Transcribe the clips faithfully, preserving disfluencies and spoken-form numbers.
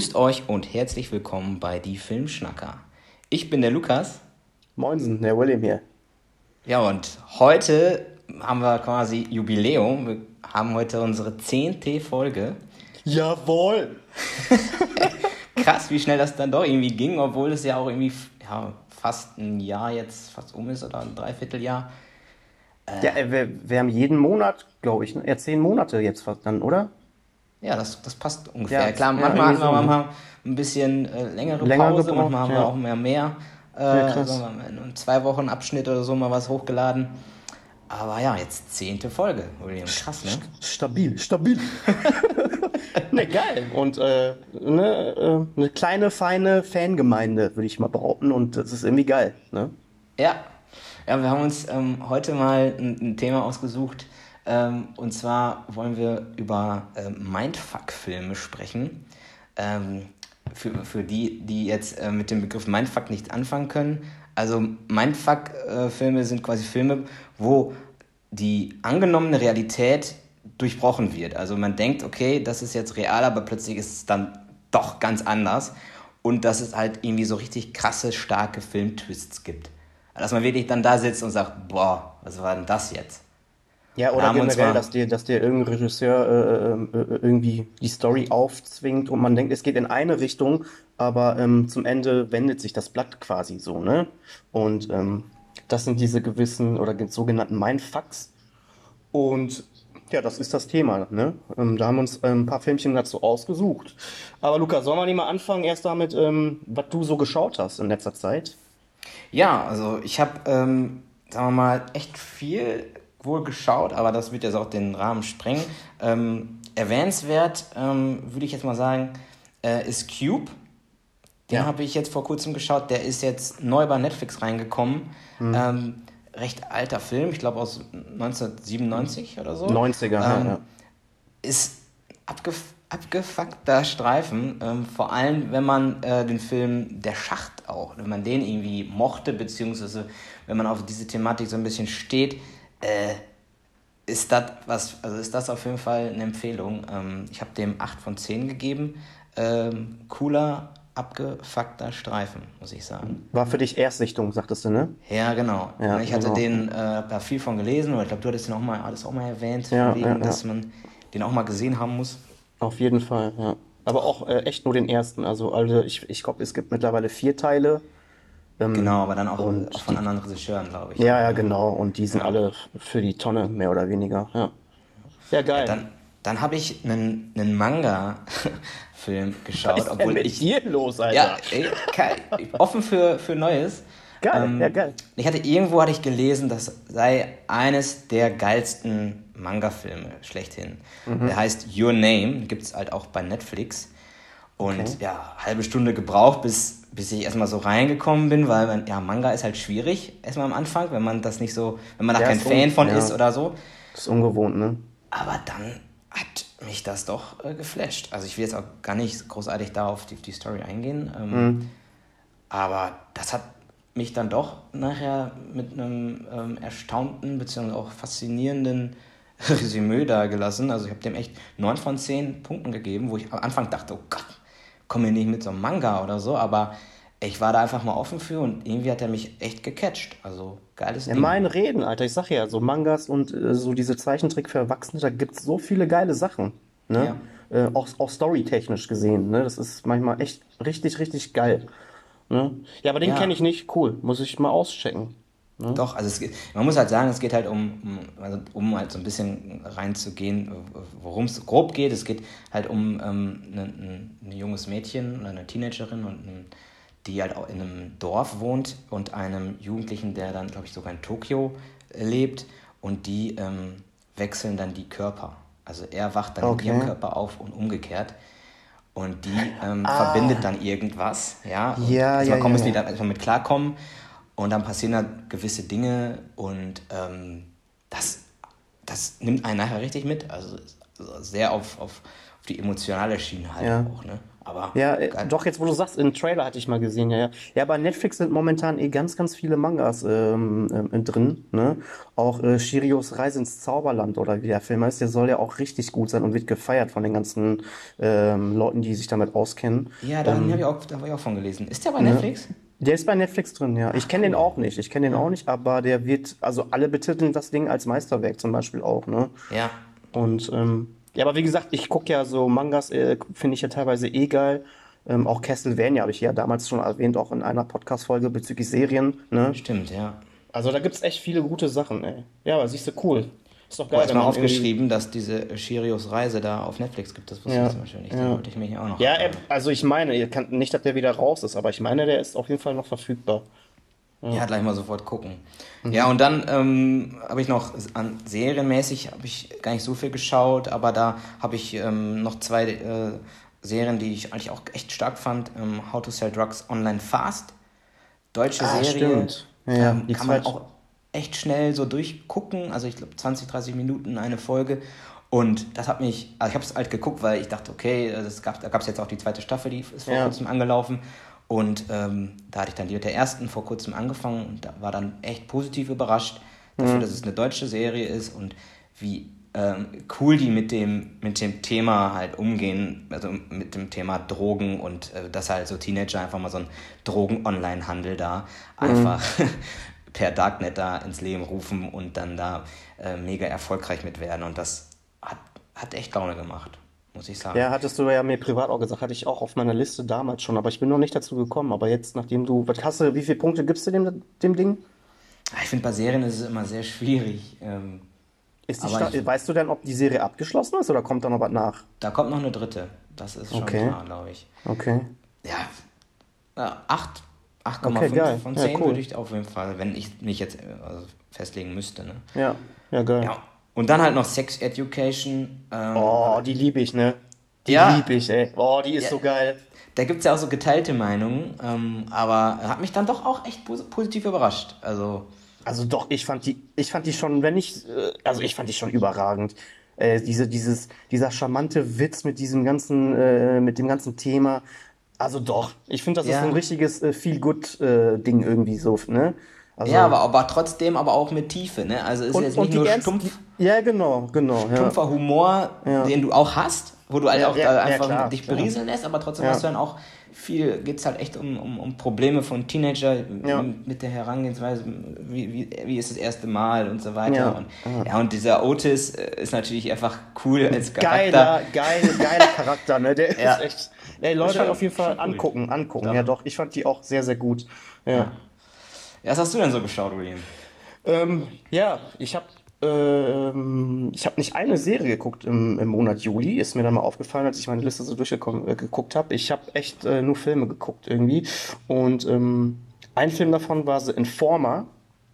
Grüßt euch und herzlich willkommen bei Die Filmschnacker. Ich bin der Lukas. Moinsen, der William hier. Ja, und heute haben wir quasi Jubiläum. Wir haben heute unsere zehnte Folge. Jawohl! Krass, wie schnell das dann doch irgendwie ging, obwohl es ja auch irgendwie ja, fast ein Jahr jetzt fast um ist oder ein Dreivierteljahr. Ja, äh, wir, wir haben jeden Monat, glaube ich, ne? Ja, zehn Monate jetzt fast dann, oder? Ja, das, das passt ungefähr. Ja, Klar, ja, manchmal irgendwie hatten wir so, ne? manchmal ein bisschen äh, längere Länger Pause, manchmal gebraucht, haben wir auch ja. mehr mehr. Ja, Äh, sagen krass. wir mal, in einem zwei Wochen Abschnitt oder so mal was hochgeladen. Aber ja, jetzt zehnte Folge, William. Krass, ne? Stabil, stabil. Ne, geil. Und äh, ne, äh, eine kleine, feine Fangemeinde, würde ich mal behaupten. Und das ist irgendwie geil, ne? Ja. Ja, wir haben uns ähm, heute mal ein, ein Thema ausgesucht. Ähm, und zwar wollen wir über ähm, Mindfuck-Filme sprechen. Ähm, für, für die, die jetzt äh, mit dem Begriff Mindfuck nichts anfangen können. Also Mindfuck-Filme sind quasi Filme, wo die angenommene Realität durchbrochen wird. Also man denkt, okay, das ist jetzt real, aber plötzlich ist es dann doch ganz anders. Und dass es halt irgendwie so richtig krasse, starke Filmtwists gibt. Dass man wirklich dann da sitzt und sagt, boah, was war denn das jetzt? Ja, Und da oder haben wir uns generell, mal, dass dir, dass dir irgendein Regisseur äh, äh, äh, irgendwie die Story aufzwingt und man denkt, es geht in eine Richtung, aber ähm, zum Ende wendet sich das Blatt quasi so, ne? Und ähm, das sind diese gewissen oder ge- sogenannten Mindfucks. Und ja, das ist das Thema, ne? Ähm, da haben wir uns ähm, ein paar Filmchen dazu ausgesucht. Aber Luca, sollen wir nicht mal anfangen erst damit, ähm, was du so geschaut hast in letzter Zeit? ja, also ich habe, ähm, sagen wir mal, echt viel wohl geschaut, aber das wird jetzt auch den Rahmen sprengen. Ähm, erwähnenswert, ähm, würde ich jetzt mal sagen, äh, ist Cube. Den Ja. habe ich jetzt vor kurzem geschaut. Der ist jetzt neu bei Netflix reingekommen. Hm. Ähm, recht alter Film, ich glaube aus neunzehnhundertsiebenundneunzig oder so. neunziger, ja, Ähm, ja. ist abgef abgefuckter Streifen. Ähm, vor allem, wenn man äh, den Film Der Schacht auch, wenn man den irgendwie mochte, beziehungsweise wenn man auf diese Thematik so ein bisschen steht, äh, ist das was, also ist das auf jeden Fall eine Empfehlung. Ähm, ich habe dem acht von zehn gegeben. Ähm, cooler, abgefuckter Streifen, muss ich sagen. War für dich Erstsichtung, sagtest du, ne? Ja, genau. Ja, Ich hatte genau. den, äh, da viel von gelesen, oder ich glaube, du hattest den auch mal, alles auch mal erwähnt, von Ja, ja, wegen, ja. dass man den auch mal gesehen haben muss. Auf jeden Fall, ja. Aber auch äh, echt nur den ersten. Also, also ich, ich glaube, es gibt mittlerweile vier Teile. Genau, Ähm, aber dann auch, auch und von die, anderen Regisseuren, glaube ich, ja, auch, ja, ne? genau. Und die sind Ja. alle für die Tonne, mehr oder weniger. Ja, ja, Ja, geil. dann, dann habe ich einen, einen Manga-Film Was geschaut, ist denn obwohl mit ich, dir los, ja, Alter? ey, ke- offen für, für Neues. Geil, ja, Ähm, geil. ich hatte irgendwo hatte ich gelesen, das sei eines der geilsten Manga-Filme schlechthin. Der Mhm. heißt Your Name, gibt es halt auch bei Netflix. Okay. Und ja, halbe Stunde gebraucht, bis, bis ich erstmal so reingekommen bin, weil man, ja, Manga ist halt schwierig, erstmal am Anfang, wenn man das nicht so, wenn man da Ja, kein ist un Fan von ist ja, oder so. ist ungewohnt, ne? Aber dann hat mich das doch äh, geflasht. Also ich will jetzt auch gar nicht großartig da auf die, die Story eingehen. Ähm, Mhm. aber das hat mich dann doch nachher mit einem ähm, erstaunten bzw. auch faszinierenden Resümee da gelassen. Also ich habe dem echt neun von zehn Punkten gegeben, wo ich am Anfang dachte, oh Gott, komme hier nicht mit so einem Manga oder so, aber ich war da einfach mal offen für und irgendwie hat er mich echt gecatcht. Also geiles Ja, Ding. mein Reden, Alter. Ich sag ja, so Mangas und äh, so diese Zeichentrick für Erwachsene, da gibt's so viele geile Sachen, ne? Ja. Äh, auch, auch storytechnisch gesehen, ne? Das ist manchmal echt richtig, richtig geil, ne? Ja, aber den kenne Ja, ich nicht. Cool. Muss ich mal auschecken, ne? doch, also es geht, man muss halt sagen, es geht halt um, um, also um halt so ein bisschen reinzugehen, worum es grob geht. Es geht halt um ähm, ein, ein, ein junges Mädchen oder eine Teenagerin, und ein, die halt auch in einem Dorf wohnt und einem Jugendlichen, der dann, glaube ich, sogar in Tokio äh, lebt, und die ähm, wechseln dann die Körper. Also er wacht dann in ihrem Okay. Körper auf und umgekehrt. Und die ähm, verbindet Ah, dann irgendwas, ja. Und ja, ja, erstmal ja, müssen die ja. dann erstmal mit klarkommen. Und dann passieren halt gewisse Dinge, und ähm, das, das nimmt einen nachher richtig mit. Also, also sehr auf, auf, auf die emotionale Schiene halt Ja. auch, ne? Aber Ja, äh, geil. doch, jetzt wo du sagst, in Trailer hatte ich mal gesehen, ja, ja. Ja, bei Netflix sind momentan eh ganz, ganz viele Mangas ähm, ähm, drin, ne? Auch äh, Chirios Reise ins Zauberland oder wie der Film heißt, der soll ja auch richtig gut sein und wird gefeiert von den ganzen ähm, Leuten, die sich damit auskennen. Ja, da habe ich Ähm, auch, da habe ich auch von gelesen. Ist der bei ne? Netflix? Der ist bei Netflix drin, ja. Ich Ach, kenne den cool. auch nicht, ich kenne den auch Ja. nicht, aber der wird, also alle betiteln das Ding als Meisterwerk zum Beispiel auch, ne? Ja. Und ähm, ja, aber wie gesagt, ich gucke ja so Mangas, äh, finde ich ja teilweise eh geil. Ähm, auch Castlevania habe ich ja damals schon erwähnt, auch in einer Podcast-Folge bezüglich Serien, ne? Stimmt, ja. Also da gibt es echt viele gute Sachen, ey. Ja, aber siehst du, cool. Ist doch Boah, geil, wenn erstmal man irgendwie. aufgeschrieben, dass diese Chirios Reise da auf Netflix gibt. Das wusste ich Ja, zum Beispiel nicht. Den ja. wollte ich mir hier auch noch Ja, äh, reinziehen. also ich meine, ihr kann nicht, dass der wieder raus ist, aber ich meine, der ist auf jeden Fall noch verfügbar. Ja. Ja, gleich mal sofort gucken. Ja, Mhm. und dann ähm, habe ich noch an serienmäßig habe ich gar nicht so viel geschaut, aber da habe ich ähm, noch zwei äh, Serien, die ich eigentlich auch echt stark fand. Ähm, How to Sell Drugs Online Fast. Deutsche Ah, Serie, stimmt. Ja, ja, ähm, die kann man zweite. auch echt schnell so durchgucken. Also ich glaube zwanzig, dreißig Minuten eine Folge. Und das hat mich, also ich habe es halt geguckt, weil ich dachte, okay, das gab, da gab es jetzt auch die zweite Staffel, die ist vor Ja. kurzem angelaufen. Und ähm, da hatte ich dann die mit der ersten vor kurzem angefangen und da war dann echt positiv überrascht dafür, dass Mhm. es eine deutsche Serie ist und wie ähm, cool die mit dem, mit dem Thema halt umgehen, also mit dem Thema Drogen und äh, dass halt so Teenager einfach mal so einen Drogen-Online-Handel da einfach Mhm. per Darknet da ins Leben rufen und dann da äh, mega erfolgreich mit werden. Und das hat, hat echt Laune gemacht, muss ich sagen. Ja, hattest du ja mir privat auch gesagt, hatte ich auch auf meiner Liste damals schon, aber ich bin noch nicht dazu gekommen. Aber jetzt, nachdem du, was hast du, wie viele Punkte gibst du dem, dem Ding? Ich finde, bei Serien ist es immer sehr schwierig. Ähm, Ist die aber Sta ich, weißt du denn, ob die Serie abgeschlossen ist oder kommt da noch was nach? da kommt noch eine dritte. Das ist schon Okay, klar, glaube ich. okay, Ja, äh, acht, acht Komma okay, fünf geil. von Ja, zehn würde cool. ich auf jeden Fall, wenn ich mich jetzt äh, also festlegen müsste. Ne? Ja, ja, geil. Ja, und dann halt noch Sex Education. Ähm, Oh, hab, die liebe ich, ne? Die ja, liebe ich, ey. Oh, die ist ja, so geil. da gibt es ja auch so geteilte Meinungen, ähm, aber hat mich dann doch auch echt pos positiv überrascht. Also, Also doch, ich fand die, ich fand die schon, wenn nicht, äh, also ich fand die schon überragend. Äh, diese, dieses, dieser charmante Witz mit diesem ganzen, äh, mit dem ganzen Thema. Also doch, ich finde, das ist so ein ja, richtiges äh, Feel-Good-Ding irgendwie so, ne? ja, Also, aber, aber trotzdem aber auch mit Tiefe, ne? Also ist und, jetzt nicht und die nur ernst, stumpf, die, ja, genau, genau, ja, stumpfer Humor, ja, den du auch hast, wo du halt ja, auch ja, da ja, einfach klar, dich klar, berieseln lässt, aber trotzdem hast du ja, dann auch viel, geht es halt echt um, um, um Probleme von Teenager ja, mit der Herangehensweise, wie, wie, wie ist das erste Mal und so weiter. ja, Und ja. ja, und dieser Otis äh, ist natürlich einfach cool als Charakter. Geiler, geil, geiler Charakter, ne? Der ist Ja, echt, ey, ist Leute, schon, auf jeden Fall schon cool. angucken, angucken, ja Doch. doch, ich fand die auch sehr, sehr gut, ja. Ja. Ja, was hast du denn so geschaut, William? Ähm, ja, ich habe ähm, ich habe nicht eine Serie geguckt im, im Monat Juli, ist mir dann mal aufgefallen, als ich meine Liste so durchgekommen äh, geguckt habe. Ich habe echt äh, nur Filme geguckt irgendwie. Und ähm, ein Film davon war The Informer.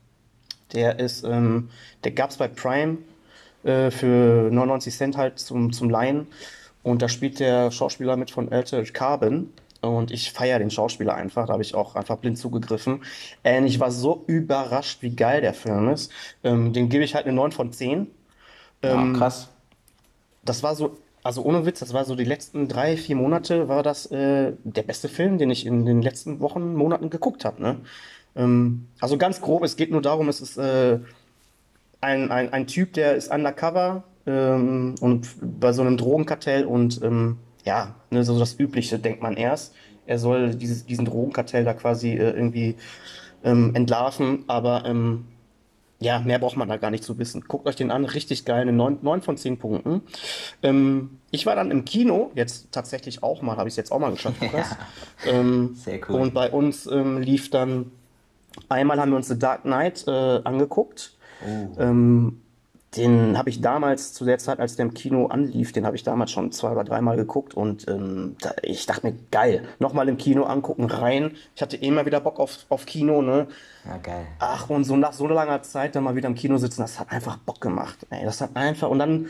Der ist, ähm, der gab es bei Prime äh, für neunundneunzig Cent halt zum, zum Leihen. Und da spielt der Schauspieler mit von Altered Carbon. Und ich feiere den Schauspieler einfach. Da habe ich auch einfach blind zugegriffen. Und ich war so überrascht, wie geil der Film ist. Ähm, dem gebe ich halt eine neun von zehn. Ja, Ähm, krass. das war so, also ohne Witz, das war so die letzten drei, vier Monate, war das äh, der beste Film, den ich in den letzten Wochen, Monaten geguckt habe. Ne? Ähm, also ganz grob, es geht nur darum, es ist äh, ein, ein, ein Typ, der ist undercover ähm, und bei so einem Drogenkartell und ähm, ja, ne, so das Übliche denkt man erst. Er soll dieses, diesen Drogenkartell da quasi äh, irgendwie ähm, entlarven, aber ähm, ja, mehr braucht man da gar nicht zu wissen. Guckt euch den an, richtig geil, eine neun neun von zehn Punkten. Ähm, ich war dann im Kino, jetzt tatsächlich auch mal, habe ich es jetzt auch mal geschafft, Lukas. Ja, Ähm, sehr cool. und bei uns ähm, lief dann, einmal haben wir uns The Dark Knight äh, angeguckt. Oh. Ähm, Den habe ich damals, zu der Zeit, als der im Kino anlief, den habe ich damals schon zwei oder dreimal geguckt und ähm, da, ich dachte mir, geil, nochmal im Kino angucken, rein. Ich hatte eh mal wieder Bock auf, auf Kino, ne? Ja, geil. Ach, und so nach so langer Zeit dann mal wieder im Kino sitzen, das hat einfach Bock gemacht. Ey, das hat einfach, und dann,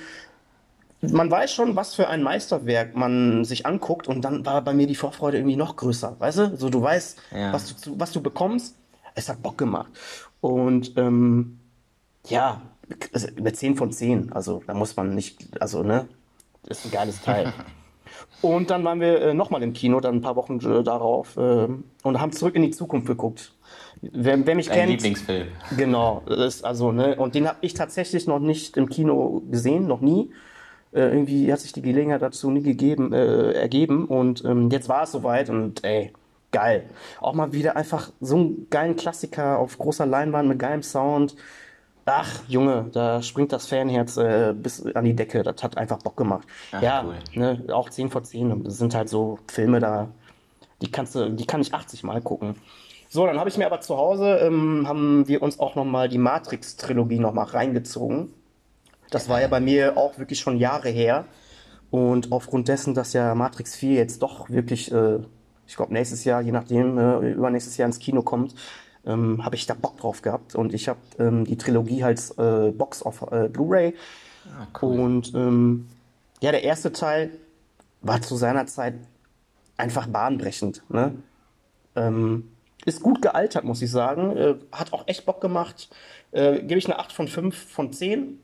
man weiß schon, was für ein Meisterwerk man sich anguckt und dann war bei mir die Vorfreude irgendwie noch größer, weißt du? So, du weißt, Ja. was du, zu- was du bekommst. Es hat Bock gemacht. Und ähm, ja, also eine zehn von zehn. Also da muss man nicht, also ne, ist ein geiles Teil. Und dann waren wir äh, nochmal im Kino, dann ein paar Wochen äh, darauf, äh, und haben zurück in die Zukunft geguckt. Wer, wer mich Dein kennt, Lieblingsfilm. genau, das ist also, ne, und den habe ich tatsächlich noch nicht im Kino gesehen, noch nie. Äh, irgendwie hat sich die Gelegenheit dazu nie gegeben, äh, ergeben und ähm, jetzt war es soweit und ey, geil. Auch mal wieder einfach so einen geilen Klassiker auf großer Leinwand mit geilem Sound. Ach, Junge, da springt das Fanherz äh, bis an die Decke. Das hat einfach Bock gemacht. Ach, Ja, cool. ne, auch zehn vor zehn. Das sind halt so Filme da, die kannst du, die kann ich achtzig Mal gucken. So, dann habe ich mir aber zu Hause, ähm, haben wir uns auch nochmal die Matrix-Trilogie nochmal reingezogen. Das war ja Geil. bei mir auch wirklich schon Jahre her. Und aufgrund dessen, dass ja Matrix vier jetzt doch wirklich, äh, ich glaube nächstes Jahr, je nachdem, äh, übernächstes Jahr ins Kino kommt, ähm, habe ich da Bock drauf gehabt. Und ich habe ähm, die Trilogie halt äh, Box auf äh, Blu-ray. Ah, cool. Und ähm, ja, der erste Teil war zu seiner Zeit einfach bahnbrechend. Ne? Ähm, ist gut gealtert, muss ich sagen. Äh, hat auch echt Bock gemacht. Äh, Gebe ich eine acht von fünf von zehn.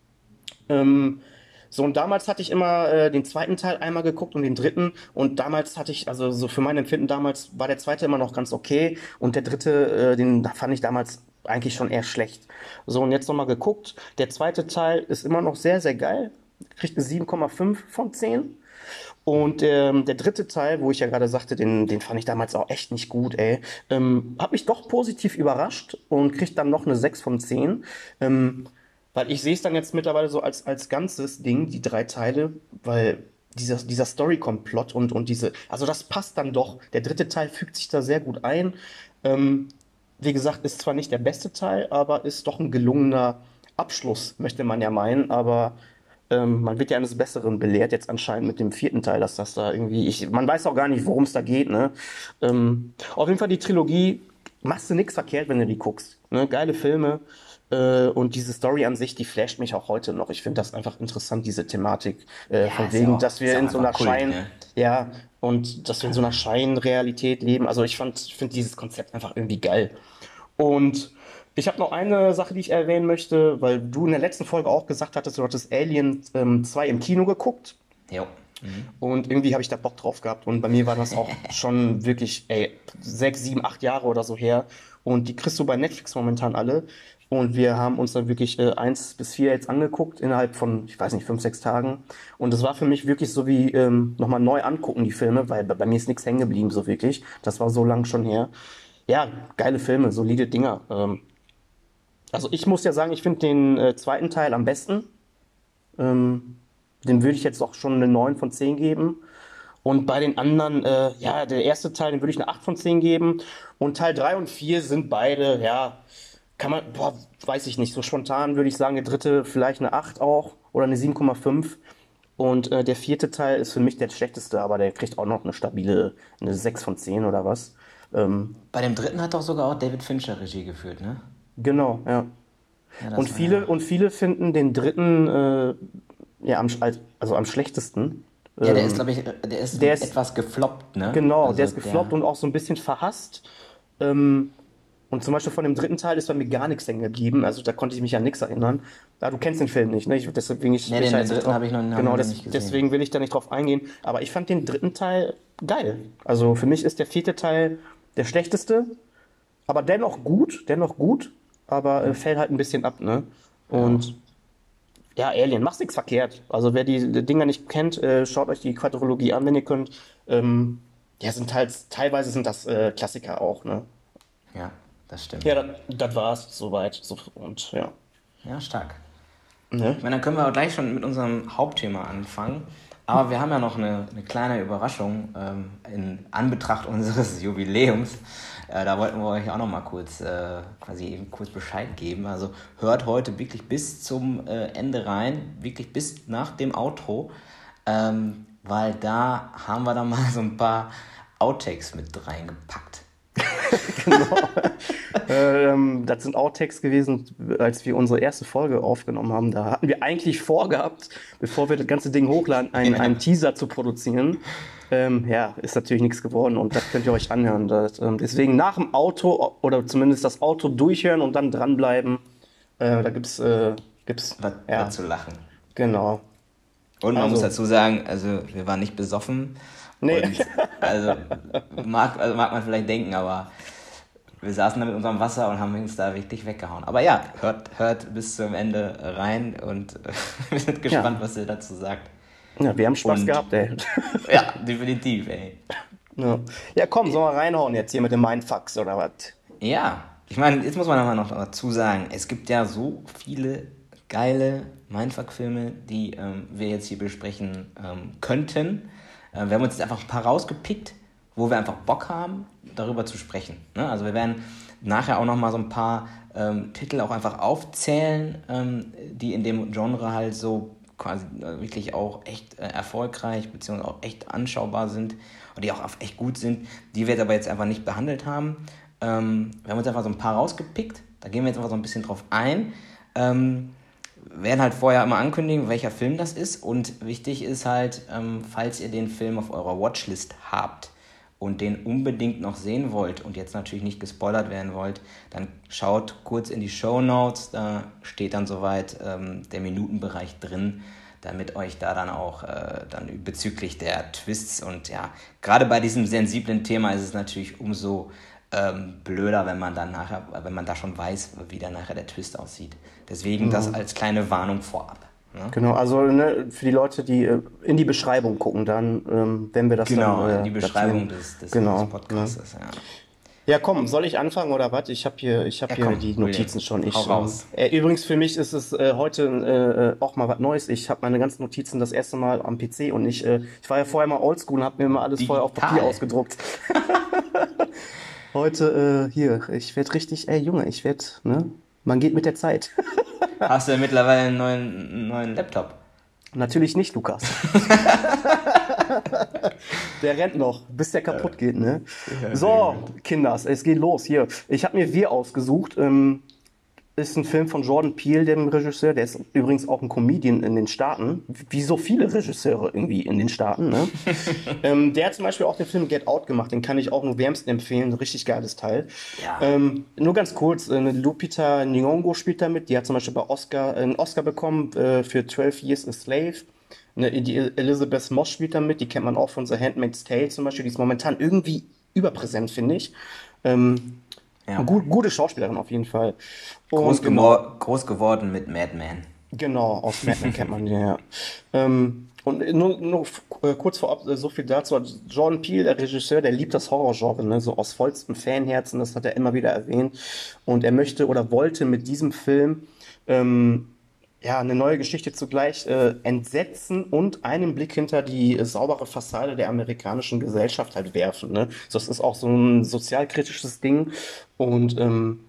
Ähm, so, und damals hatte ich immer äh, den zweiten Teil einmal geguckt und den dritten. Und damals hatte ich, also so für mein Empfinden damals war der zweite immer noch ganz okay. Und der dritte, äh, den fand ich damals eigentlich schon eher schlecht. So, und jetzt nochmal geguckt. Der zweite Teil ist immer noch sehr, sehr geil. Kriegt eine sieben Komma fünf von zehn. Und ähm, der dritte Teil, wo ich ja gerade sagte, den, den fand ich damals auch echt nicht gut, ey. Ähm, hat mich doch positiv überrascht und kriegt dann noch eine sechs von zehn. Ähm, weil ich sehe es dann jetzt mittlerweile so als, als ganzes Ding, die drei Teile, weil dieser, dieser Story-Komplott und, und diese, also das passt dann doch. Der dritte Teil fügt sich da sehr gut ein. Ähm, wie gesagt, ist zwar nicht der beste Teil, aber ist doch ein gelungener Abschluss, möchte man ja meinen. Aber ähm, man wird ja eines Besseren belehrt, jetzt anscheinend mit dem vierten Teil, dass das da irgendwie, ich, man weiß auch gar nicht, worum es da geht, ne? Ähm, auf jeden Fall die Trilogie, machst du nichts verkehrt, wenn du die guckst. Ne? Geile Filme. Äh, und diese Story an sich, die flasht mich auch heute noch. Ich finde das einfach interessant, diese Thematik. Äh, Ja, von ist ja wegen, auch, dass ist wir ja auch in so einfach einer Kult, Schein, ne? ja, und dass wir in so einer Scheinrealität leben. Also ich fand, finde dieses Konzept einfach irgendwie geil. Und ich habe noch eine Sache, die ich erwähnen möchte, weil du in der letzten Folge auch gesagt hattest, du hattest Alien ähm, zwei im Kino geguckt. Jo. Mhm. Und irgendwie habe ich da Bock drauf gehabt. Und bei mir war das auch schon wirklich, ey, sechs, sieben, acht Jahre oder so her. Und die kriegst du bei Netflix momentan alle. Und wir haben uns dann wirklich äh, eins bis vier jetzt angeguckt, innerhalb von, ich weiß nicht, fünf, sechs Tagen. Und das war für mich wirklich so wie ähm, nochmal neu angucken, die Filme, weil bei, bei mir ist nichts hängen geblieben, so wirklich. Das war so lang schon her. Ja, geile Filme, solide Dinger. Ähm, also ich muss ja sagen, ich finde den äh, zweiten Teil am besten. Ähm, Dem würde ich jetzt auch schon eine neun von zehn geben. Und bei den anderen, äh, ja, der erste Teil, den würde ich eine acht von zehn geben. Und Teil drei und vier sind beide, ja, kann man, boah, weiß ich nicht, so spontan würde ich sagen, der dritte vielleicht eine acht auch oder eine sieben Komma fünf. Und äh, der vierte Teil ist für mich der schlechteste, aber der kriegt auch noch eine stabile, eine sechs von zehn oder was. Ähm, Bei dem dritten hat doch sogar auch David Fincher Regie geführt, ne? genau, ja. Ja, Und das war viele, ja. und viele finden den dritten äh, ja, am, sch- also am schlechtesten. Ja, der ist, Ähm, glaube ich, äh, der ist der ist, etwas gefloppt, ne? genau, der Also ist gefloppt der. und auch so ein bisschen verhasst. Ähm, und zum Beispiel von dem dritten Teil ist bei mir gar nichts hängen geblieben. Also da konnte ich mich an nichts erinnern. Ah, du kennst den Film nicht, ne? Ich, deswegen will ich, Ne, will ich den, da den jetzt nicht dritten drauf. habe ich noch, hab Genau, ich noch des, nicht gesehen. deswegen will ich da nicht drauf eingehen. Aber ich fand den dritten Teil geil. Also für mich ist der vierte Teil der schlechteste, aber dennoch gut, dennoch gut, aber äh, fällt halt ein bisschen ab, ne? Ja. Und ja, Alien, machst nichts verkehrt. Also wer die, die Dinger nicht kennt, äh, schaut euch die Quadrologie an, wenn ihr könnt. Ähm, ja, sind halt, teilweise sind das äh, Klassiker auch, ne? Ja, das stimmt. Ja, das war's soweit. So, und ja. Ja, stark. Ne? Ich meine, dann können wir auch gleich schon mit unserem Hauptthema anfangen. Aber wir haben ja noch eine, eine kleine Überraschung ähm, in Anbetracht unseres Jubiläums. Äh, da wollten wir euch auch noch mal kurz, äh, quasi eben kurz Bescheid geben. Also hört heute wirklich bis zum äh, Ende rein, wirklich bis nach dem Outro, ähm, weil da haben wir dann mal so ein paar Outtakes mit reingepackt. Genau. ähm, das sind Outtakes gewesen, als wir unsere erste Folge aufgenommen haben. Da hatten wir eigentlich vorgehabt, bevor wir das ganze Ding hochladen, einen, einen Teaser zu produzieren. Ähm, ja, ist natürlich nichts geworden und das könnt ihr euch anhören. Das, ähm, deswegen nach dem Auto oder zumindest das Auto durchhören und dann dranbleiben. Äh, da gibt's, äh, gibt's, Was, ja, was zu lachen. genau. Und man muss Also, dazu sagen, also wir waren nicht besoffen nee. und also mag, also mag man vielleicht denken, aber wir saßen da mit unserem Wasser und haben uns da wirklich weggehauen. Aber ja, hört, hört bis zum Ende rein und wir sind Ja. gespannt, was ihr dazu sagt. Ja, wir haben Spaß Und gehabt, ey. ja, definitiv, ey. Ja, ja komm, sollen wir reinhauen jetzt hier mit dem Mindfucks oder was? Ja, ich meine, jetzt muss man aber noch dazu sagen, es gibt ja so viele geile Mindfuck-Filme, die ähm, wir jetzt hier besprechen ähm, könnten. Äh, wir haben uns jetzt einfach ein paar rausgepickt, wo wir einfach Bock haben, darüber zu sprechen. Ne? Also wir werden nachher auch nochmal so ein paar ähm, Titel auch einfach aufzählen, ähm, die in dem Genre halt so quasi äh, wirklich auch echt äh, erfolgreich beziehungsweise auch echt anschaubar sind und die auch echt gut sind, die wir jetzt aber jetzt einfach nicht behandelt haben. Ähm, wir haben uns einfach so ein paar rausgepickt, da gehen wir jetzt einfach so ein bisschen drauf ein. Ähm, werden halt vorher immer ankündigen, welcher Film das ist und wichtig ist halt, ähm, falls ihr den Film auf eurer Watchlist habt und den unbedingt noch sehen wollt und jetzt natürlich nicht gespoilert werden wollt, dann schaut kurz in die Shownotes, da steht dann soweit ähm, der Minutenbereich drin, damit euch da dann auch äh, dann bezüglich der Twists und ja, gerade bei diesem sensiblen Thema ist es natürlich umso ähm, blöder, wenn man dann nachher, wenn man da schon weiß, wie dann nachher der Twist aussieht. Deswegen das als kleine Warnung vorab. Ne? Genau, also ne, für die Leute, die äh, in die Beschreibung gucken, dann, ähm, wenn wir das Genau, dann äh, in die Beschreibung datieren. des, des, Genau, des ne? Podcastes, ja. Ja, komm, soll ich anfangen oder was? Ich habe hier, ich habe Ja, hier komm, die William, Notizen schon. hau Ich, ähm, raus. äh, übrigens für mich ist es äh, heute äh, auch mal was Neues. Ich habe meine ganzen Notizen das erste Mal am P C und ich, äh, ich war ja vorher mal oldschool und habe mir immer alles vorher auf Papier Digital. ausgedruckt. Heute äh, hier, ich werde richtig, ey Junge, ich werde, ne? Man geht mit der Zeit. Hast du mittlerweile einen neuen, einen neuen Laptop? Natürlich nicht, Lukas. Der rennt noch, bis der kaputt geht, ne? Ja, sehr So, gut. Kinders, es geht los. Hier, ich habe mir Wir ausgesucht. Ähm, ist ein Film von Jordan Peele, dem Regisseur. Der ist übrigens auch ein Comedian in den Staaten. Wie so viele Regisseure irgendwie in den Staaten, ne? ähm, der hat zum Beispiel auch den Film Get Out gemacht. Den kann ich auch nur wärmsten empfehlen. Ein richtig geiles Teil. Ja. Ähm, nur ganz kurz, äh, Lupita Nyong'o spielt da mit. Die hat zum Beispiel bei Oscar äh, einen Oscar bekommen äh, für twelve Years a Slave. Ne, die Elizabeth Moss spielt da mit. Die kennt man auch von The Handmaid's Tale zum Beispiel. Die ist momentan irgendwie überpräsent, finde ich. Ähm, Ja. gut, gute Schauspielerin auf jeden Fall. Groß, Und genau, gewor- groß geworden mit Mad Men. genau, aus Mad Men kennt man den, ja. Ähm, und nur, nur f- äh, kurz vorab äh, so viel dazu. Also Jordan Peele, der Regisseur, der liebt das Horrorgenre, ne? So aus vollstem Fanherzen, das hat er immer wieder erwähnt. Und er möchte oder wollte mit diesem Film ähm, ja, eine neue Geschichte zugleich äh, entsetzen und einen Blick hinter die äh, saubere Fassade der amerikanischen Gesellschaft halt werfen. Ne? So, das ist auch so ein sozialkritisches Ding und ähm,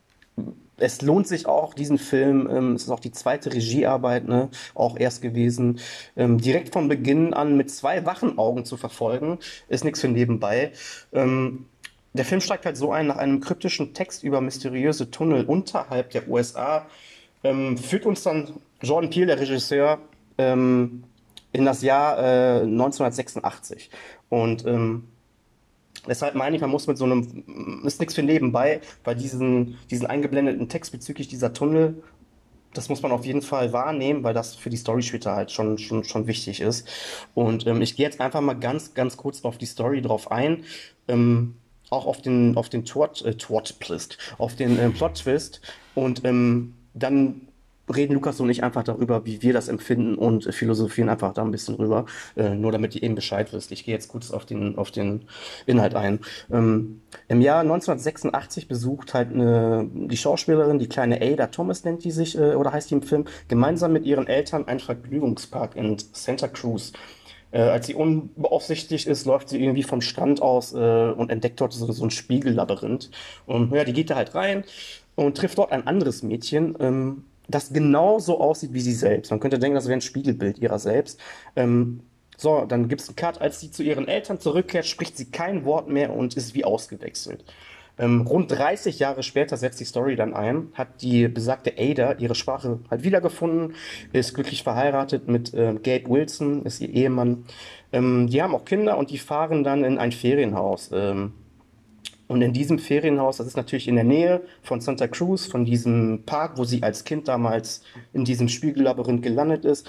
es lohnt sich auch, diesen Film, ähm, es ist auch die zweite Regiearbeit, ne, auch erst gewesen, ähm, direkt von Beginn an mit zwei wachen Augen zu verfolgen, ist nichts für nebenbei. Ähm, der Film steigt halt so ein, nach einem kryptischen Text über mysteriöse Tunnel unterhalb der U S A, ähm, führt uns dann Jordan Peele, der Regisseur, ähm, in das Jahr äh, neunzehnhundertsechsundachtzig. Und ähm, deshalb meine ich, man muss mit so einem, ist nichts für nebenbei, bei diesen, diesen eingeblendeten Text bezüglich dieser Tunnel, das muss man auf jeden Fall wahrnehmen, weil das für die Story später halt schon, schon, schon wichtig ist. Und ähm, ich gehe jetzt einfach mal ganz, ganz kurz auf die Story drauf ein. Ähm, auch auf den, auf den Twat, äh, Twat-Twist, auf den ähm, Plot-Twist. Und ähm, dann reden Lukas und ich einfach darüber, wie wir das empfinden und äh, philosophieren einfach da ein bisschen drüber, äh, nur damit ihr eben Bescheid wisst. Ich gehe jetzt kurz auf den, auf den Inhalt ein. Ähm, Im Jahr neunzehnhundertsechsundachtzig besucht halt eine, die Schauspielerin, die kleine Ada Thomas nennt die sich, äh, oder heißt die im Film, gemeinsam mit ihren Eltern einen Vergnügungspark in Santa Cruz. Äh, als sie unbeaufsichtigt ist, läuft sie irgendwie vom Strand aus äh, und entdeckt dort so, so ein Spiegellabyrinth. Und ja, die geht da halt rein und trifft dort ein anderes Mädchen, ähm, das genau so aussieht wie sie selbst. Man könnte denken, das wäre ein Spiegelbild ihrer selbst. Ähm, so, dann gibt es einen Cut. Als sie zu ihren Eltern zurückkehrt, spricht sie kein Wort mehr und ist wie ausgewechselt. Ähm, rund dreißig Jahre später setzt die Story dann ein, hat die besagte Ada ihre Sprache halt wiedergefunden, ist glücklich verheiratet mit äh, Gabe Wilson, ist ihr Ehemann. Ähm, die haben auch Kinder und die fahren dann in ein Ferienhaus. Ähm, und in diesem Ferienhaus, das ist natürlich in der Nähe von Santa Cruz, von diesem Park, wo sie als Kind damals in diesem Spiegellabyrinth gelandet ist.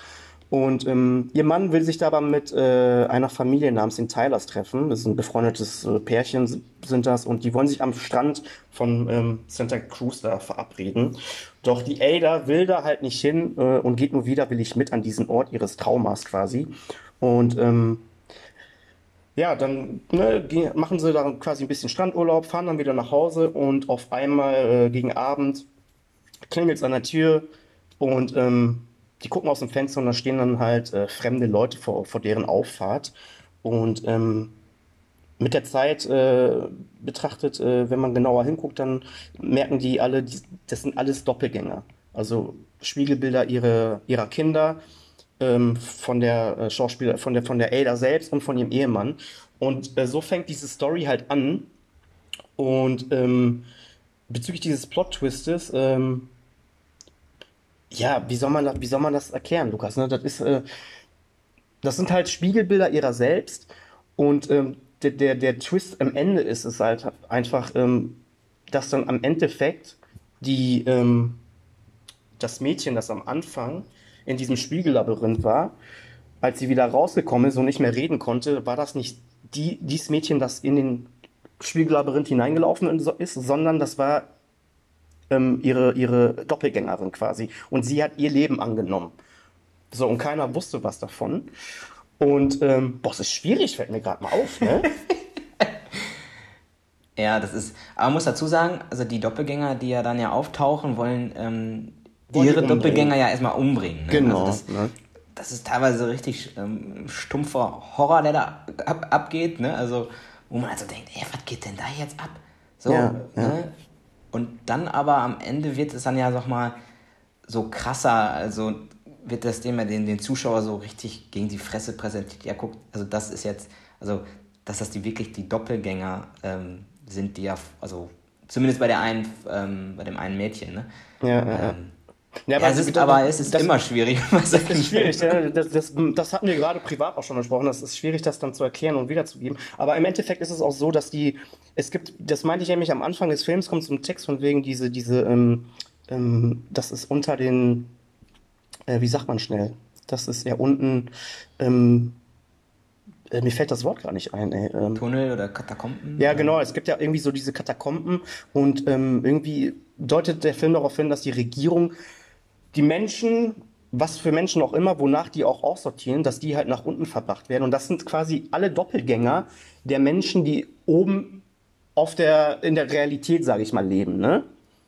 Und ähm, ihr Mann will sich da aber mit äh, einer Familie namens den Tylers treffen. Das ist ein befreundetes äh, Pärchen s- sind das und die wollen sich am Strand von ähm, Santa Cruz da verabreden. Doch die Ada will da halt nicht hin äh, und geht nur widerwillig mit an diesen Ort ihres Traumas quasi. Und ähm, ja, dann ne, gehen- machen sie da quasi ein bisschen Strandurlaub, fahren dann wieder nach Hause und auf einmal äh, gegen Abend klingelt es an der Tür und ähm, die gucken aus dem Fenster und da stehen dann halt äh, fremde Leute vor, vor deren Auffahrt. Und ähm, mit der Zeit äh, betrachtet, äh, wenn man genauer hinguckt, dann merken die alle, die, das sind alles Doppelgänger. Also Spiegelbilder ihre, ihrer Kinder, ähm, von der äh, Schauspieler, von der, von der Ada selbst und von ihrem Ehemann. Und äh, so fängt diese Story halt an. Und ähm, bezüglich dieses Plot-Twistes, ähm, ja, wie soll man das, wie soll man das erklären, Lukas? Ne? Das ist, äh, das sind halt Spiegelbilder ihrer selbst und ähm, der, der, der Twist am Ende ist es halt einfach, ähm, dass dann am Endeffekt die, ähm, das Mädchen, das am Anfang in diesem Spiegellabyrinth war, als sie wieder rausgekommen ist und nicht mehr reden konnte, war das nicht die, dieses Mädchen, das in den Spiegellabyrinth hineingelaufen ist, sondern das war ähm, ihre, ihre Doppelgängerin quasi. Und sie hat ihr Leben angenommen. So, und keiner wusste was davon. Und, ähm, boah, das ist schwierig, fällt mir gerade mal auf, ne? Ja, das ist. Aber man muss dazu sagen, also die Doppelgänger, die ja dann ja auftauchen, wollen ähm, Wollen die ihre Doppelgänger umbringen. ja erstmal umbringen. Ne? Also Genau, das, ne? das ist teilweise richtig ähm, stumpfer Horror, der da ab, abgeht. Ne? Also, wo man also denkt, ey, was geht denn da jetzt ab? So, Ja, ja. ne? Und dann aber am Ende wird es dann ja noch mal so krasser, also wird das Thema den, den Zuschauer so richtig gegen die Fresse präsentiert. Ja, guck, also das ist jetzt, also dass das die wirklich die Doppelgänger ähm, sind, die ja, also zumindest bei der einen, ähm, bei dem einen Mädchen, ne? Ja, ja, ja. Ähm, Ja, ja, aber es ist, das, aber es ist das, immer schwierig bei das solchen ist schwierig. Filmen. Ja? Das, das, das hatten wir gerade privat auch schon besprochen. Das ist schwierig, das dann zu erklären und wiederzugeben. Aber im Endeffekt ist es auch so, dass die, es gibt, das meinte ich nämlich am Anfang des Films, kommt zum Text von wegen diese, diese, ähm, ähm, das ist unter den, äh, wie sagt man schnell? Das ist ja unten, ähm, äh, mir fällt das Wort gar nicht ein, ey. Ähm, Tunnel oder Katakomben Ja, oder. genau. Es gibt ja irgendwie so diese Katakomben und ähm, irgendwie deutet der Film darauf hin, dass die Regierung die Menschen, was für Menschen auch immer, wonach die auch aussortieren, dass die halt nach unten verbracht werden. Und das sind quasi alle Doppelgänger der Menschen, die oben auf der, in der Realität, sage ich mal, leben, ne?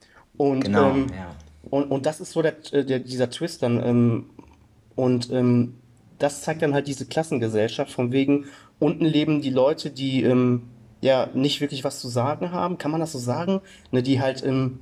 Und, Genau, ähm, ja. und, und das ist so der, äh, der, dieser Twist dann. Ähm, und ähm, das zeigt dann halt diese Klassengesellschaft, von wegen, unten leben die Leute, die ähm, ja nicht wirklich was zu sagen haben, kann man das so sagen? Ne, die halt, ähm,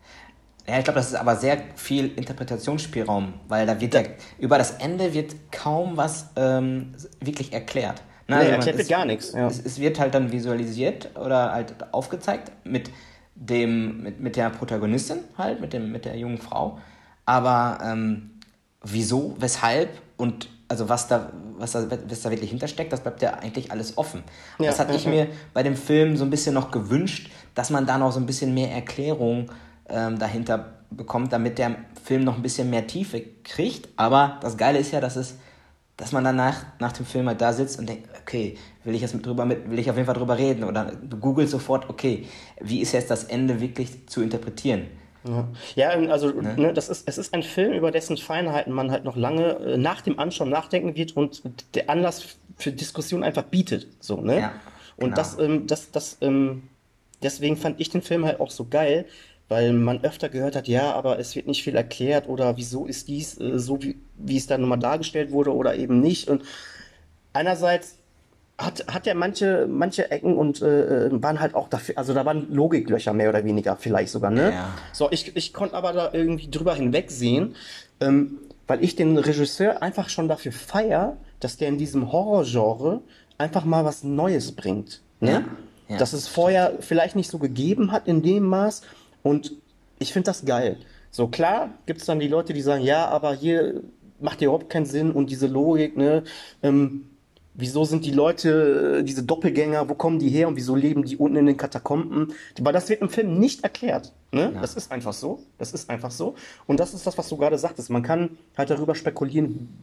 Ja, ich glaube, das ist aber sehr viel Interpretationsspielraum, weil da wird ja, da, über das Ende wird kaum was ähm, wirklich erklärt. Na, ne, also man, erklärt wird es, gar nichts, ja. es, es wird halt dann visualisiert oder halt aufgezeigt mit dem, mit, mit der Protagonistin halt, mit dem, mit der jungen Frau. Aber ähm, wieso, weshalb und also was da, was da, was da wirklich hintersteckt, das bleibt ja eigentlich alles offen. Und Ja, das hatte ja, ich ja. mir bei dem Film so ein bisschen noch gewünscht, dass man da noch so ein bisschen mehr Erklärung ähm, dahinter bekommt, damit der Film noch ein bisschen mehr Tiefe kriegt. Aber das Geile ist ja, dass es, dass man danach nach dem Film halt da sitzt und denkt, okay, will ich jetzt mit drüber mit, will ich auf jeden Fall drüber reden oder du googelst sofort, okay, wie ist jetzt das Ende wirklich zu interpretieren? Ja, ja, also Ne? ne, das ist, es ist ein Film, über dessen Feinheiten man halt noch lange äh, nach dem Anschauen nachdenken wird und der Anlass für Diskussion einfach bietet. So, ne? Ja, Und genau. das, ähm, das, das, ähm, deswegen fand ich den Film halt auch so geil, weil man öfter gehört hat, ja, aber es wird nicht viel erklärt oder wieso ist dies äh, so, wie, wie es da nochmal dargestellt wurde oder eben nicht. Und einerseits hat, hat er manche, manche Ecken und äh, äh, waren halt auch dafür, also da waren Logiklöcher mehr oder weniger vielleicht sogar, ne? Ja. So, ich, ich konnte aber da irgendwie drüber hinwegsehen, ähm, weil ich den Regisseur einfach schon dafür feier, dass der in diesem Horrorgenre einfach mal was Neues bringt, Ja, ne? ja, Dass es stimmt. vorher vielleicht nicht so gegeben hat in dem Maß und ich finde das geil. So, klar gibt's dann die Leute, die sagen, ja, aber hier macht ja überhaupt keinen Sinn und diese Logik, ne? Ähm, Wieso sind die Leute, äh, diese Doppelgänger, wo kommen die her und wieso leben die unten in den Katakomben? Aber das wird im Film nicht erklärt. Ne? Ja. Das ist einfach so. Das ist einfach so. Und das ist das, was du gerade sagtest. Man kann halt darüber spekulieren,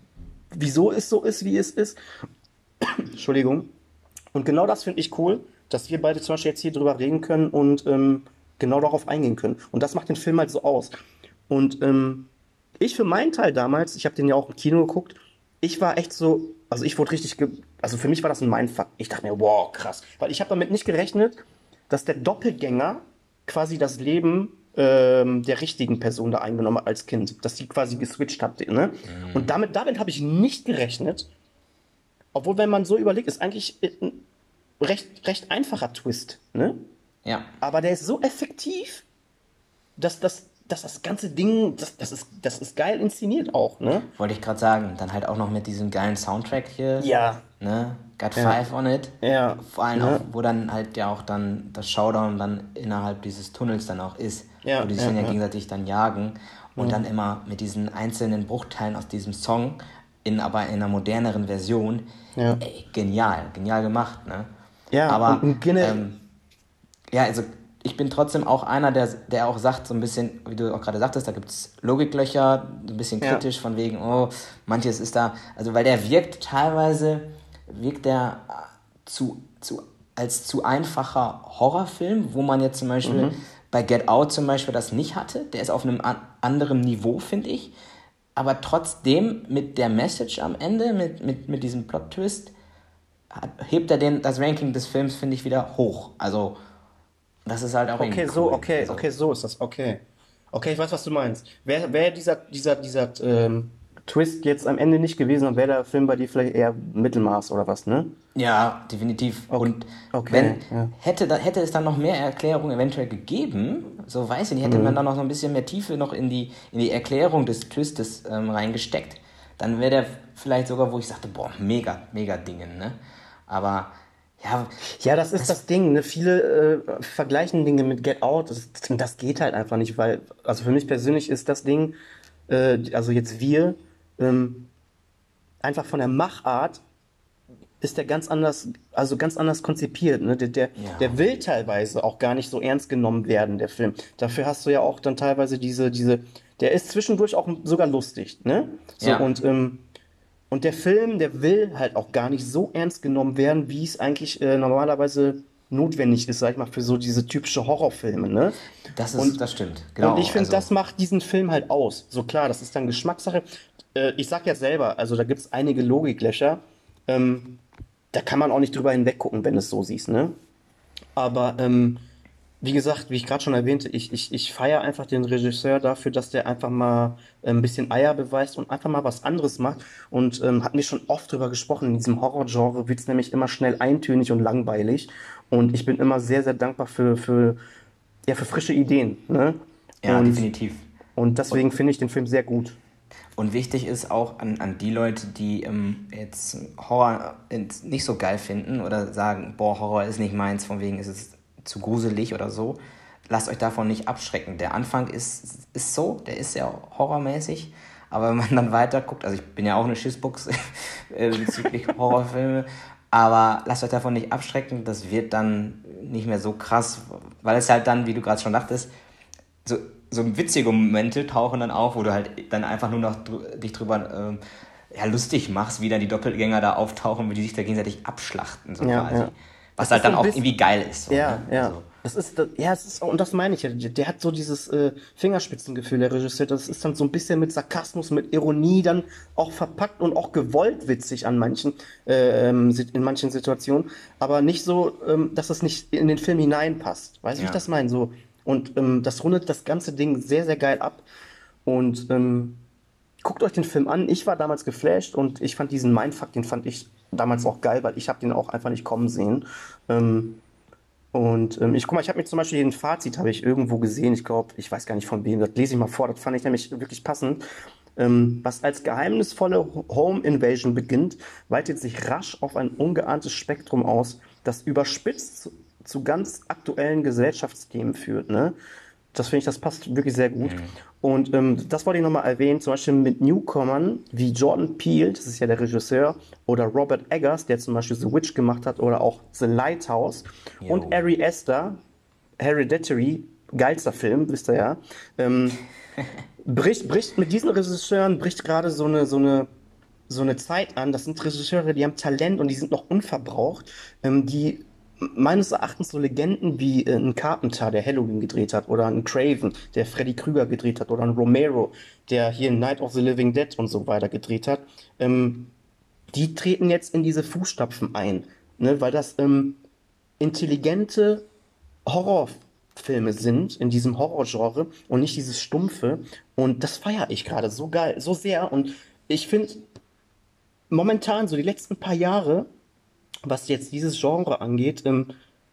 wieso es so ist, wie es ist. Entschuldigung. Und genau das finde ich cool, dass wir beide zum Beispiel jetzt hier drüber reden können und ähm, genau darauf eingehen können. Und das macht den Film halt so aus. Und ähm, ich für meinen Teil damals, ich habe den ja auch im Kino geguckt, ich war echt so, also ich wurde richtig, ge also für mich war das ein Mindfuck. Ich dachte mir, wow, krass. Weil ich habe damit nicht gerechnet, dass der Doppelgänger quasi das Leben ähm, der richtigen Person da eingenommen hat als Kind. Dass die quasi geswitcht hat. Ne? Und Mhm. damit, damit habe ich nicht gerechnet. Obwohl, wenn man so überlegt, ist eigentlich ein recht, recht einfacher Twist. Ne? Ja. Aber der ist so effektiv, dass, dass, dass das ganze Ding, das, das, ist, das ist geil inszeniert auch. Ne? Wollte ich gerade sagen. Dann halt auch noch mit diesem geilen Soundtrack hier, Ja, ne? Got ja, Five on it. ja. Vor allem auch, Ne? wo dann halt ja auch dann das Showdown dann innerhalb dieses Tunnels dann auch ist, wo Ja, die sich ja, dann ja ja. gegenseitig dann jagen und dann Mhm. immer mit diesen einzelnen Bruchteilen aus diesem Song, in aber in einer moderneren Version, Ja, ey, genial, genial gemacht, ne? ja. Und, Aber und generell, ähm, ja, also ich bin trotzdem auch einer, der, der auch sagt, so ein bisschen, wie du auch gerade sagtest, da gibt es Logiklöcher, so ein bisschen ja. kritisch von wegen, oh, manches ist da, also weil der wirkt teilweise, wirkt der äh, zu, zu, als zu einfacher Horrorfilm, wo man jetzt zum Beispiel Mhm. bei Get Out zum Beispiel das nicht hatte. Der ist auf einem an anderen Niveau, finde ich. Aber trotzdem mit der Message am Ende, mit, mit, mit diesem Plot-Twist, hat- hebt er den, das Ranking des Films, finde ich, wieder hoch. Also, das ist halt auch irgendwie Okay, so, cool. okay, Also, okay, so ist das. Okay. Okay, ich weiß, was du meinst. Wäre wär dieser, dieser, dieser ähm, Twist jetzt am Ende nicht gewesen, dann wäre der Film bei dir vielleicht eher Mittelmaß oder was, ne? ja, definitiv. Okay, Und wenn, okay, ja. hätte, da, hätte es dann noch mehr Erklärungen eventuell gegeben, so weiß ich nicht, hätte man Mhm. dann noch so ein bisschen mehr Tiefe noch in die, in die Erklärung des Twistes ähm, reingesteckt, dann wäre der vielleicht sogar, wo ich sagte, boah, mega, mega Dingen, ne? Aber, ja, Ja, das ist das, das Ding, ne? Viele äh, vergleichen Dinge mit Get Out. Das, das geht halt einfach nicht, weil, also für mich persönlich ist das Ding, äh, also jetzt wir, ähm, einfach von der Machart ist der ganz anders, also ganz anders konzipiert. Ne? Der, der, ja, der will teilweise auch gar nicht so ernst genommen werden, der Film. Dafür hast du ja auch dann teilweise diese, diese, der ist zwischendurch auch sogar lustig, ne? So, ja, und, ähm, und der Film, der will halt auch gar nicht so ernst genommen werden, wie es eigentlich äh, normalerweise notwendig ist, sag ich mal, für so diese typische Horrorfilme, ne? das ist, Und, das stimmt, und ich genau, finde, also, das macht diesen Film halt aus. So klar, das ist dann Geschmackssache. Äh, ich sag ja selber, also da gibt es einige Logiklöcher. Ähm, Da kann man auch nicht drüber hinweggucken, wenn du es so siehst, ne? Aber ähm, wie gesagt, wie ich gerade schon erwähnte, ich, ich, ich feiere einfach den Regisseur dafür, dass der einfach mal äh, ein bisschen Eier beweist und einfach mal was anderes macht. Und ähm, hat mir schon oft drüber gesprochen, in diesem Horrorgenre wird es nämlich immer schnell eintönig und langweilig. Und ich bin immer sehr, sehr dankbar für, für, ja, für frische Ideen, ne? ja, Und, definitiv. und Und, deswegen finde ich den Film sehr gut. Und wichtig ist auch an, an die Leute, die ähm, jetzt Horror ins- nicht so geil finden oder sagen, boah, Horror ist nicht meins, von wegen ist es zu gruselig oder so. Lasst euch davon nicht abschrecken. Der Anfang ist, ist so, der ist ja horrormäßig, aber wenn man dann weiter guckt, also ich bin ja auch eine Schissbuchs äh, bezüglich Horrorfilme, aber lasst euch davon nicht abschrecken, das wird dann nicht mehr so krass, weil es halt dann, wie du gerade schon dachtest, so, so witzige Momente tauchen dann auf, wo du halt dann einfach nur noch drü dich drüber ähm, ja, lustig machst, wie dann die Doppelgänger da auftauchen, wie die sich da gegenseitig abschlachten, so Ja, quasi. ja. Was Das ist halt so dann ein auch bisschen. irgendwie geil ist, so, Ja, ne? ja. Also, Das ist, das, ja, es ist, und das meine ich ja. Der, der hat so dieses äh, Fingerspitzengefühl, der Regisseur. Das ist dann so ein bisschen mit Sarkasmus, mit Ironie dann auch verpackt und auch gewollt witzig an manchen, äh, ähm, Sit- in manchen Situationen. Aber nicht so, ähm, dass es nicht in den Film hineinpasst. Weißt du, wie ich ja. das meine? So. Und ähm, das rundet das ganze Ding sehr, sehr geil ab. Und ähm, guckt euch den Film an. Ich war damals geflasht und ich fand diesen Mindfuck, den fand ich damals auch geil, weil ich habe den auch einfach nicht kommen sehen. Ähm, und ähm, ich guck mal, ich habe mir zum Beispiel ein Fazit habe ich irgendwo gesehen. Ich glaube, ich weiß gar nicht von wem. Das lese ich mal vor. Das fand ich nämlich wirklich passend. Ähm, was als geheimnisvolle Ho- Home Invasion beginnt, weitet sich rasch auf ein ungeahntes Spektrum aus, das überspitzt zu, zu ganz aktuellen Gesellschaftsthemen führt. Ne? Das finde ich, das passt wirklich sehr gut. Und ähm, das wollte ich nochmal erwähnen, zum Beispiel mit Newcomern wie Jordan Peele, das ist ja der Regisseur, oder Robert Eggers, der zum Beispiel The Witch gemacht hat, oder auch The Lighthouse, und Jo. Ari Aster, Hereditary, geilster Film, wisst ihr ja, ähm, bricht, bricht mit diesen Regisseuren bricht gerade so eine, so eine so eine Zeit an, das sind Regisseure, die haben Talent und die sind noch unverbraucht, ähm, die meines Erachtens so Legenden wie äh, ein Carpenter, der Halloween gedreht hat, oder ein Craven, der Freddy Krüger gedreht hat, oder ein Romero, der hier Night of the Living Dead und so weiter gedreht hat, ähm, die treten jetzt in diese Fußstapfen ein, ne, weil das ähm, intelligente Horrorfilme sind in diesem Horrorgenre und nicht dieses Stumpfe. Und das feiere ich gerade so geil, so sehr. Und ich finde momentan, so die letzten paar Jahre, was jetzt dieses Genre angeht, ähm,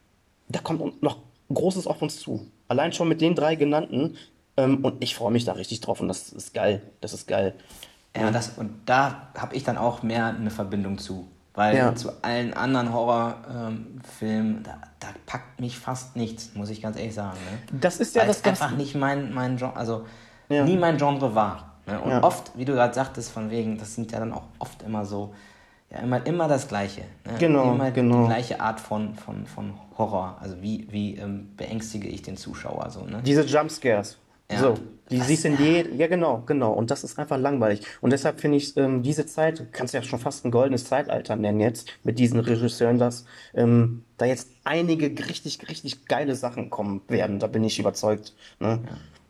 da kommt noch Großes auf uns zu. Allein schon mit den drei genannten. Ähm, und ich freue mich da richtig drauf. Und das ist geil. Das ist geil. Ja, Ne? das, und da habe ich dann auch mehr eine Verbindung zu. Weil Ja, zu allen anderen Horrorfilmen, da, da packt mich fast nichts, muss ich ganz ehrlich sagen. Ne? das ist ja Weil das, es das. einfach nicht mein, mein Genre, also Ja, nie mein Genre war. Ne? Und ja. oft, wie du gerade sagtest, von wegen, das sind ja dann auch oft immer so, ja, immer, immer das Gleiche. Ne? Genau, Immer die genau. gleiche Art von, von, von Horror. Also wie, wie ähm, beängstige ich den Zuschauer so, ne? Diese Jumpscares. Ja, So, die was, siehst in je, ja genau, genau. Und das ist einfach langweilig. Und deshalb finde ich ähm, diese Zeit, du kannst ja schon fast ein goldenes Zeitalter nennen jetzt, mit diesen Regisseuren, dass ähm, da jetzt einige richtig, richtig geile Sachen kommen werden. Da bin ich überzeugt. Ne?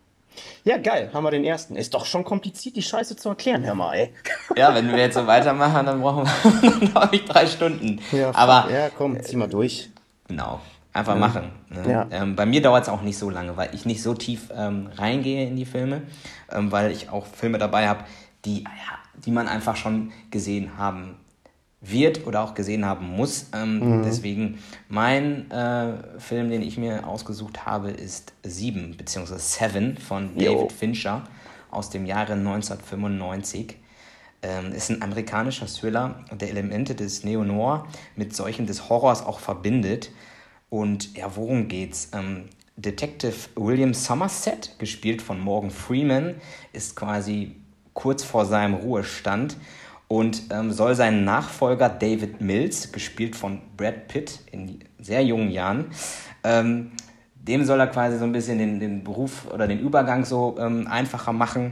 Ja, geil, haben wir den ersten. Ist doch schon kompliziert, die Scheiße zu erklären, hör mal, ey. ja, wenn wir jetzt so weitermachen, dann brauchen wir, glaube ich, drei Stunden. Ja, fuck, Aber ja, komm, zieh mal durch. genau, einfach Ne? machen. Ne? Ja. Ähm, bei mir dauert es auch nicht so lange, weil ich nicht so tief ähm, reingehe in die Filme, ähm, weil ich auch Filme dabei habe, die, ja, die man einfach schon gesehen haben wird oder auch gesehen haben muss. Ähm, Mhm. deswegen mein äh, Film, den ich mir ausgesucht habe, ist Sieben beziehungsweise Seven von David Jo. Fincher aus dem Jahre neunzehnhundertfünfundneunzig. Ähm, ist ein amerikanischer Thriller, der Elemente des Neo-Noir mit solchen des Horrors auch verbindet. Und ja, worum geht's? Ähm, Detective William Somerset, gespielt von Morgan Freeman, ist quasi kurz vor seinem Ruhestand und ähm, soll seinen Nachfolger David Mills, gespielt von Brad Pitt in sehr jungen Jahren, ähm, dem soll er quasi so ein bisschen den, den Beruf oder den Übergang so ähm, einfacher machen.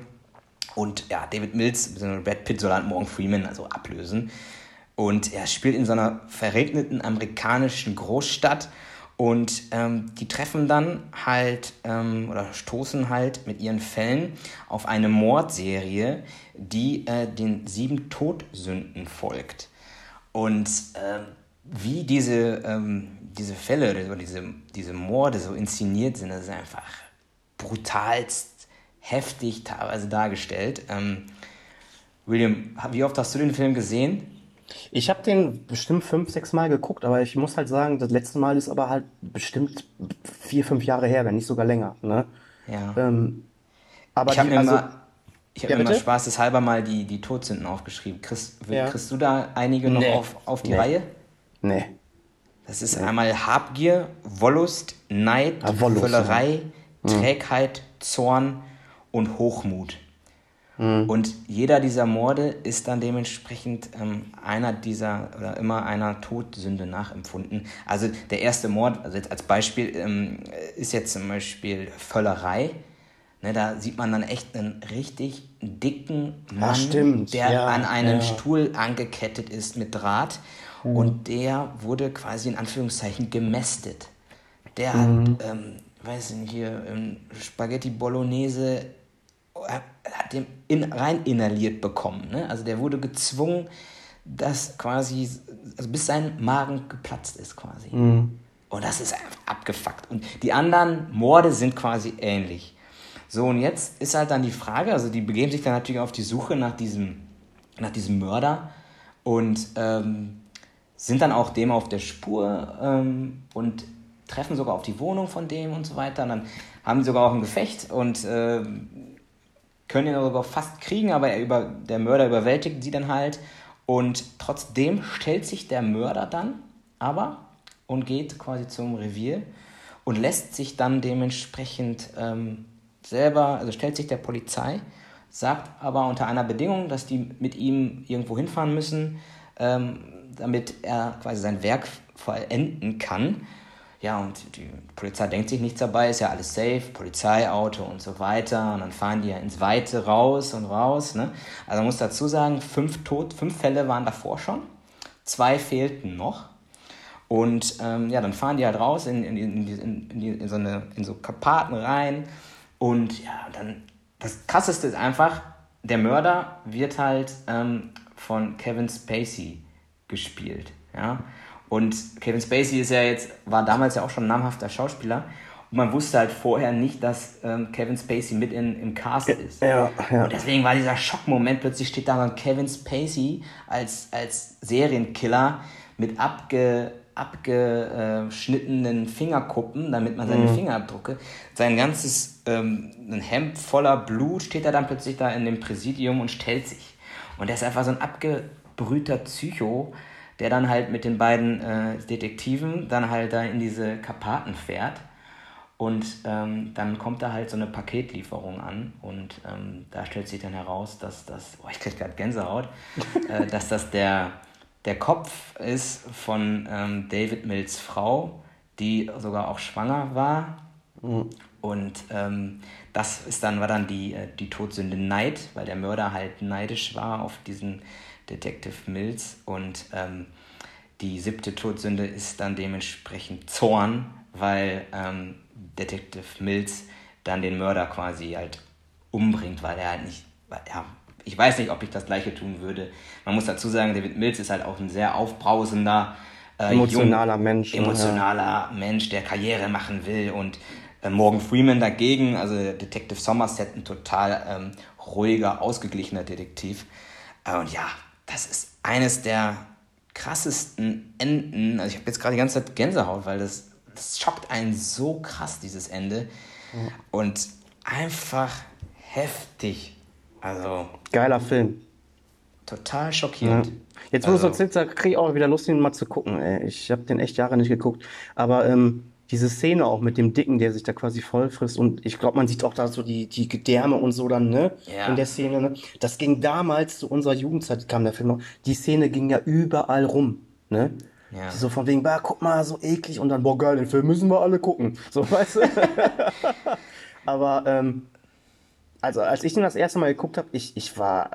Und ja, David Mills, bzw. Brad Pitt soll halt Morgan Freeman also ablösen. Und er spielt in so einer verregneten amerikanischen Großstadt. Und ähm, die treffen dann halt ähm, oder stoßen halt mit ihren Fällen auf eine Mordserie, die äh, den sieben Todsünden folgt. Und ähm, wie diese, ähm, diese Fälle oder diese, diese Morde so inszeniert sind, das ist einfach brutalst heftig teilweise dargestellt. Ähm, William, wie oft hast du den Film gesehen? Ich habe den bestimmt fünf, sechs Mal geguckt, aber ich muss halt sagen, das letzte Mal ist aber halt bestimmt vier, fünf Jahre her, wenn nicht sogar länger. Ne? Ja. Ähm, aber Ich habe die, mir also, mal, ich hab ja mir mal bitte? spaßeshalber mal die, die Todsünden aufgeschrieben. Kriegst, Ja. kriegst du da einige noch Nee. auf, auf die Nee. Reihe? Nee. Das ist Nee. einmal Habgier, Wollust, Neid, Ah, Wollust, ja. Völlerei, Hm. Trägheit, Zorn und Hochmut. Hm. Und jeder dieser Morde ist dann dementsprechend ähm, einer dieser oder immer einer Todsünde nachempfunden. Also der erste Mord, also jetzt als Beispiel, ähm, ist jetzt zum Beispiel Völlerei. Ne, da sieht man dann echt einen richtig dicken Ah, Mann, stimmt. der an Ja, einen ja. Stuhl angekettet ist mit Draht. Hm. Und der wurde quasi in Anführungszeichen gemästet. Der hat, Hm. ähm, weiß ich nicht, hier ähm, Spaghetti Bolognese er hat den in, rein inhaliert bekommen. Ne? Also der wurde gezwungen, dass quasi, also bis sein Magen geplatzt ist quasi. Hm. Und das ist einfach abgefuckt. Und die anderen Morde sind quasi ähnlich. So, und jetzt ist halt dann die Frage, also die begeben sich dann natürlich auf die Suche nach diesem, nach diesem Mörder und ähm, sind dann auch dem auf der Spur ähm, und treffen sogar auf die Wohnung von dem und so weiter. Und dann haben sie sogar auch ein Gefecht und äh, können ihn sogar fast kriegen, aber er über, der Mörder überwältigt sie dann halt. Und trotzdem stellt sich der Mörder dann aber und geht quasi zum Revier und lässt sich dann dementsprechend ähm, selber, also stellt sich der Polizei, sagt aber unter einer Bedingung, dass die mit ihm irgendwo hinfahren müssen, ähm, damit er quasi sein Werk vollenden kann. ja, und die Polizei denkt sich nichts dabei, ist ja alles safe, Polizeiauto und so weiter. Und dann fahren die ja ins Weite raus und raus. Ne? Also man muss dazu sagen, fünf, Tod, fünf Fälle waren davor schon, zwei fehlten noch. Und ähm, ja, dann fahren die halt raus in, in, in, in, in, in, so, eine, in so Karpaten rein. Und ja, dann das Krasseste ist einfach, der Mörder wird halt ähm, von Kevin Spacey gespielt. Ja? Und Kevin Spacey ist ja jetzt, war damals ja auch schon ein namhafter Schauspieler. Und man wusste halt vorher nicht, dass ähm, Kevin Spacey mit in, im Cast ist. Ja, ja. Und deswegen war dieser Schockmoment, plötzlich steht da dann Kevin Spacey als, als Serienkiller mit abge, abgeschnittenen Fingerkuppen, damit man seine mhm. Fingerabdrücke, sein ganzes ähm, ein Hemd voller Blut, steht er dann plötzlich da in dem Präsidium und stellt sich. Und der ist einfach so ein abgebrühter Psycho, der dann halt mit den beiden äh, Detektiven dann halt da in diese Karpaten fährt. Und ähm, dann kommt da halt so eine Paketlieferung an und ähm, da stellt sich dann heraus, dass das, oh, ich krieg gerade Gänsehaut, äh, dass das der, der Kopf ist von ähm, David Mills Frau, die sogar auch schwanger war. Mhm. Und ähm, das ist dann, war dann die, die Todsünde Neid, weil der Mörder halt neidisch war auf diesen Detective Mills. Und ähm, die siebte Todsünde ist dann dementsprechend Zorn, weil ähm, Detective Mills dann den Mörder quasi halt umbringt, weil er halt nicht, weil, ja, ich weiß nicht, ob ich das Gleiche tun würde. Man muss dazu sagen, David Mills ist halt auch ein sehr aufbrausender, äh, emotionaler jung, Mensch. Emotionaler ja. Mensch, der Karriere machen will. Und äh, Morgan Freeman dagegen, also Detective Somerset, ein total ähm, ruhiger, ausgeglichener Detektiv. Äh, und ja, das ist eines der krassesten Enden. Also ich habe jetzt gerade die ganze Zeit Gänsehaut, weil das, das schockt einen so krass, dieses Ende. Mhm. Und einfach heftig. Also geiler Film. Total schockierend. Ja. Jetzt, wo also, du es erzählst, kriege ich auch wieder Lust, ihn mal zu gucken. Ey. Ich habe den echt Jahre nicht geguckt. Aber ähm, diese Szene auch mit dem Dicken, der sich da quasi voll frisst, und ich glaube, man sieht auch da so die, die Gedärme und so dann, ne? Ja. In der Szene, ne? Das ging damals, zu unserer Jugendzeit kam der Film noch, die Szene ging ja überall rum, ne? Ja. So von wegen, bah, guck mal, so eklig, und dann, boah, geil, den Film müssen wir alle gucken. So, weißt du? Aber, ähm, also, als ich den das erste Mal geguckt habe, ich, ich war,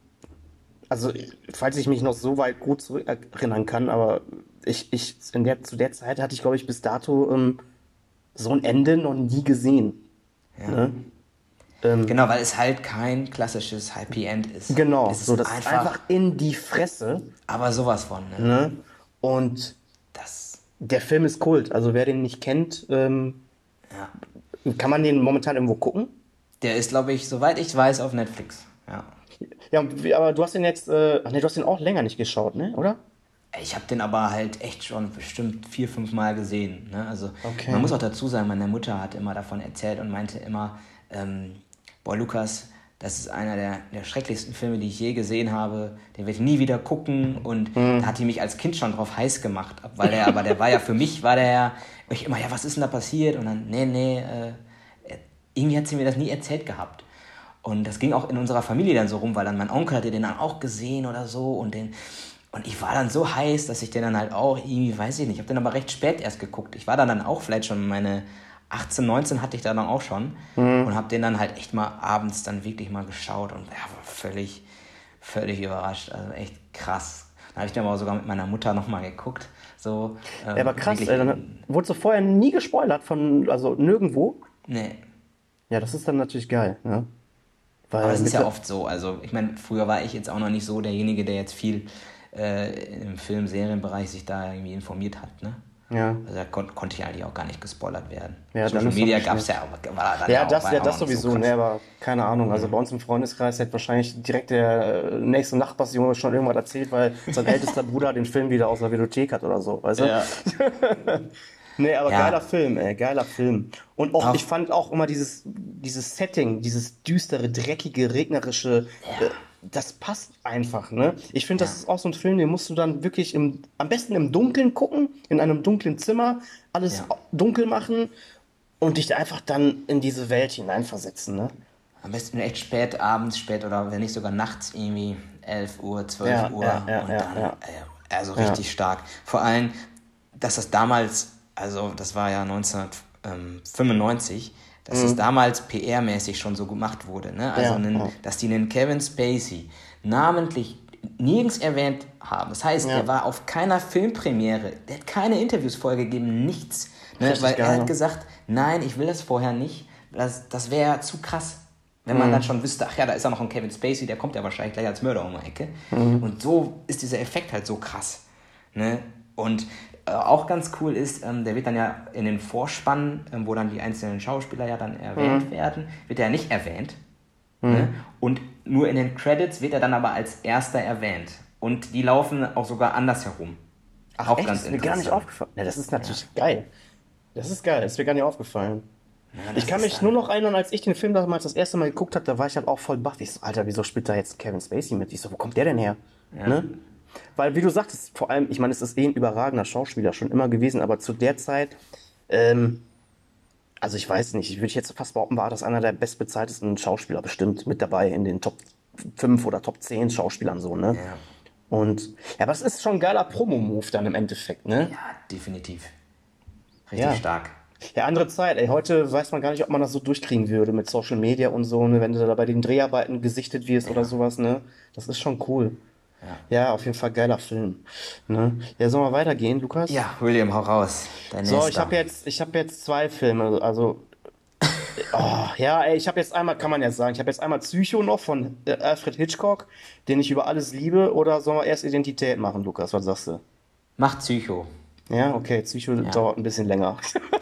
also, falls ich mich noch so weit gut zurück erinnern kann, aber ich, ich, in der, zu der Zeit hatte ich, glaube ich, bis dato ähm, so ein Ende noch nie gesehen. Ja. Ne? Ähm, genau, weil es halt kein klassisches Happy End ist. Genau, es ist so das einfach, ist einfach in die Fresse. Aber sowas von, ne? ne? Und das, der Film ist Kult. Also wer den nicht kennt, ähm, ja. kann man den momentan irgendwo gucken? Der ist, glaube ich, soweit ich weiß, auf Netflix. Ja. Ja, aber du hast den jetzt, äh, ach nee, du hast den auch länger nicht geschaut, ne? Oder? Ich habe den aber halt echt schon bestimmt vier, fünf Mal gesehen. Ne? Also okay. Man muss auch dazu sagen, meine Mutter hat immer davon erzählt und meinte immer, ähm, boah Lukas, das ist einer der, der schrecklichsten Filme, die ich je gesehen habe. Den werde ich nie wieder gucken. Und mhm. da hat die mich als Kind schon drauf heiß gemacht. Weil der, aber der war ja für mich, war der ja, ich immer, ja, was ist denn da passiert? Und dann, nee, nee, äh, irgendwie hat sie mir das nie erzählt gehabt. Und das ging auch in unserer Familie dann so rum, weil dann mein Onkel hatte den dann auch gesehen oder so. Und den und ich war dann so heiß, dass ich den dann halt auch irgendwie, weiß ich nicht, ich habe den aber recht spät erst geguckt. Ich war dann, dann auch vielleicht schon meine achtzehn, neunzehn hatte ich da dann auch schon. Mhm. Und habe den dann halt echt mal abends dann wirklich mal geschaut und ja, war völlig, völlig überrascht. Also echt krass. Dann habe ich dann aber sogar mit meiner Mutter nochmal geguckt. So, ähm, ja, aber krass, ey, dann wurdest du vorher nie gespoilert von, also nirgendwo? Nee. Ja, das ist dann natürlich geil, ja. Weil aber es ist ja oft so, also ich meine, früher war ich jetzt auch noch nicht so derjenige, der jetzt viel äh, im Film-Serienbereich sich da irgendwie informiert hat, ne? Ja. Also da kon- konnte ich eigentlich auch gar nicht gespoilert werden. Ja, Social Media gab es ja, aber war dann ja, ja auch, das, war ja, auch das sowieso, so ne, aber keine Ahnung. Also mhm. bei uns im Freundeskreis hätte wahrscheinlich direkt der äh, nächste Nachbarsjunge schon irgendwas erzählt, weil sein ältester Bruder den Film wieder aus der Videothek hat oder so, weißt du? Ja. Nee, aber ja. geiler Film, ey, geiler Film. Und auch, Auf ich fand auch immer dieses, dieses Setting, dieses düstere, dreckige, regnerische, ja. äh, das passt einfach, ne? Ich finde, das ja. ist auch so ein Film, den musst du dann wirklich im, am besten im Dunkeln gucken, in einem dunklen Zimmer, alles ja. dunkel machen und dich einfach dann in diese Welt hineinversetzen, ne? Am besten echt spät abends, spät oder wenn nicht sogar nachts irgendwie elf Uhr, zwölf ja, Uhr ja, ja, und ja, dann, ja. also richtig ja. stark. Vor allem, dass das damals also das war ja neunzehnhundertfünfundneunzig, dass es Mhm. damals P R-mäßig schon so gemacht wurde. Ne? Also, Ja, einen, ja, dass die einen Kevin Spacey namentlich nirgends erwähnt haben. Das heißt, ja. er war auf keiner Filmpremiere, der hat keine Interviews vorher gegeben, nichts. Ne? Richtig Weil er geil. hat gesagt, nein, ich will das vorher nicht. Das, das wäre zu krass. Wenn man dann Mhm. schon wüsste, ach ja, da ist ja noch ein Kevin Spacey, der kommt ja wahrscheinlich gleich als Mörder um die Ecke. Mhm. Und so ist dieser Effekt halt so krass. Ne? Und äh, auch ganz cool ist, ähm, der wird dann ja in den Vorspannen, ähm, wo dann die einzelnen Schauspieler ja dann erwähnt Mhm. werden, wird er nicht erwähnt. Ne? Mhm. Und nur in den Credits wird er dann aber als erster erwähnt. Und die laufen auch sogar andersherum. Ach Auch echt? ganz Das ist mir gar nicht interessant. aufgefallen. Ja, das ist natürlich geil. Das ist geil. Das ist mir gar nicht aufgefallen. Ja, Ich das kann ist mich nur dann, noch erinnern, als ich den Film damals das erste Mal geguckt habe, da war ich halt auch voll baff. Ich so, Alter, wieso spielt da jetzt Kevin Spacey mit? Ich so, wo kommt der denn her? ja. Ne? Weil, wie du sagtest, vor allem, ich meine, es ist eh ein überragender Schauspieler schon immer gewesen, aber zu der Zeit, ähm, also ich weiß nicht, ich würde jetzt fast behaupten, war das einer der bestbezahltesten Schauspieler bestimmt mit dabei in den Top fünf oder Top zehn Schauspielern so, ne? Ja, Und ja, aber es ist schon ein geiler Promo-Move dann im Endeffekt, ne? ja, definitiv. Richtig Ja. stark. Ja, andere Zeit, ey. Heute weiß man gar nicht, ob man das so durchkriegen würde mit Social Media und so, ne? Wenn du da bei den Dreharbeiten gesichtet wirst oder Ja, sowas, ne? Das ist schon cool. ja. Ja, auf jeden Fall geiler Film. Ne? Ja, sollen wir weitergehen, Lukas? Ja, William, hau raus. Dein So, ich nächster. habe jetzt, ich habe jetzt zwei Filme. Also, oh, ja, ey, ich habe jetzt einmal, kann man jetzt sagen, ich habe jetzt einmal Psycho noch von äh, Alfred Hitchcock, den ich über alles liebe. Oder sollen wir erst Identität machen, Lukas? Was sagst du? Mach Psycho. Ja, okay, Psycho Ja. dauert ein bisschen länger.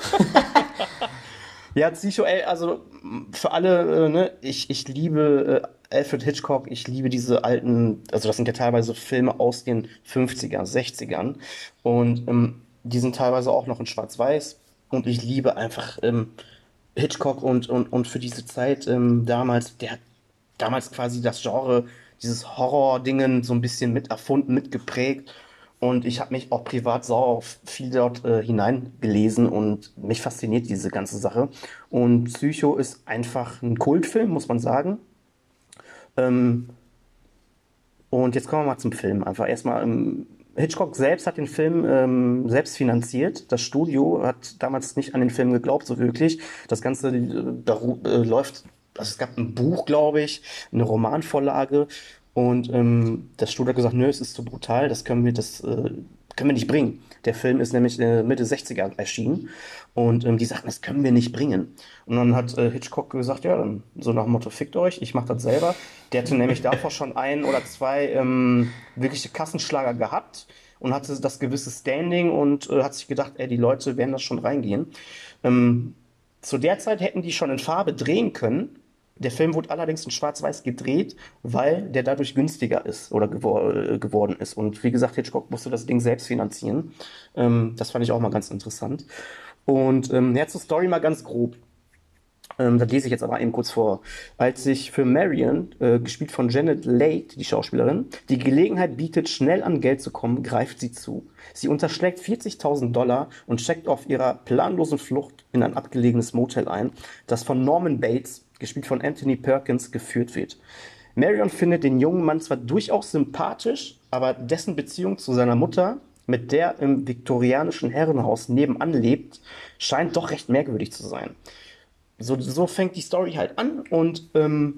Ja, Psycho, ey, also m, für alle, äh, ne, ich, ich liebe äh, Alfred Hitchcock, ich liebe diese alten, also das sind ja teilweise Filme aus den fünfzigern, sechzigern und ähm, die sind teilweise auch noch in Schwarz-Weiß und ich liebe einfach ähm, Hitchcock und, und, und für diese Zeit ähm, damals, der hat damals quasi das Genre, dieses Horror-Dingen so ein bisschen mit erfunden, mitgeprägt. Und ich habe mich auch privat sau viel dort äh, hineingelesen und mich fasziniert diese ganze Sache. Und Psycho ist einfach ein Kultfilm, muss man sagen. Ähm, und jetzt kommen wir mal zum Film. Einfach erstmal, ähm, Hitchcock selbst hat den Film ähm, selbst finanziert. Das Studio hat damals nicht an den Film geglaubt, so wirklich. Das Ganze äh, da, äh, läuft, also es gab ein Buch, glaube ich, eine Romanvorlage. Und ähm, das Studio hat gesagt, nö, es ist zu brutal, das können wir, das äh, können wir nicht bringen. Der Film ist nämlich äh, Mitte sechziger erschienen und ähm, die sagten, das können wir nicht bringen. Und dann hat äh, Hitchcock gesagt, ja, dann so nach dem Motto, fickt euch, ich mach das selber. Der hatte nämlich davor schon ein oder zwei ähm, wirkliche Kassenschlager gehabt und hatte das gewisse Standing und äh, hat sich gedacht, ey, die Leute werden das schon reingehen. Ähm, zu der Zeit hätten die schon in Farbe drehen können. Der Film wurde allerdings in Schwarz-Weiß gedreht, weil der dadurch günstiger ist oder gewor äh, geworden ist. Und wie gesagt, Hitchcock musste das Ding selbst finanzieren. Ähm, das fand ich auch mal ganz interessant. Und ähm, ja, zur Story mal ganz grob. Ähm, das lese ich jetzt aber eben kurz vor. Als sich für Marion, äh, gespielt von Janet Leigh, die Schauspielerin, die Gelegenheit bietet, schnell an Geld zu kommen, greift sie zu. Sie unterschlägt vierzigtausend Dollar und checkt auf ihrer planlosen Flucht in ein abgelegenes Motel ein, das von Norman Bates, gespielt von Anthony Perkins, geführt wird. Marion findet den jungen Mann zwar durchaus sympathisch, aber dessen Beziehung zu seiner Mutter, mit der im viktorianischen Herrenhaus nebenan lebt, scheint doch recht merkwürdig zu sein. So, so fängt die Story halt an und ähm,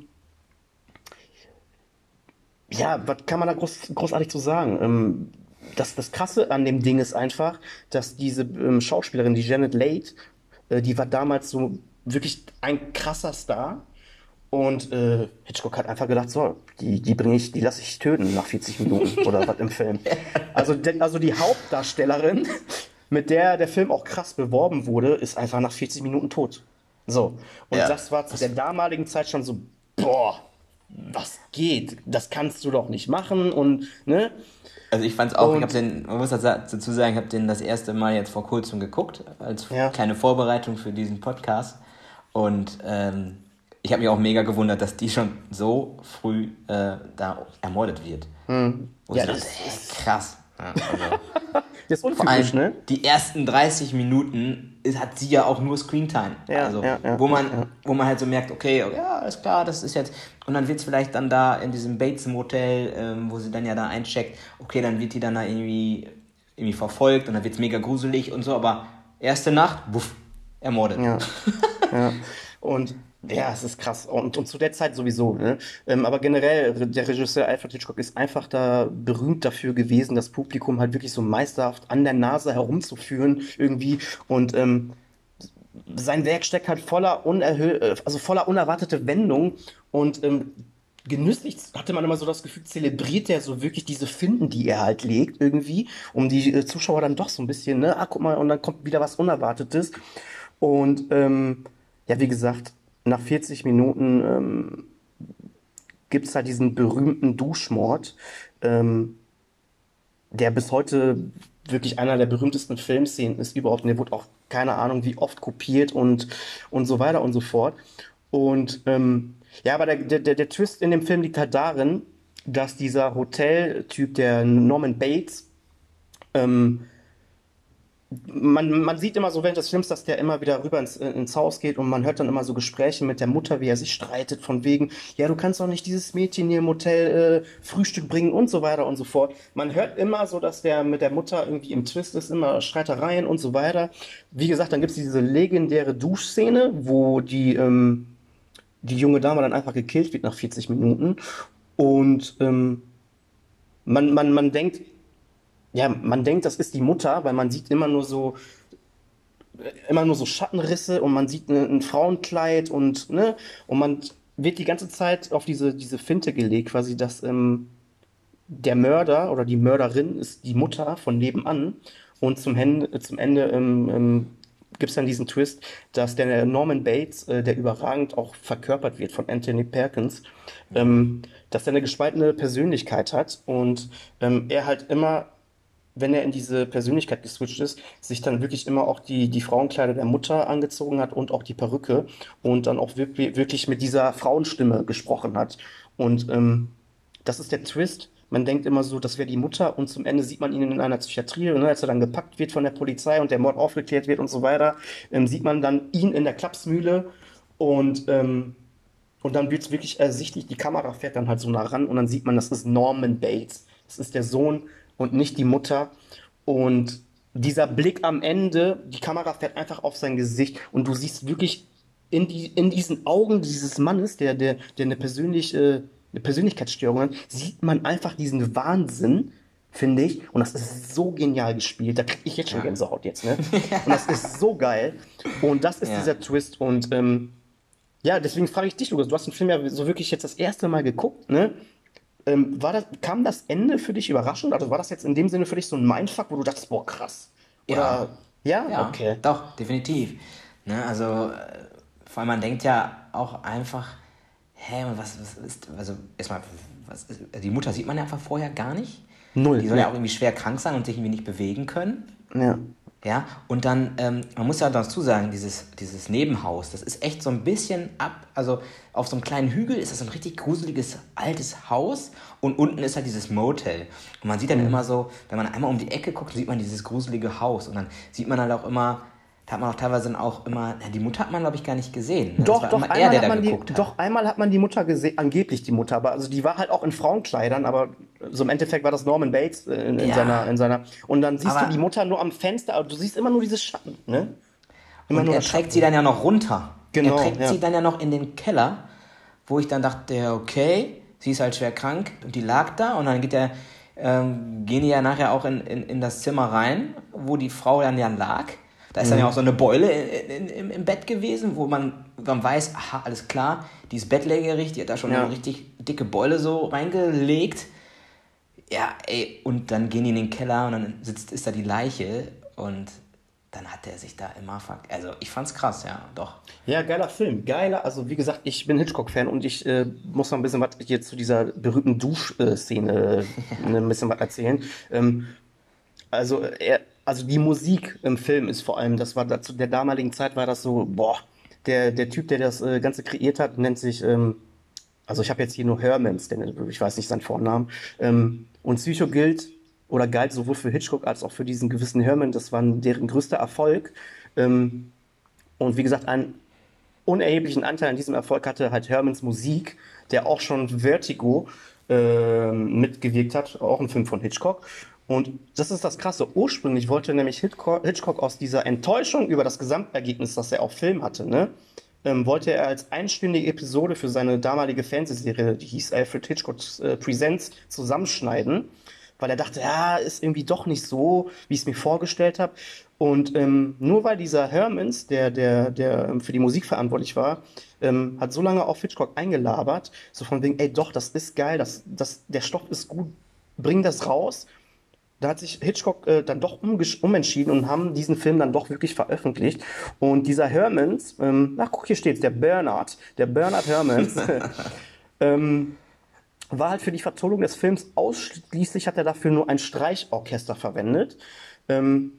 ja, was kann man da groß, großartig zu sagen? Ähm, das, das Krasse an dem Ding ist einfach, dass diese ähm, Schauspielerin, die Janet Leigh, äh, die war damals so wirklich ein krasser Star. Und äh, Hitchcock hat einfach gedacht, so, die, die bringe ich, die lasse ich töten nach vierzig Minuten oder was im Film. Also, de, also die Hauptdarstellerin, mit der der Film auch krass beworben wurde, ist einfach nach vierzig Minuten tot. So. Und Ja. das war zu der damaligen Zeit schon so, boah, was geht? Das kannst du doch nicht machen und, ne? Also ich fand's auch, ich habe Und, den, man muss dazu sagen, ich habe den das erste Mal jetzt vor kurzem geguckt, als ja, kleine Vorbereitung für diesen Podcast. Und ähm, ich habe mich auch mega gewundert, dass die schon so früh äh, da ermordet wird. hm, Wo ich ja, so dachte, das hä, ist, krass. Ja, also, das ist vor untypisch, allem ne? die ersten dreißig Minuten ist, hat sie ja auch nur Screentime. Ja, Also, ja, ja, wo ja, man, ja. wo man halt so merkt, okay, ja, ist klar, das ist jetzt. Und dann wird es vielleicht dann da in diesem Bates Motel, ähm, wo sie dann ja da eincheckt, okay, dann wird die dann da irgendwie, irgendwie verfolgt und dann wird es mega gruselig und so, aber erste Nacht, wuff, ermordet. Ja, ja. Und ja, es ist krass. Und, und zu der Zeit sowieso, ne? Ähm, aber generell, der Regisseur Alfred Hitchcock ist einfach da berühmt dafür gewesen, das Publikum halt wirklich so meisterhaft an der Nase herumzuführen irgendwie. Und ähm, sein Werk steckt halt voller unerhö äh, also voller unerwartete Wendungen und ähm, genüsslich hatte man immer so das Gefühl, zelebriert er so wirklich diese Finden, die er halt legt irgendwie, um die äh, Zuschauer dann doch so ein bisschen, ne, ah, guck mal, und dann kommt wieder was Unerwartetes. Und ähm, ja, wie gesagt, nach vierzig Minuten ähm, gibt es halt diesen berühmten Duschmord, ähm, der bis heute wirklich einer der berühmtesten Filmszenen ist überhaupt. Und der wurde auch keine Ahnung wie oft kopiert und, und so weiter und so fort. Und ähm, ja, aber der, der, der der Twist in dem Film liegt halt darin, dass dieser Hoteltyp, der Norman Bates, ähm, man, man sieht immer so während des Films, dass der immer wieder rüber ins, äh, ins Haus geht und man hört dann immer so Gespräche mit der Mutter, wie er sich streitet, von wegen, ja, du kannst doch nicht dieses Mädchen hier im Hotel äh, Frühstück bringen und so weiter und so fort. Man hört immer so, dass der mit der Mutter irgendwie im Twist ist, immer Streitereien und so weiter. Wie gesagt, dann gibt es diese legendäre Duschszene, wo die, ähm, die junge Dame dann einfach gekillt wird nach vierzig Minuten. Und ähm, man, man, man denkt, ja, man denkt, das ist die Mutter, weil man sieht immer nur so, immer nur so Schattenrisse und man sieht ein, ein Frauenkleid und, ne, und man wird die ganze Zeit auf diese, diese Finte gelegt, quasi, dass ähm, der Mörder oder die Mörderin ist die Mutter von nebenan. Und zum, Hen zum Ende ähm, ähm, gibt es dann diesen Twist, dass der Norman Bates, äh, der überragend auch verkörpert wird von Anthony Perkins, ähm, dass er eine gespaltene Persönlichkeit hat und ähm, er halt immer, wenn er in diese Persönlichkeit geswitcht ist, sich dann wirklich immer auch die, die Frauenkleider der Mutter angezogen hat und auch die Perücke und dann auch wirklich, wirklich mit dieser Frauenstimme gesprochen hat. Und ähm, das ist der Twist. Man denkt immer so, das wäre die Mutter und zum Ende sieht man ihn in einer Psychiatrie, ne, als er dann gepackt wird von der Polizei und der Mord aufgeklärt wird und so weiter, ähm, sieht man dann ihn in der Klapsmühle und, ähm, und dann wird es wirklich ersichtlich, die Kamera fährt dann halt so nah ran und dann sieht man, das ist Norman Bates. Das ist der Sohn und nicht die Mutter. Und dieser Blick am Ende, die Kamera fährt einfach auf sein Gesicht und du siehst wirklich in, die, in diesen Augen dieses Mannes, der, der, der eine persönliche, eine Persönlichkeitsstörung hat, sieht man einfach diesen Wahnsinn, finde ich. Und das ist so genial gespielt. Da kriege ich jetzt schon Ja. Gänsehaut jetzt, ne? Und das ist so geil. Und das ist Ja. dieser Twist. Und ähm, ja, deswegen frage ich dich, Lukas, du hast den Film ja so wirklich jetzt das erste Mal geguckt, ne? Ähm, war das, kam das Ende für dich überraschend? Also war das jetzt in dem Sinne für dich so ein Mindfuck, wo du dachtest, boah, krass? Ja. Oder, ja? Ja, Okay. doch, definitiv. Ne, also, äh, vor allem man denkt ja auch einfach, hä, und was, was ist, also erstmal, was ist, die Mutter sieht man ja einfach vorher gar nicht. Null, Die soll ja ne? auch irgendwie schwer krank sein und sich irgendwie nicht bewegen können. Ja. Ja, und dann, ähm, man muss ja dazu sagen, dieses, dieses Nebenhaus, das ist echt so ein bisschen ab, also auf so einem kleinen Hügel ist das ein richtig gruseliges altes Haus und unten ist halt dieses Motel. Und man sieht dann immer so, wenn man einmal um die Ecke guckt, sieht man dieses gruselige Haus und dann sieht man halt auch immer, da hat man auch teilweise dann auch immer, ja, die Mutter hat man glaube ich gar nicht gesehen. Ne? Das Doch, war doch, immer er, einmal der hat da man die, geguckt hat. doch, einmal hat man die Mutter gesehen, angeblich die Mutter, aber also die war halt auch in Frauenkleidern, aber so im Endeffekt war das Norman Bates äh, in, in Ja. seiner, in seiner, und dann siehst Aber- du die Mutter nur am Fenster, aber du siehst immer nur dieses Schatten, ne? Immer Und nur er das trägt Schatten. sie dann ja noch runter. Genau, Er trägt ja. sie dann ja noch in den Keller, wo ich dann dachte, ja, okay, sie ist halt schwer krank und die lag da und dann geht der, ähm, gehen die ja nachher auch in, in, in das Zimmer rein, wo die Frau dann ja lag. Da ist dann ja auch so eine Beule in, in, im, im Bett gewesen, wo man, man weiß, aha, alles klar, die ist bettlägerig, die hat da schon Ja. eine richtig dicke Beule so reingelegt. Ja, ey, und dann gehen die in den Keller und dann sitzt, ist da die Leiche und dann hat er sich da immer ver... Also ich fand's krass, ja, doch. Ja, geiler Film. Geiler, also wie gesagt, ich bin Hitchcock-Fan und ich äh, muss noch ein bisschen was hier zu dieser berühmten Duschszene äh, ein bisschen was erzählen. Ähm, also, er, also die Musik im Film ist vor allem, das war da, zu der damaligen Zeit war das so, boah, der, der Typ, der das äh, Ganze kreiert hat, nennt sich, ähm, also ich habe jetzt hier nur Hermans, denn ich weiß nicht seinen Vornamen. Ähm, und Psycho gilt oder galt sowohl für Hitchcock als auch für diesen gewissen Herman, das war deren größter Erfolg. Ähm, und wie gesagt, einen unerheblichen Anteil an diesem Erfolg hatte halt Hermans Musik, der auch schon Vertigo ähm, mitgewirkt hat, auch ein Film von Hitchcock. Und das ist das Krasse. Ursprünglich wollte nämlich Hitchcock, Hitchcock aus dieser Enttäuschung über das Gesamtergebnis, das er auf Film hatte, ne, ähm, wollte er als einstündige Episode für seine damalige Fernsehserie, die hieß Alfred Hitchcock äh, Presents, zusammenschneiden, weil er dachte, ja, ist irgendwie doch nicht so, wie ich es mir vorgestellt habe. Und ähm, nur weil dieser Hermans, der, der, der ähm, für die Musik verantwortlich war, ähm, hat so lange auf Hitchcock eingelabert, so von wegen, ey, doch, das ist geil, das, das, der Stoff ist gut, bring das raus. Da hat sich Hitchcock äh, dann doch umgesch- umentschieden und haben diesen Film dann doch wirklich veröffentlicht. Und dieser Hermans, ähm, ach guck, hier steht's, der Bernard, der Bernard Hermans, ähm, war halt für die Vertonung des Films ausschließlich, hat er dafür nur ein Streichorchester verwendet. Ähm,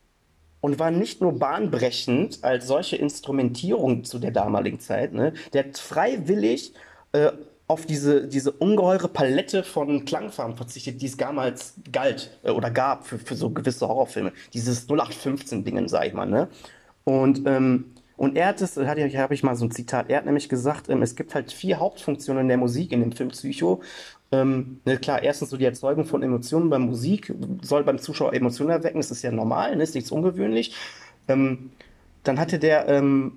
und war nicht nur bahnbrechend als solche Instrumentierung zu der damaligen Zeit, ne? Der hat freiwillig äh, auf diese, diese ungeheure Palette von Klangfarben verzichtet, die es damals galt äh, oder gab für, für so gewisse Horrorfilme. Dieses null acht fünfzehn-Dingen, sag ich mal, ne? Und, ähm, und er hat es, hatte ich, habe ich mal so ein Zitat, er hat nämlich gesagt, ähm, es gibt halt vier Hauptfunktionen der Musik in dem Film Psycho. Ähm, ne, klar, erstens so die Erzeugung von Emotionen bei Musik, soll beim Zuschauer Emotionen erwecken, das ist ja normal, ne, ist nichts ungewöhnlich. Ähm, Dann hatte der, ähm,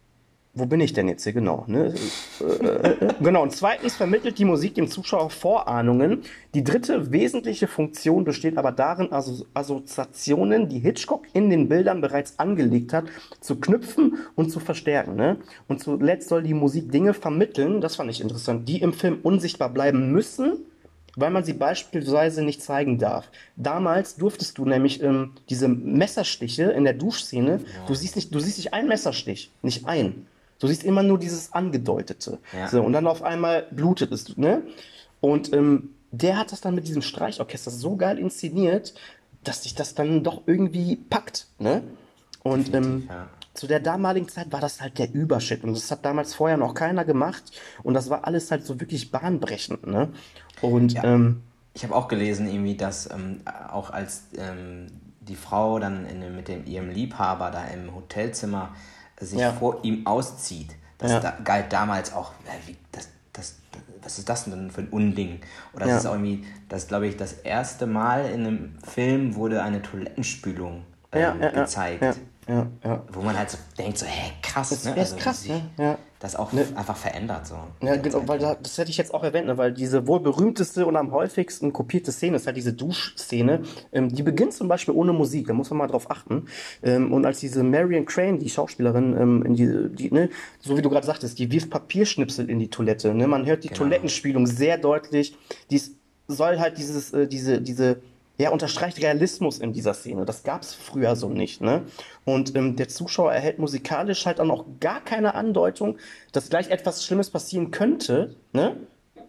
wo bin ich denn jetzt hier genau? Ne? Äh, äh, äh, genau, und zweitens vermittelt die Musik dem Zuschauer Vorahnungen. Die dritte wesentliche Funktion besteht aber darin, Asso Assoziationen, die Hitchcock in den Bildern bereits angelegt hat, zu knüpfen und zu verstärken. Ne? Und zuletzt soll die Musik Dinge vermitteln, das fand ich interessant, die im Film unsichtbar bleiben müssen, weil man sie beispielsweise nicht zeigen darf. Damals durftest du nämlich ähm, diese Messerstiche in der Duschszene, du Ja. siehst nicht, du siehst nicht einen Messerstich, nicht einen. Du siehst immer nur dieses Angedeutete. Ja. So, und dann auf einmal blutet es, ne? Und ähm, der hat das dann mit diesem Streichorchester so geil inszeniert, dass sich das dann doch irgendwie packt, ne? Und Definitiv, ähm, ja. zu der damaligen Zeit war das halt der Übershit. Und das hat damals vorher noch keiner gemacht. Und das war alles halt so wirklich bahnbrechend, ne? Und Ja. ähm, Ich habe auch gelesen, irgendwie, dass ähm, auch als ähm, die Frau dann in, dem- mit dem, ihrem Liebhaber da im Hotelzimmer sich ja, vor ihm auszieht, das ja, da, galt damals auch, äh, wie, das, das, was ist das denn für ein Unding? Oder das ist ja, auch irgendwie, das glaube ich, das erste Mal in einem Film wurde eine Toilettenspülung ja, ähm, ja, ja, ja, gezeigt, ja, ja. wo man halt so denkt, so, hä, krass, Das ne? ist Also wie krass, sich ne? Ja. das auch Ne, einfach verändert, so in ja, der genau, Zeit, weil ja. da, das hätte ich jetzt auch erwähnt, ne, weil diese wohl berühmteste und am häufigsten kopierte Szene ist halt diese Duschszene. Ähm, die beginnt zum Beispiel ohne Musik, da muss man mal drauf achten. Ähm, und als diese Marion Crane, die Schauspielerin, ähm, in die, die, ne, so wie du gerade sagtest, die wirft Papierschnipsel in die Toilette. Ne? Man hört die Genau. Toilettenspülung sehr deutlich. Dies soll halt dieses, äh, diese, diese, ja, unterstreicht Realismus in dieser Szene. Das gab es früher so nicht, ne? Und ähm, der Zuschauer erhält musikalisch halt auch noch gar keine Andeutung, dass gleich etwas Schlimmes passieren könnte, ne?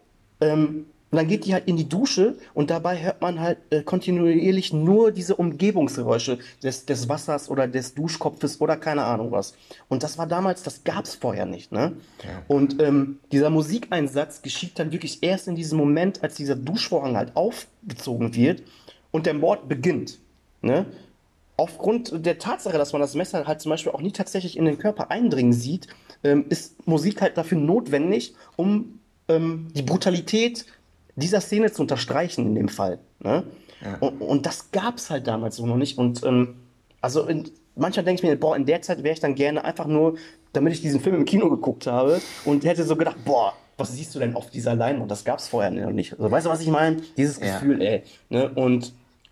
Ähm, und dann geht die halt in die Dusche und dabei hört man halt äh, kontinuierlich nur diese Umgebungsgeräusche des, des Wassers oder des Duschkopfes oder keine Ahnung was. Und das war damals, das gab's vorher nicht, ne? Ja. Und ähm, dieser Musikeinsatz geschieht dann wirklich erst in diesem Moment, als dieser Duschvorhang halt aufgezogen wird und der Mord beginnt, ne? Aufgrund der Tatsache, dass man das Messer halt zum Beispiel auch nie tatsächlich in den Körper eindringen sieht, ähm, ist Musik halt dafür notwendig, um ähm, die Brutalität dieser Szene zu unterstreichen in dem Fall. Ne? Ja. Und, und das gab es halt damals so noch nicht. Und ähm, also in, manchmal denke ich mir, boah, in der Zeit wäre ich dann gerne einfach nur, damit ich diesen Film im Kino geguckt habe und hätte so gedacht, boah, was siehst du denn auf dieser Leinwand? Das gab es vorher noch nicht. Also, weißt du, was ich meine? Dieses Ja. Gefühl, ey. Ne? Und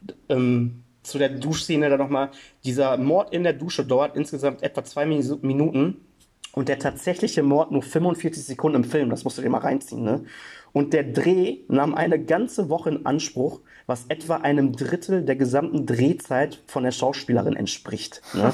ähm, zu der Duschszene dann nochmal. Dieser Mord in der Dusche dauert insgesamt etwa zwei Mis- Minuten und der tatsächliche Mord nur fünfundvierzig Sekunden im Film. Das musst du dir mal reinziehen, ne? Und der Dreh nahm eine ganze Woche in Anspruch, was etwa einem Drittel der gesamten Drehzeit von der Schauspielerin entspricht, ne?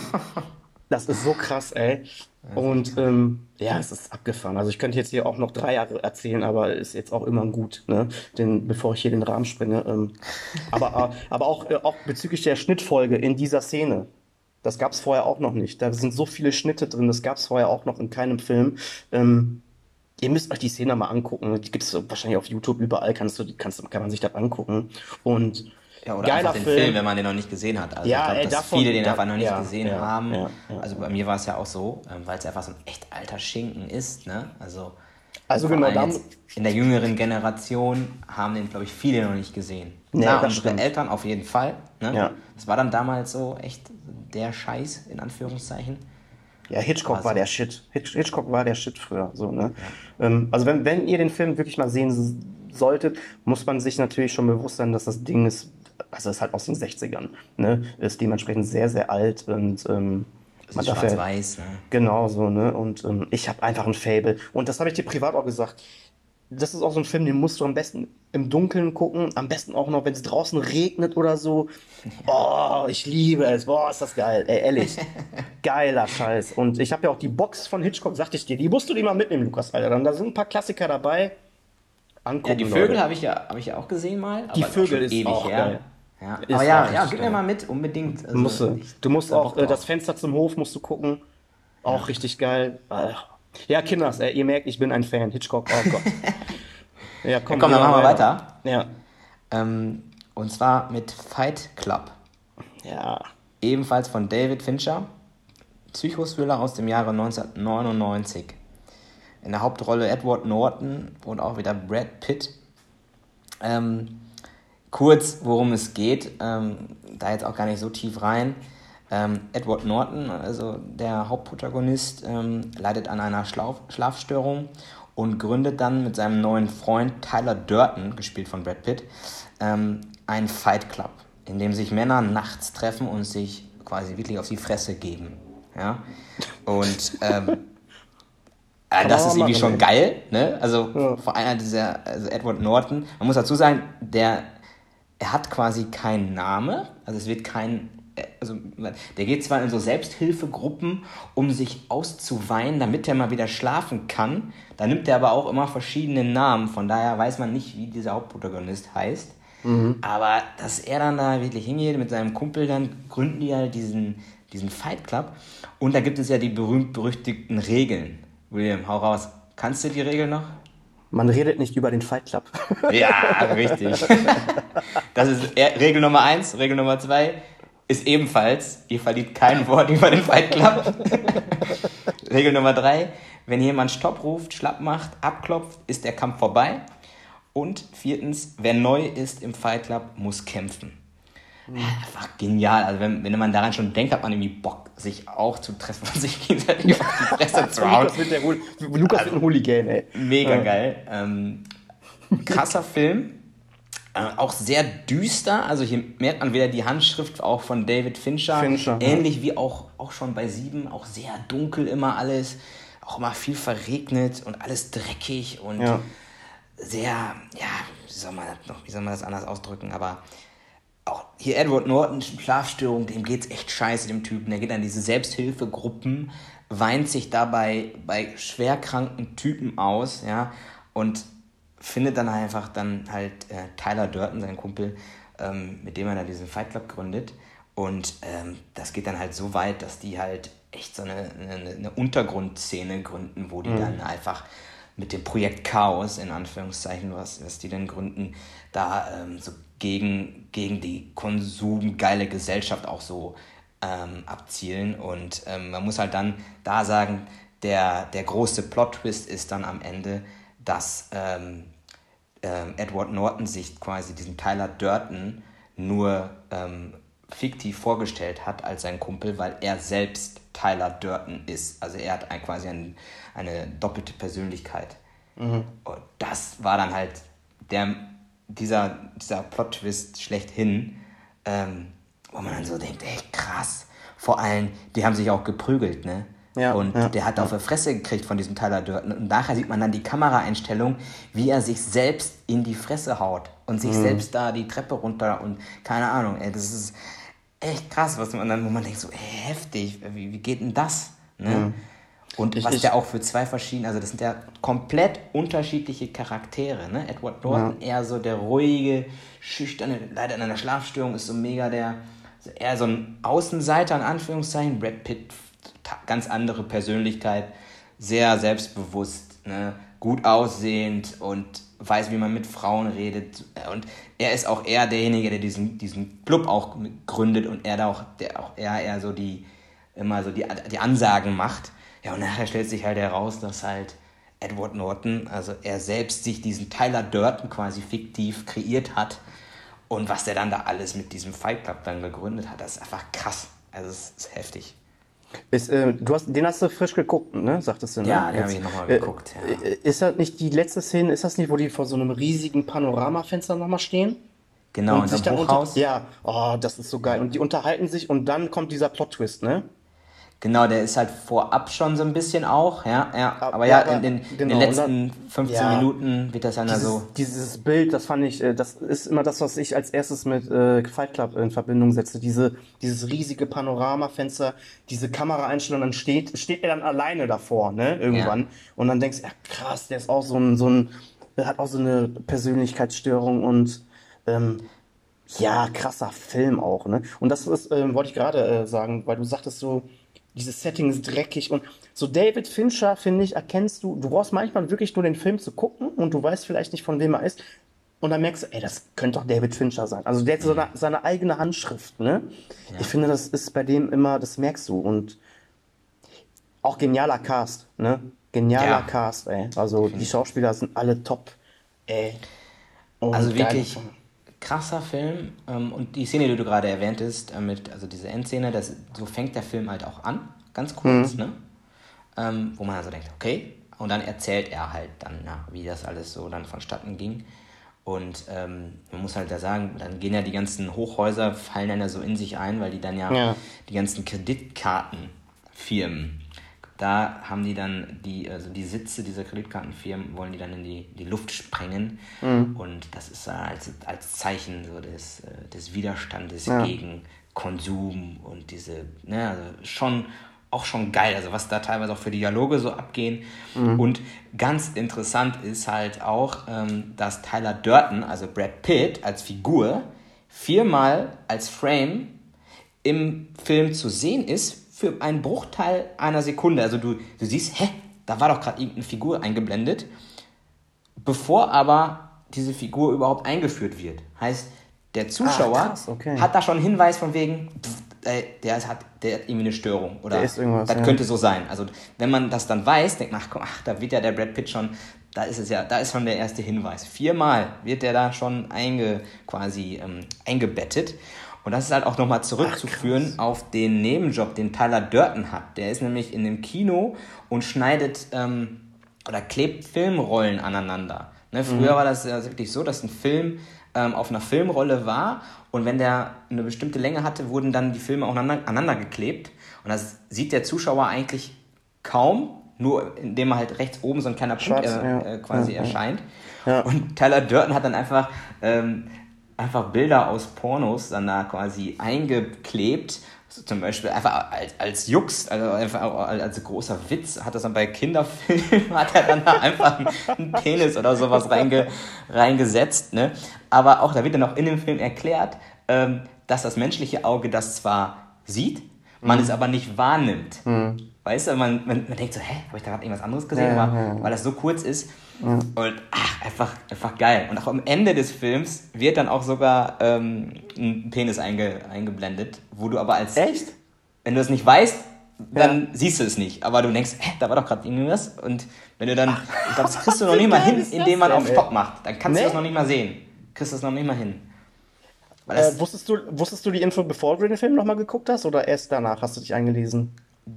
Das ist so krass, ey. Und ähm, ja, es ist abgefahren. Also ich könnte jetzt hier auch noch drei Jahre erzählen, aber ist jetzt auch immer gut, ne? Den, bevor ich hier den Rahmen springe. Ähm, aber, äh, aber auch, äh, auch bezüglich der Schnittfolge in dieser Szene. Das gab es vorher auch noch nicht. Da sind so viele Schnitte drin, das gab es vorher auch noch in keinem Film. Ähm, Ihr müsst euch die Szene mal angucken. Die gibt es wahrscheinlich auf YouTube überall, kannst du, kannst, kann man sich das angucken. Und Ja, oder einfach geiler den Film, Film. wenn man den noch nicht gesehen hat. Also ich Ja, glaube, ey, dass davon, viele den da, einfach noch nicht ja, gesehen ja, haben. ja, ja, Also ja. bei mir war es ja auch so, ähm, weil es einfach so ein echt alter Schinken ist, ne? Also Also Vor genau, allem da, jetzt in der jüngeren Generation haben den, glaube ich, viele noch nicht gesehen. nee, Klar, das unsere stimmt. Eltern auf jeden Fall. Ne? Ja. Das war dann damals so echt der Scheiß, in Anführungszeichen. Ja, Hitchcock Aber war so, der Shit. Hitch, Hitchcock war der Shit früher. So, ne? ja. Ähm, also wenn, wenn ihr den Film wirklich mal sehen s- solltet, muss man sich natürlich schon bewusst sein, dass das Ding ist, also es ist halt aus den Sechzigern, ne? Ist dementsprechend sehr, sehr alt und ähm, Es man ist darf ja schwarz-weiß. Ne? genau so, ne? Und ähm, ich habe einfach ein Faible. Und das habe ich dir privat auch gesagt. Das ist auch so ein Film, den musst du am besten im Dunkeln gucken. Am besten auch noch, wenn es draußen regnet oder so. Oh, ich liebe es. Boah, ist das geil. Ey, ehrlich. Geiler Scheiß. Und ich habe ja auch die Box von Hitchcock, sagte ich dir, die musst du dir mal mitnehmen, Lukas, Alter. Dann, da sind ein paar Klassiker dabei. Ja, die Angucken, Vögel Leute. habe ich ja, habe ich ja auch gesehen mal, Die aber ist auch Vögel schon ist ewig auch her. geil. Ja, aber Ist auch ja, ja, richtig gib mir geil. mal mit, unbedingt. Also Musst du. ich Du musst hab da Bock auch äh, das drauf. Fenster zum Hof musst du gucken. Auch Ja. richtig geil. Ach. Ja, Kinders, ey, ihr merkt, ich bin ein Fan. Hitchcock, oh Gott. Ja, Ja, komm, komm, geh dann mal machen wir weiter. weiter. Ja. Ähm, und zwar mit Fight Club. Ja. Ebenfalls von David Fincher. Psychothriller aus dem Jahre neunzehnhundertneunundneunzig. In der Hauptrolle Edward Norton und auch wieder Brad Pitt. Ähm, kurz, worum es geht, ähm, da jetzt auch gar nicht so tief rein. Ähm, Edward Norton, also der Hauptprotagonist, ähm, leidet an einer Schlaf- Schlafstörung und gründet dann mit seinem neuen Freund Tyler Durden, gespielt von Brad Pitt, ähm, einen Fight Club, in dem sich Männer nachts treffen und sich quasi wirklich auf die Fresse geben. Ja? Und ähm, äh, Kann man das mal ist irgendwie machen, schon ey. geil, ne? Also Ja. vor allem dieser also Edward Norton. Man muss dazu sagen, der er hat quasi keinen Namen, also es wird kein, äh, also der geht zwar in so Selbsthilfegruppen, um sich auszuweinen, damit er mal wieder schlafen kann. Da nimmt er aber auch immer verschiedene Namen, von daher weiß man nicht, wie dieser Hauptprotagonist heißt. Mhm. Aber dass er dann da wirklich hingeht mit seinem Kumpel, dann gründen die ja diesen, diesen Fight Club. Und da gibt es ja die berühmt-berüchtigten Regeln. William, hau raus. Kannst du die Regeln noch? Man redet nicht über den Fight Club. Ja, richtig. Das ist er- Regel Nummer eins. Regel Nummer zwei ist ebenfalls, ihr verliert kein Wort über den Fight Club. Regel Nummer drei, wenn jemand Stopp ruft, schlapp macht, abklopft, ist der Kampf vorbei. Und viertens, wer neu ist im Fight Club, muss kämpfen. Einfach genial. Also wenn, wenn man daran schon denkt, hat man irgendwie Bock, sich auch zu treffen und sich gegenseitig auf die Fresse zu hauen. Lukas wird, der, Hool- Lukas wird ein Hooligan, ey. Mega Ja. geil. Ähm, krasser Film. Äh, auch sehr düster. Also hier merkt man wieder die Handschrift auch von David Fincher. Fincher, ja. Ähnlich wie auch, auch schon bei Sieben. Auch sehr dunkel immer alles. Auch immer viel verregnet und alles dreckig und Ja. sehr, ja, wie soll man das noch, wie soll man das anders ausdrücken, aber auch hier Edward Norton, Schlafstörung, dem geht's echt scheiße, dem Typen. Der geht an diese Selbsthilfegruppen, weint sich dabei bei schwerkranken Typen aus, ja, und findet dann einfach dann halt äh, Tyler Durden, seinen Kumpel, ähm, mit dem er da diesen Fight Club gründet. Und ähm, das geht dann halt so weit, dass die halt echt so eine, eine, eine Untergrundszene gründen, wo die dann einfach mit dem Projekt Chaos, in Anführungszeichen, was, was die denn gründen, da ähm, so gegen, gegen die konsumgeile Gesellschaft auch so ähm, abzielen. Und ähm, man muss halt dann da sagen, der, der große Plot-Twist ist dann am Ende, dass ähm, ähm, Edward Norton sich quasi diesen Tyler Durden nur ähm, fiktiv vorgestellt hat als sein Kumpel, weil er selbst Tyler Durden ist. Also er hat ein, quasi ein, eine doppelte Persönlichkeit. Mhm. Und das war dann halt der, dieser, dieser Plot-Twist schlechthin, ähm, wo man dann so denkt, ey, krass. Vor allem, die haben sich auch geprügelt, ne? Ja, und ja, der hat auf die Fresse gekriegt von diesem Tyler Durden. Und nachher sieht man dann die Kameraeinstellung, wie er sich selbst in die Fresse haut und sich Mhm. selbst da die Treppe runter und keine Ahnung, ey, das ist echt krass, was man dann, wo man denkt, so, ey, heftig, wie, wie geht denn das? Ne? Mhm. Und Ich- was ich- der auch für zwei verschiedene, also das sind ja komplett unterschiedliche Charaktere, ne? Edward Norton eher so der ruhige, schüchterne, leider in einer Schlafstörung, ist so mega der, also eher so ein Außenseiter, in Anführungszeichen. Brad Pitt, ta- ganz andere Persönlichkeit, sehr selbstbewusst, ne? Gut aussehend und weiß, wie man mit Frauen redet. Und er ist auch eher derjenige, der diesen, diesen Club auch gründet und er da auch, der auch eher, eher so die, immer so die, die Ansagen macht. Ja, und nachher stellt sich halt heraus, dass halt Edward Norton, also er selbst sich diesen Tyler Durden quasi fiktiv kreiert hat und was der dann da alles mit diesem Fight Club dann gegründet hat, das ist einfach krass. Also es ist heftig. Ist, äh, du hast, den hast du frisch geguckt, ne? Sagtest du, ne? Ja, den habe ich nochmal geguckt. Äh, ja. Ist das nicht die letzte Szene, ist das nicht, wo die vor so einem riesigen Panoramafenster nochmal stehen? Genau, und in sich dem dann Hochhaus. Unter, ja, oh, das ist so geil. Und die unterhalten sich und dann kommt dieser Plot-Twist, ne? Genau, der ist halt vorab schon so ein bisschen auch, ja, ja. Ab- Aber ja, aber- in, den, in genau, den letzten und fünfzehn ja. Minuten wird das dann Dieses, also. dieses Bild, das fand ich, äh, das ist immer das, was ich als erstes mit äh, Fight Club in Verbindung setze. Diese, dieses riesige Panoramafenster, diese Kameraeinstellung, dann steht, steht er dann alleine davor, ne, irgendwann. Und dann denkst du, ja krass, der ist auch so ein, so ein, der hat auch so eine Persönlichkeitsstörung und ähm, ja, krasser Film auch, ne? Und das ist, ähm, wollte ich gerade äh, sagen, weil du sagtest so, dieses Setting ist dreckig und so David Fincher, finde ich, erkennst du, du brauchst manchmal wirklich nur den Film zu gucken und du weißt vielleicht nicht, von wem er ist. Und dann merkst du, ey, das könnte doch David Fincher sein. Also der hat so eine, seine eigene Handschrift, ne? Ich finde, das ist bei dem immer, das merkst du. Und auch genialer Cast, ne? Genialer Ja. Cast, ey. Also die Schauspieler sind alle top, ey. Und Also geil. wirklich krasser Film. Ähm, und die Szene, die du gerade erwähntest, äh, mit, also diese Endszene, das, so fängt der Film halt auch an, ganz kurz, ne? Ähm, wo man also denkt, okay, und dann erzählt er halt dann, ja, wie das alles so dann vonstatten ging. Und ähm, man muss halt da sagen, dann gehen ja die ganzen Hochhäuser, fallen dann ja so in sich ein, weil die dann ja, Ja. die ganzen Kreditkartenfirmen, da haben die dann die, also die Sitze dieser Kreditkartenfirmen wollen die dann in die, die Luft sprengen. Und das ist dann als, als Zeichen so des, äh, des Widerstandes Ja. gegen Konsum und diese, ne, also schon, auch schon geil, also was da teilweise auch für Dialoge so abgehen. Und ganz interessant ist halt auch, ähm, dass Tyler Durden, also Brad Pitt als Figur, viermal als Frame im Film zu sehen ist für einen Bruchteil einer Sekunde. Also du, du siehst, hä, da war doch gerade irgendeine Figur eingeblendet, bevor aber diese Figur überhaupt eingeführt wird. Heißt, der Zuschauer Ah, krass, okay. hat da schon einen Hinweis von wegen, pff, ey, der, ist, hat, der hat irgendwie eine Störung. Oder Der ist irgendwas, das ja. könnte so sein. Also wenn man das dann weiß, denkt man, ach, komm, ach, da wird ja der Brad Pitt schon, da ist es ja, da ist schon der erste Hinweis. Viermal wird der da schon einge, quasi ähm, eingebettet. Und das ist halt auch nochmal zurückzuführen auf den Nebenjob, den Tyler Durden hat. Der ist nämlich in dem Kino und schneidet ähm, oder klebt Filmrollen aneinander. Ne, früher war das ja wirklich so, dass ein Film ähm, auf einer Filmrolle war und wenn der eine bestimmte Länge hatte, wurden dann die Filme aneinander, aneinander geklebt. Und das sieht der Zuschauer eigentlich kaum, nur indem halt rechts oben so ein kleiner Punkt Schwarz, äh, ja. äh, quasi Ja, ja. erscheint. Ja. Und Tyler Durden hat dann einfach, ähm, einfach Bilder aus Pornos dann da quasi eingeklebt. So zum Beispiel einfach als, als Jux, also einfach auch als großer Witz, hat das dann bei Kinderfilmen, hat er dann da einfach einen, einen Penis oder sowas reinge, reingesetzt. Ne? Aber auch, da wird dann auch in dem Film erklärt, ähm, dass das menschliche Auge das zwar sieht, man es aber nicht wahrnimmt. Weißt du, man, man, man denkt so, hä, habe ich da gerade irgendwas anderes gesehen? Ja, aber ja, ja. weil das so kurz ist. Und ach, einfach, einfach geil. Und auch am Ende des Films wird dann auch sogar ähm, ein Penis einge, eingeblendet, wo du aber als... Echt? Wenn du es nicht weißt, dann siehst du es nicht. Aber du denkst, hä, da war doch gerade irgendwas. Und wenn du dann... Ich glaube, das kriegst du noch nicht mal geil hin, ist das indem man denn, auf ey? Stopp macht. Dann kannst Nee? du das noch nicht mal sehen. Kriegst du das noch nicht mal hin. Weil das, Äh, wusstest du, wusstest du die Info, bevor du den Film nochmal geguckt hast oder erst danach hast du dich eingelesen?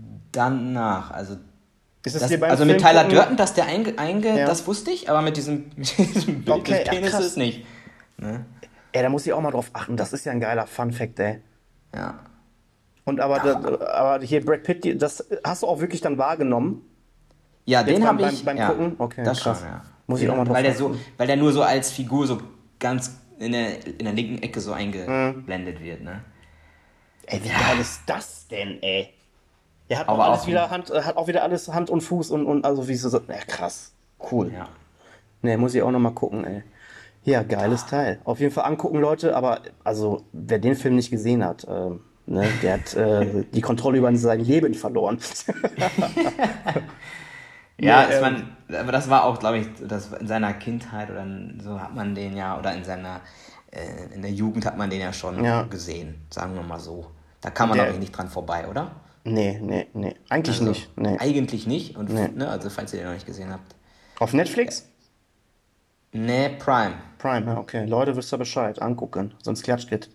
danach, also... Ist es Das, dir beim also mit Film Tyler gucken- Durden, dass der einge, einge Ja. das wusste ich, aber mit diesem, mit diesem Bild Okay, des ja, Penises krass. nicht. Ne? Ey, da muss ich auch mal drauf achten. Das ist ja ein geiler Fun-Fact, ey. Ja. Und aber, da, aber hier Brad Pitt, die- das hast du auch wirklich dann wahrgenommen? Ja, Jetzt den beim- habe beim- ich. beim ja, Gucken? Okay, das krass. schon, ja. Muss ich auch mal drauf weil der so, achten. weil der nur so als Figur so ganz in der, in der linken Ecke so eingeblendet wird, ne? Ey, wie geil ist das denn, ey? Der hat auch Aber alles auch- wieder Hand, äh, hat auch wieder alles Hand und Fuß und, und also wie so, so- ja krass, cool. Ja. Ne, muss ich auch noch mal gucken, ey. Ja, geiles Teil. Auf jeden Fall angucken, Leute, aber also wer den Film nicht gesehen hat, ähm, ne, der hat äh, die Kontrolle über sein Leben verloren. Ja, Nee, ich ähm, mein, aber das war auch, glaube ich, das in seiner Kindheit oder in, so hat man den ja, oder in seiner, äh, in der Jugend hat man den ja schon Ja. gesehen, sagen wir mal so. Da kann man Der- doch nicht dran vorbei, oder? Nee, nee, nee. Eigentlich Also, nicht. Nee. Eigentlich nicht. Und Nee. ne, also falls ihr den noch nicht gesehen habt. Auf Netflix? Nee, Prime. Prime, ja, okay. Leute, wisst ihr Bescheid. Angucken, sonst klatscht it.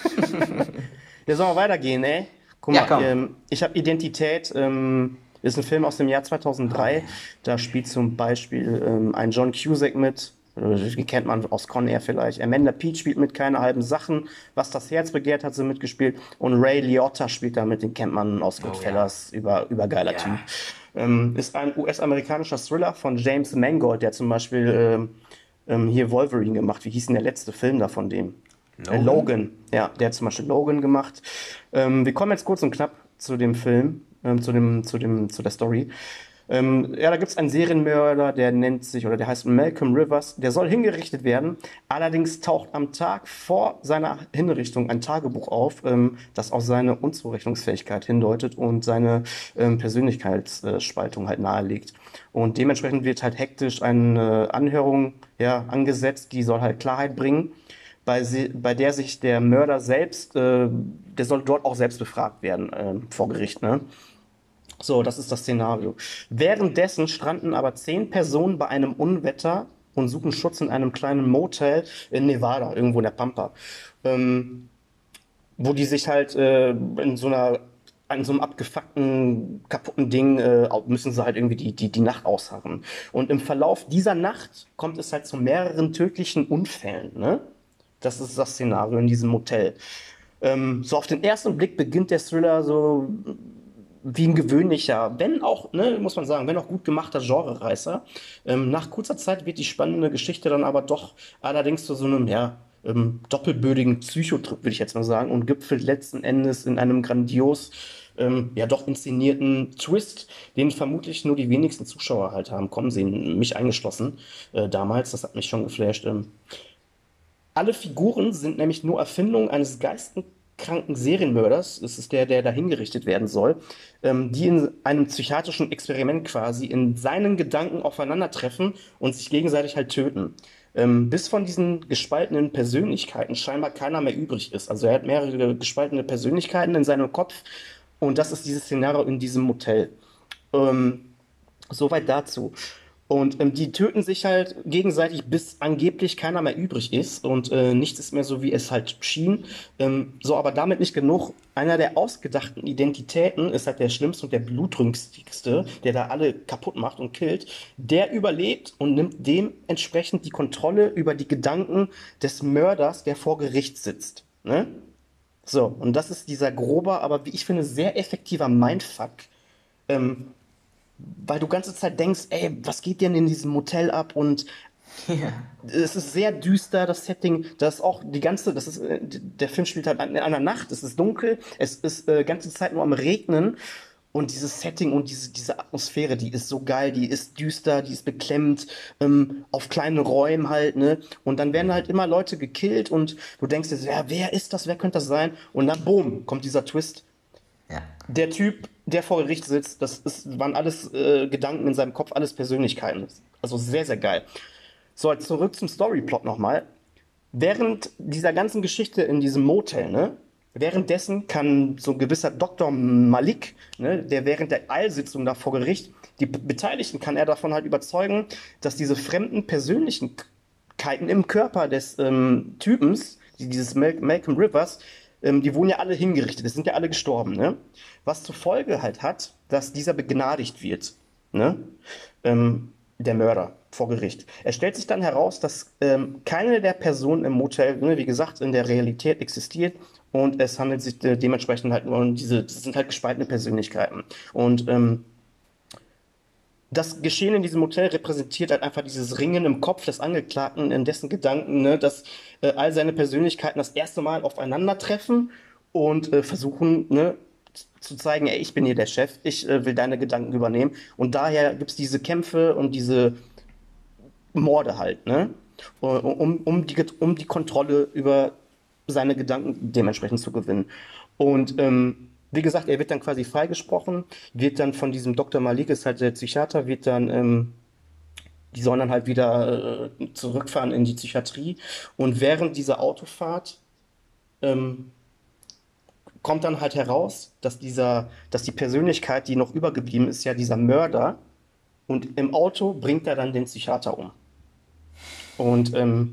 Ja, sollen wir weitergehen, ey? Guck Ja, mal, komm. ähm, ich habe Identität, ähm, ist ein Film aus dem Jahr Oh zweitausenddrei. ja. Da spielt zum Beispiel ähm, ein John Cusack mit. Äh, Den kennt man aus Con Air vielleicht. Amanda Peet spielt mit, keine halben Sachen. Was das Herz begehrt, hat sie mitgespielt. Und Ray Liotta spielt da mit, den kennt man aus Oh ja. Goodfellas. Über, übergeiler Ja. Typ. Ähm, ist ein U S-amerikanischer Thriller von James Mangold, der zum Beispiel ähm, ähm, hier Wolverine gemacht. Wie hieß denn der letzte Film da von dem? Äh, Logan? Logan, ja, der hat zum Beispiel Logan gemacht. Ähm, wir kommen jetzt kurz und knapp zu dem Film, ähm, zu dem, zu dem, zu der Story. Ähm, ja, da gibt es einen Serienmörder, der nennt sich, oder der heißt Malcolm Rivers, der soll hingerichtet werden. Allerdings taucht am Tag vor seiner Hinrichtung ein Tagebuch auf, ähm, das auf seine Unzurechnungsfähigkeit hindeutet und seine ähm, Persönlichkeitsspaltung halt nahelegt. Und dementsprechend wird halt hektisch eine Anhörung ja, angesetzt, die soll halt Klarheit bringen, bei, sie, bei der sich der Mörder selbst, äh, der soll dort auch selbst befragt werden äh, vor Gericht, ne? So, das ist das Szenario. Währenddessen stranden aber zehn Personen bei einem Unwetter und suchen Schutz in einem kleinen Motel in Nevada, irgendwo in der Pampa, ähm, wo die sich halt äh, in so einer an so einem abgefuckten, kaputten Ding äh, müssen sie halt irgendwie die, die, die Nacht ausharren. Und im Verlauf dieser Nacht kommt es halt zu mehreren tödlichen Unfällen, ne? Das ist das Szenario in diesem Motel. Ähm, so auf den ersten Blick beginnt der Thriller so wie ein gewöhnlicher, wenn auch, ne, muss man sagen, wenn auch gut gemachter Genrereißer. Ähm, nach kurzer Zeit wird die spannende Geschichte dann aber doch allerdings zu so einem, ja, ähm, doppelbödigen Psychotrip, würde ich jetzt mal sagen, und gipfelt letzten Endes in einem grandios, ähm, ja, doch inszenierten Twist, den vermutlich nur die wenigsten Zuschauer halt haben kommen sehen, mich eingeschlossen, äh, damals. Das hat mich schon geflasht. Ähm, alle Figuren sind nämlich nur Erfindungen eines geisteskranken Serienmörders. Es ist der, der da hingerichtet werden soll, ähm, die in einem psychiatrischen Experiment quasi in seinen Gedanken aufeinandertreffen und sich gegenseitig halt töten. Ähm, bis von diesen gespaltenen Persönlichkeiten scheinbar keiner mehr übrig ist. Also er hat mehrere gespaltene Persönlichkeiten in seinem Kopf und das ist dieses Szenario in diesem Motel. Ähm, Soweit dazu. Und ähm, die töten sich halt gegenseitig, bis angeblich keiner mehr übrig ist und äh, nichts ist mehr so, wie es halt schien. Ähm, so, aber damit nicht genug. Einer der ausgedachten Identitäten ist halt der schlimmste und der blutrünstigste, der da alle kaputt macht und killt. Der überlebt und nimmt dementsprechend die Kontrolle über die Gedanken des Mörders, der vor Gericht sitzt. Ne? So, und das ist dieser grober, aber wie ich finde, sehr effektiver Mindfuck. Ähm, Weil du ganze Zeit denkst, ey, was geht denn in diesem Motel ab? Und Ja. es ist sehr düster, das Setting. Das ist auch die ganze, das ist, äh, der Film spielt halt in einer Nacht. Es ist dunkel, es ist äh, ganze Zeit nur am Regnen. Und dieses Setting und diese, diese Atmosphäre, die ist so geil, die ist düster, die ist beklemmt, ähm, auf kleinen Räumen halt, ne? Und dann werden halt immer Leute gekillt und du denkst dir, so, ja, wer ist das, wer könnte das sein? Und dann, boom, kommt dieser Twist. Ja. Der Typ, der vor Gericht sitzt, das ist, waren alles äh, Gedanken in seinem Kopf, alles Persönlichkeiten. Also sehr, sehr geil. So, jetzt zurück zum Storyplot nochmal. Während dieser ganzen Geschichte in diesem Motel, ne, währenddessen kann so ein gewisser Doktor Malik, ne, der während der Eilsitzung da vor Gericht, die Beteiligten kann er davon halt überzeugen, dass diese fremden Persönlichkeiten im Körper des ähm, Typens, die, dieses Mal Malcolm Rivers, ähm, die wurden ja alle hingerichtet, es sind ja alle gestorben, ne? Was zur Folge halt hat, dass dieser begnadigt wird, ne? Ähm, der Mörder vor Gericht. Es stellt sich dann heraus, dass ähm, keine der Personen im Motel, ne, wie gesagt, in der Realität existiert und es handelt sich äh, dementsprechend halt nur um diese, das sind halt gespaltene Persönlichkeiten. Und ähm, das Geschehen in diesem Hotel repräsentiert halt einfach dieses Ringen im Kopf des Angeklagten, in dessen Gedanken, ne, dass äh, all seine Persönlichkeiten das erste Mal aufeinandertreffen und äh, versuchen, ne, zu zeigen, ey, ich bin hier der Chef, ich äh, will deine Gedanken übernehmen. Und daher gibt es diese Kämpfe und diese Morde halt, ne? Um, um die, um die Kontrolle über seine Gedanken dementsprechend zu gewinnen. Und ähm, wie gesagt, er wird dann quasi freigesprochen, wird dann von diesem Doktor Malik, ist halt der Psychiater, wird dann, ähm, die sollen dann halt wieder äh, zurückfahren in die Psychiatrie. Und während dieser Autofahrt ähm, kommt dann halt heraus, dass dieser, dass die Persönlichkeit, die noch übergeblieben ist, ja dieser Mörder, und im Auto bringt er dann den Psychiater um. Und ähm,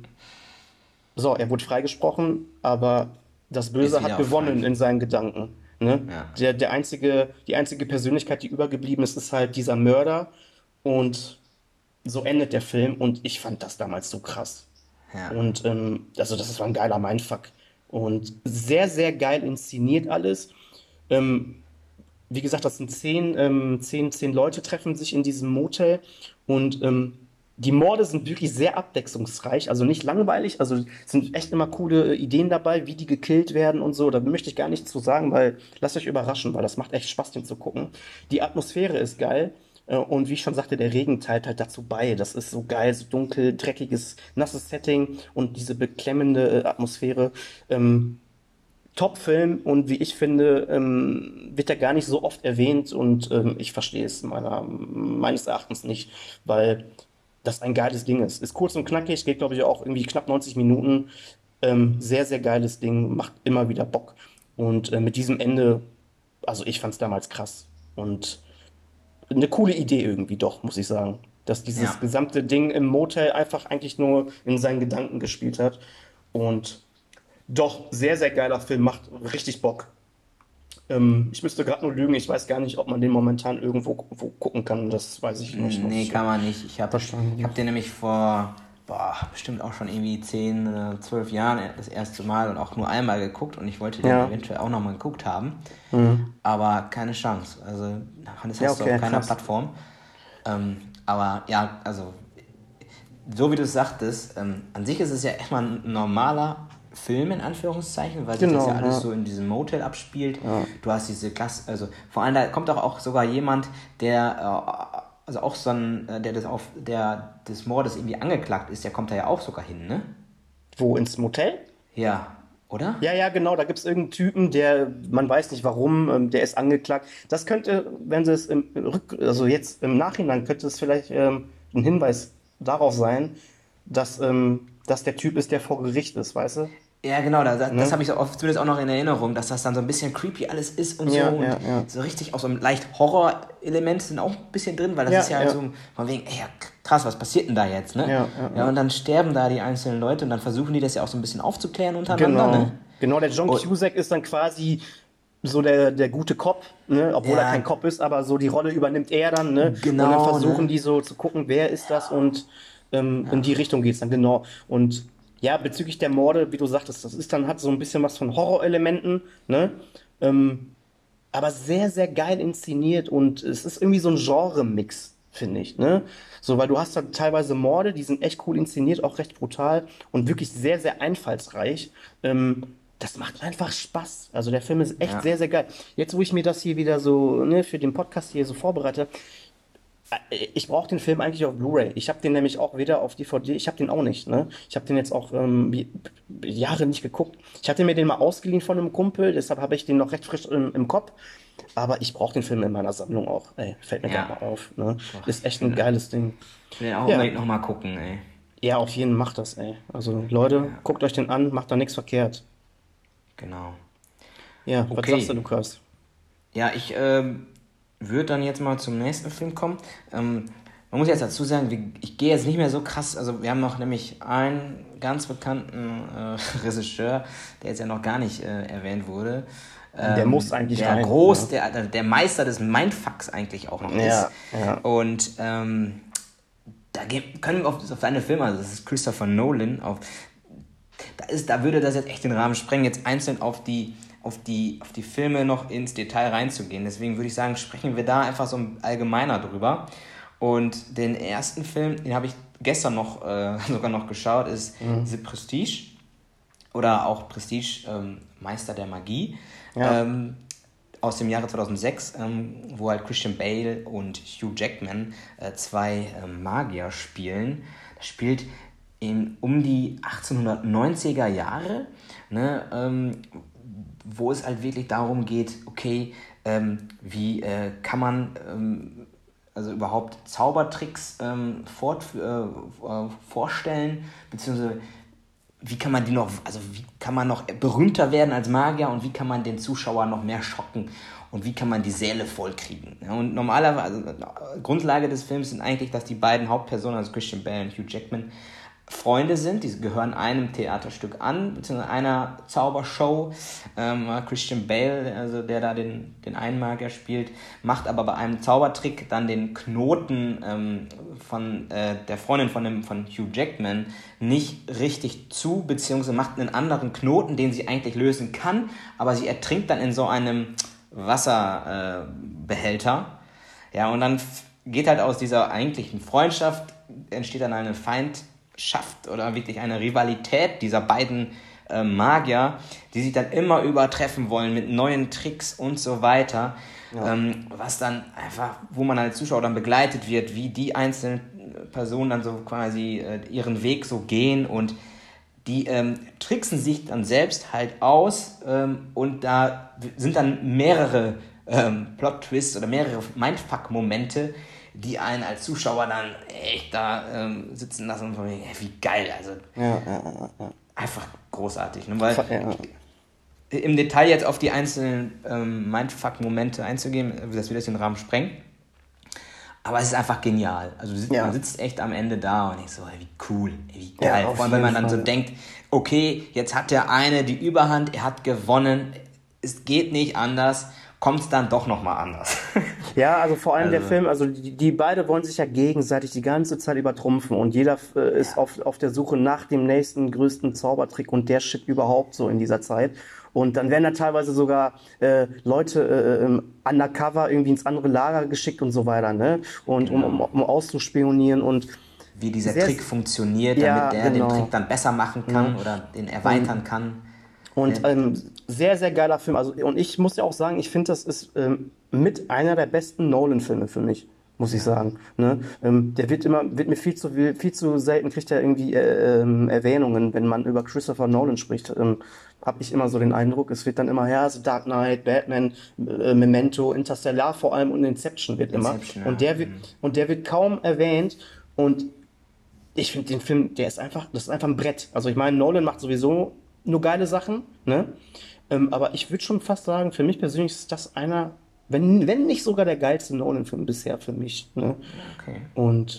so, er wurde freigesprochen, aber das Ist Böse hat wieder auf freien gewonnen in Fuß. seinen Gedanken. Ne? Ja, Der, der einzige, die einzige Persönlichkeit, die übergeblieben ist, ist halt dieser Mörder. Und so endet der Film. Und ich fand das damals so krass. ja, Und ähm, also das war ein geiler Mindfuck. Und sehr, sehr geil inszeniert alles. Ähm, Wie gesagt, das sind zehn, ähm, zehn, zehn Leute treffen sich in diesem Motel und ähm, die Morde sind wirklich sehr abwechslungsreich, also nicht langweilig, also es sind echt immer coole äh, Ideen dabei, wie die gekillt werden und so. Da möchte ich gar nichts zu sagen, weil lasst euch überraschen, weil das macht echt Spaß, den zu gucken. Die Atmosphäre ist geil. äh, Und wie ich schon sagte, der Regen teilt halt dazu bei. Das ist so geil, so dunkel, dreckiges, nasses Setting und diese beklemmende äh, Atmosphäre. Ähm, Top-Film und wie ich finde, ähm, wird er gar nicht so oft erwähnt und ähm, ich verstehe es meiner, meines Erachtens nicht, weil das ein geiles Ding ist. Ist kurz und knackig, geht glaube ich auch irgendwie knapp neunzig Minuten. Ähm, sehr, sehr geiles Ding, macht immer wieder Bock. Und äh, mit diesem Ende, also ich fand es damals krass und eine coole Idee irgendwie doch, muss ich sagen. Dass dieses ja. gesamte Ding im Motel einfach eigentlich nur in seinen Gedanken gespielt hat. Und doch, sehr, sehr geiler Film, macht richtig Bock. Ähm, ich müsste gerade nur lügen, ich weiß gar nicht, ob man den momentan irgendwo wo gucken kann. Das weiß ich nicht, muss Nee, ich kann man nicht. Ich habe ich hab verstanden. den nämlich vor, boah, bestimmt auch schon irgendwie zehn, äh, zwölf Jahren das erste Mal und auch nur einmal geguckt und ich wollte den Ja, eventuell auch nochmal geguckt haben, hm. aber keine Chance. Also, das Ja, hast du auf okay, keiner krass. Plattform. Ähm, aber ja, also so wie du es sagtest, ähm, an sich ist es ja erstmal ein normaler Film in Anführungszeichen, weil sich das ja Genau, alles ja, so in diesem Motel abspielt. ja. Du hast diese Klasse, also vor allem da kommt auch, auch sogar jemand, der äh, also auch so ein, äh, der das auf der des Mordes irgendwie angeklagt ist, der kommt da ja auch sogar hin, ne? Wo, ins Motel? Ja, oder? Ja, ja, genau, da gibt es irgendeinen Typen, der, man weiß nicht warum, ähm, der ist angeklagt. Das könnte, wenn sie es im Rück, also jetzt im Nachhinein, könnte es vielleicht ähm, ein Hinweis darauf sein, dass, ähm, dass der Typ ist, der vor Gericht ist, weißt du? Ja, genau, da, das, das Ne? habe ich so oft, zumindest auch noch in Erinnerung, dass das dann so ein bisschen creepy alles ist und so Ja, und ja, ja. so richtig auch so ein leicht Horror-Element sind auch ein bisschen drin, weil das ist Ja, ja halt ja, so von wegen, ey, ja, krass, was passiert denn da jetzt, ne? ja, ja, Ja, und ja. dann sterben da die einzelnen Leute und dann versuchen die das ja auch so ein bisschen aufzuklären untereinander, ne? Genau. Genau, der John Und Cusack ist dann quasi so der, der gute Cop, ne? Obwohl er kein ja, Cop ist, aber so die Rolle übernimmt er dann, ne? Und dann genau, versuchen ne? die so zu gucken, wer ist das und ähm, in die Richtung geht's dann, genau. Und ja, bezüglich der Morde, wie du sagtest, das ist dann, hat so ein bisschen was von Horrorelementen, ne? Ähm, aber sehr, sehr geil inszeniert und es ist irgendwie so ein Genre-Mix, finde ich, ne? So, weil du hast da teilweise Morde, die sind echt cool inszeniert, auch recht brutal und wirklich sehr, sehr einfallsreich. Ähm, das macht einfach Spaß. Also der Film ist echt Ja, sehr, sehr geil. Jetzt, wo ich mir das hier wieder so, ne, für den Podcast hier so vorbereite, äh, ich brauche den Film eigentlich auf Blu-ray. Ich habe den nämlich auch weder auf D V D, ich habe den auch nicht, ne? Ich habe den jetzt auch ähm, wie- Jahre nicht geguckt. Ich hatte mir den mal ausgeliehen von einem Kumpel, deshalb habe ich den noch recht frisch im, im Kopf. Aber ich brauche den Film in meiner Sammlung auch. Ey, fällt mir gerade ja. mal auf, ne? Boah, Ist ich echt will ein den, geiles Ding. ich will den auch Ja, unbedingt nochmal gucken, ey. ja, auf jeden Fall macht das, ey. Also Leute, Ja, guckt euch den an, macht da nichts verkehrt. genau. Ja, was sagst du, Okay. Lukas? Ja, ich ähm, würde dann jetzt mal zum nächsten Film kommen. Ähm, man muss jetzt dazu sagen, wir, ich gehe jetzt nicht mehr so krass. Also, wir haben noch nämlich einen ganz bekannten äh, Regisseur, der jetzt ja noch gar nicht äh, erwähnt wurde. Der muss Ähm, eigentlich der rein, groß, ne? der, der Meister des Mindfucks eigentlich auch noch ist. Ja, ja. Und ähm, da ge- können wir auf, auf seine Filme, also das ist Christopher Nolan, auf da, ist, da würde das jetzt echt den Rahmen sprengen, jetzt einzeln auf die, auf, die, auf die Filme noch ins Detail reinzugehen. Deswegen würde ich sagen, sprechen wir da einfach so allgemeiner drüber. Und den ersten Film, den habe ich gestern noch äh, sogar noch geschaut, ist Mhm. The Prestige oder auch Prestige, ähm, Meister der Magie. Ja. Ähm, aus dem Jahre zweitausendsechs, ähm, wo halt Christian Bale und Hugh Jackman äh, zwei ähm, Magier spielen. Das spielt in, um die achtzehnhundertneunziger Jahre, ne, ähm, wo es halt wirklich darum geht, okay, ähm, wie äh, kann man ähm, also überhaupt Zaubertricks ähm, fort, äh, äh, vorstellen, beziehungsweise wie kann man die noch, also wie kann man noch berühmter werden als Magier und wie kann man den Zuschauer noch mehr schocken und wie kann man die Säle vollkriegen. Ja, und normalerweise, also Grundlage des Films sind eigentlich, dass die beiden Hauptpersonen, also Christian Bale und Hugh Jackman, Freunde sind, die gehören einem Theaterstück an, beziehungsweise einer Zaubershow. Ähm, Christian Bale, also der da den, den einen Magier spielt, macht aber bei einem Zaubertrick dann den Knoten ähm, von äh, der Freundin von, dem, von Hugh Jackman nicht richtig zu, beziehungsweise macht einen anderen Knoten, den sie eigentlich lösen kann, aber sie ertrinkt dann in so einem Wasserbehälter. Äh, ja, und dann geht halt aus dieser eigentlichen Freundschaft, entsteht dann eine Feindschaft oder wirklich eine Rivalität dieser beiden äh, Magier, die sich dann immer übertreffen wollen mit neuen Tricks und so weiter, ja. ähm, was dann einfach, wo man als Zuschauer dann begleitet wird, wie die einzelnen Personen dann so quasi äh, ihren Weg so gehen und die ähm, tricksen sich dann selbst halt aus ähm, und da sind dann mehrere ähm, Plot-Twists oder mehrere Mindfuck-Momente, die einen als Zuschauer dann echt da ähm, sitzen lassen und von wegen, wie geil, also ja, ja, ja, ja. einfach großartig. Ne? Weil ja. im Detail jetzt auf die einzelnen ähm, Mindfuck-Momente einzugehen, das wird jetzt den Rahmen sprengen, aber es ist einfach genial. Also sitzt, ja. man sitzt echt am Ende da und ich so, wie cool, wie geil. Ja, vor allem, wenn man dann Fall. so denkt, okay, jetzt hat der eine die Überhand, er hat gewonnen, es geht nicht anders, kommt es dann doch nochmal anders. Ja, also vor allem also, der Film, also die, die beide wollen sich ja gegenseitig die ganze Zeit übertrumpfen und jeder äh, ist ja. auf, auf der Suche nach dem nächsten größten Zaubertrick und der Shit überhaupt so in dieser Zeit. Und dann werden da teilweise sogar äh, Leute äh, undercover irgendwie ins andere Lager geschickt und so weiter, ne? Und genau. um, um, um auszuspionieren und wie dieser Trick funktioniert, damit ja, der genau. den Trick dann besser machen kann mhm. oder den erweitern kann. Und ähm, sehr, sehr geiler Film. Also, und ich muss ja auch sagen, ich finde, das ist ähm, mit einer der besten Nolan-Filme für mich, muss ich sagen. Ne? Ähm, der wird immer, wird mir viel zu viel, viel zu selten, kriegt er irgendwie äh, ähm, Erwähnungen, wenn man über Christopher Nolan spricht. Ähm, habe ich immer so den Eindruck, es wird dann immer, ja, so Dark Knight, Batman, äh, Memento, Interstellar vor allem und Inception wird Inception, immer. Ja. Und der wird, mhm. und der wird kaum erwähnt. Und ich finde den Film, der ist einfach, das ist einfach ein Brett. Also ich meine, Nolan macht sowieso nur geile Sachen, ne? Ähm, aber ich würde schon fast sagen, für mich persönlich ist das einer, wenn, wenn nicht sogar der geilste Nolan-Film bisher für mich, ne? Okay. Und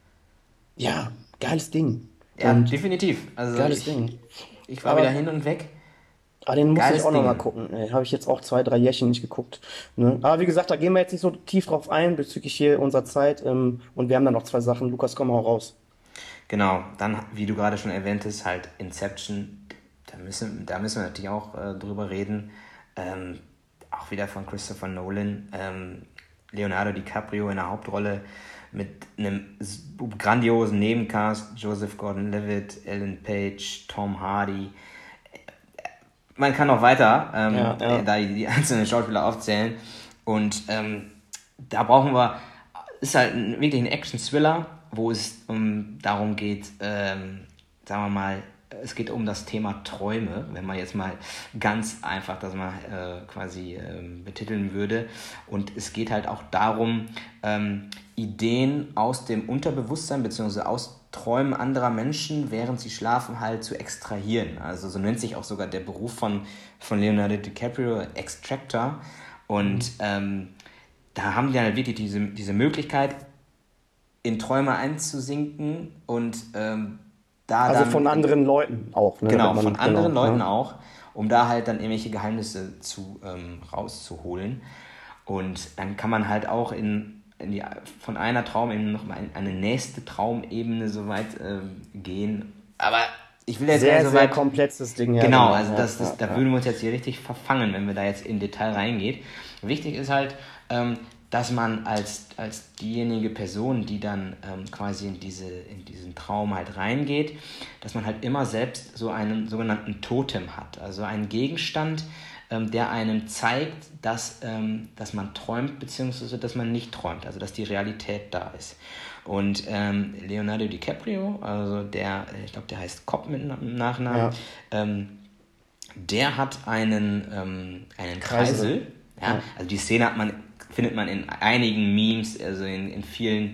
ja, geiles Ding. Ja, und definitiv. Also geiles ich, Ding. Ich war aber, wieder hin und weg. Aber den muss ich auch nochmal gucken. Habe ich jetzt auch zwei, drei Jährchen nicht geguckt. Ne? Aber wie gesagt, da gehen wir jetzt nicht so tief drauf ein bezüglich hier unserer Zeit. Ähm, und wir haben da noch zwei Sachen. Lukas, komm mal raus. Genau, dann, wie du gerade schon erwähntest, halt Inception. Da müssen, da müssen wir natürlich auch äh, drüber reden. Ähm, auch wieder von Christopher Nolan. Ähm, Leonardo DiCaprio in der Hauptrolle mit einem grandiosen Nebencast. Joseph Gordon-Levitt, Ellen Page, Tom Hardy. Man kann noch weiter ähm, ja, ja. da die, die einzelnen Schauspieler aufzählen. Und ähm, da brauchen wir, ist halt ein, wirklich ein Action-Thriller, wo es um, darum geht, ähm, sagen wir mal, es geht um das Thema Träume, wenn man jetzt mal ganz einfach das mal äh, quasi ähm, betiteln würde. Und es geht halt auch darum, ähm, Ideen aus dem Unterbewusstsein bzw. aus Träumen anderer Menschen, während sie schlafen, halt zu extrahieren. Also so nennt sich auch sogar der Beruf von, von Leonardo DiCaprio, Extractor. Und mhm. ähm, da haben die dann halt wirklich diese, diese Möglichkeit, in Träume einzusinken und ähm, da also dann... von anderen Leuten auch. Ne? Genau, man, von anderen genau, Leuten ne? auch, um da halt dann irgendwelche Geheimnisse zu ähm, rauszuholen. Und dann kann man halt auch in, in die, von einer Traumebene noch mal in eine nächste Traumebene so weit ähm, gehen. Aber ich will jetzt sehr, gar nicht so weit... Sehr komplexes Ding. Ja, genau, genau, also das, das, ja, da ja. würden wir uns jetzt hier richtig verfangen, wenn wir da jetzt in Detail reingeht. Wichtig ist halt, ähm, dass man als, als diejenige Person, die dann ähm, quasi in, diese, in diesen Traum halt reingeht, dass man halt immer selbst so einen sogenannten Totem hat. Also einen Gegenstand, ähm, der einem zeigt, dass, ähm, dass man träumt, beziehungsweise dass man nicht träumt, also dass die Realität da ist. Und ähm, Leonardo DiCaprio, also der, ich glaube, der heißt Cobb mit Nachnamen, ja. ähm, der hat einen, ähm, einen Kreisel. Kreisel. Ja? Ja. Also die Szene hat man findet man in einigen Memes, also in, in vielen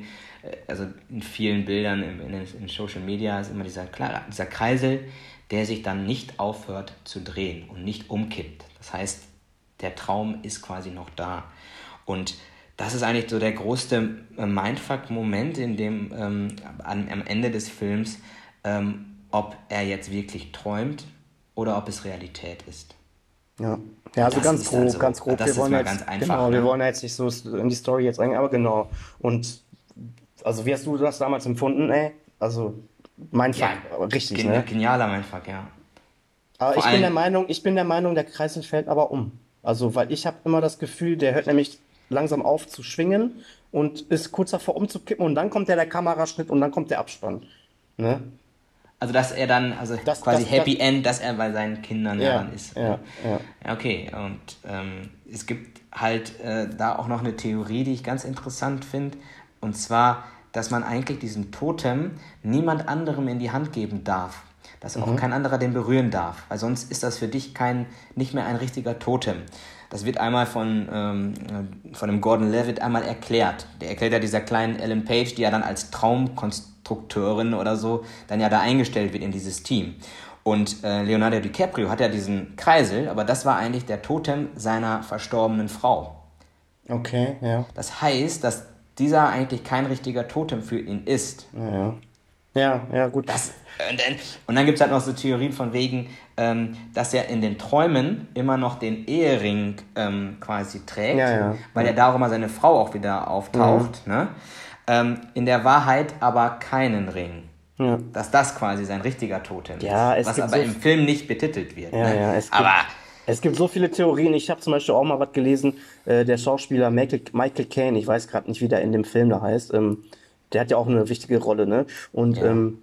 also in vielen Bildern in, in, in Social Media ist immer dieser, dieser Kreisel, der sich dann nicht aufhört zu drehen und nicht umkippt. Das heißt, der Traum ist quasi noch da. Und das ist eigentlich so der größte Mindfuck-Moment, in dem ähm, am, am Ende des Films, ähm, ob er jetzt wirklich träumt oder ob es Realität ist. Ja, ja, also Das ganz ist grob, also, ganz grob. das Wir ist wollen mal jetzt, ganz einfach. genau, wir Ne? wollen jetzt nicht so in die Story jetzt reingehen, aber genau. Und also wie hast du das damals empfunden, ey? Also mein Fuck, Ja, aber richtig, gen ne? genialer Mindfuck, ja. Aber Vor ich bin der allem, Meinung, ich bin der Meinung, der Kreisel fällt aber um. Also, weil ich habe immer das Gefühl, der hört nämlich langsam auf zu schwingen und ist kurz davor umzukippen und dann kommt ja der Kameraschnitt und dann kommt der Abspann. Ne? also dass er dann, also Das, quasi das, das, Happy End, dass er bei seinen Kindern ja ja, dann ist. Ne? ja, ja. Ja, okay, und ähm, es gibt halt äh, da auch noch eine Theorie, die ich ganz interessant finde, und zwar, dass man eigentlich diesen Totem niemand anderem in die Hand geben darf, dass auch Mhm. kein anderer den berühren darf, weil sonst ist das für dich kein, nicht mehr ein richtiger Totem. Das wird einmal von, ähm, äh, von dem Gordon Levitt einmal erklärt. Der erklärt ja dieser kleinen Ellen Page, die ja dann als Traumkonstrukteurin oder so dann ja da eingestellt wird in dieses Team. Und äh, Leonardo DiCaprio hat ja diesen Kreisel, aber das war eigentlich der Totem seiner verstorbenen Frau. Okay, ja. Das heißt, dass dieser eigentlich kein richtiger Totem für ihn ist. Ja, ja. Ja, ja, gut. Das, und dann, und dann gibt es halt noch so Theorien von wegen, ähm, dass er in den Träumen immer noch den Ehering ähm, quasi trägt, Ja, ja. weil Ja. ja darum mal seine Frau auch wieder Mhm. auftaucht. Ne? Ähm, in der Wahrheit aber keinen Ring. Ja. Dass das quasi sein richtiger Totem Ja, ist. es Was gibt aber so, im Film nicht betitelt wird. ja, Ne? ja, es gibt, Aber es gibt so viele Theorien. Ich habe zum Beispiel auch mal was gelesen, äh, der Schauspieler Michael, Michael Caine, ich weiß gerade nicht, wie der in dem Film da heißt, ähm, der hat ja auch eine wichtige Rolle, ne? Und ja, ähm,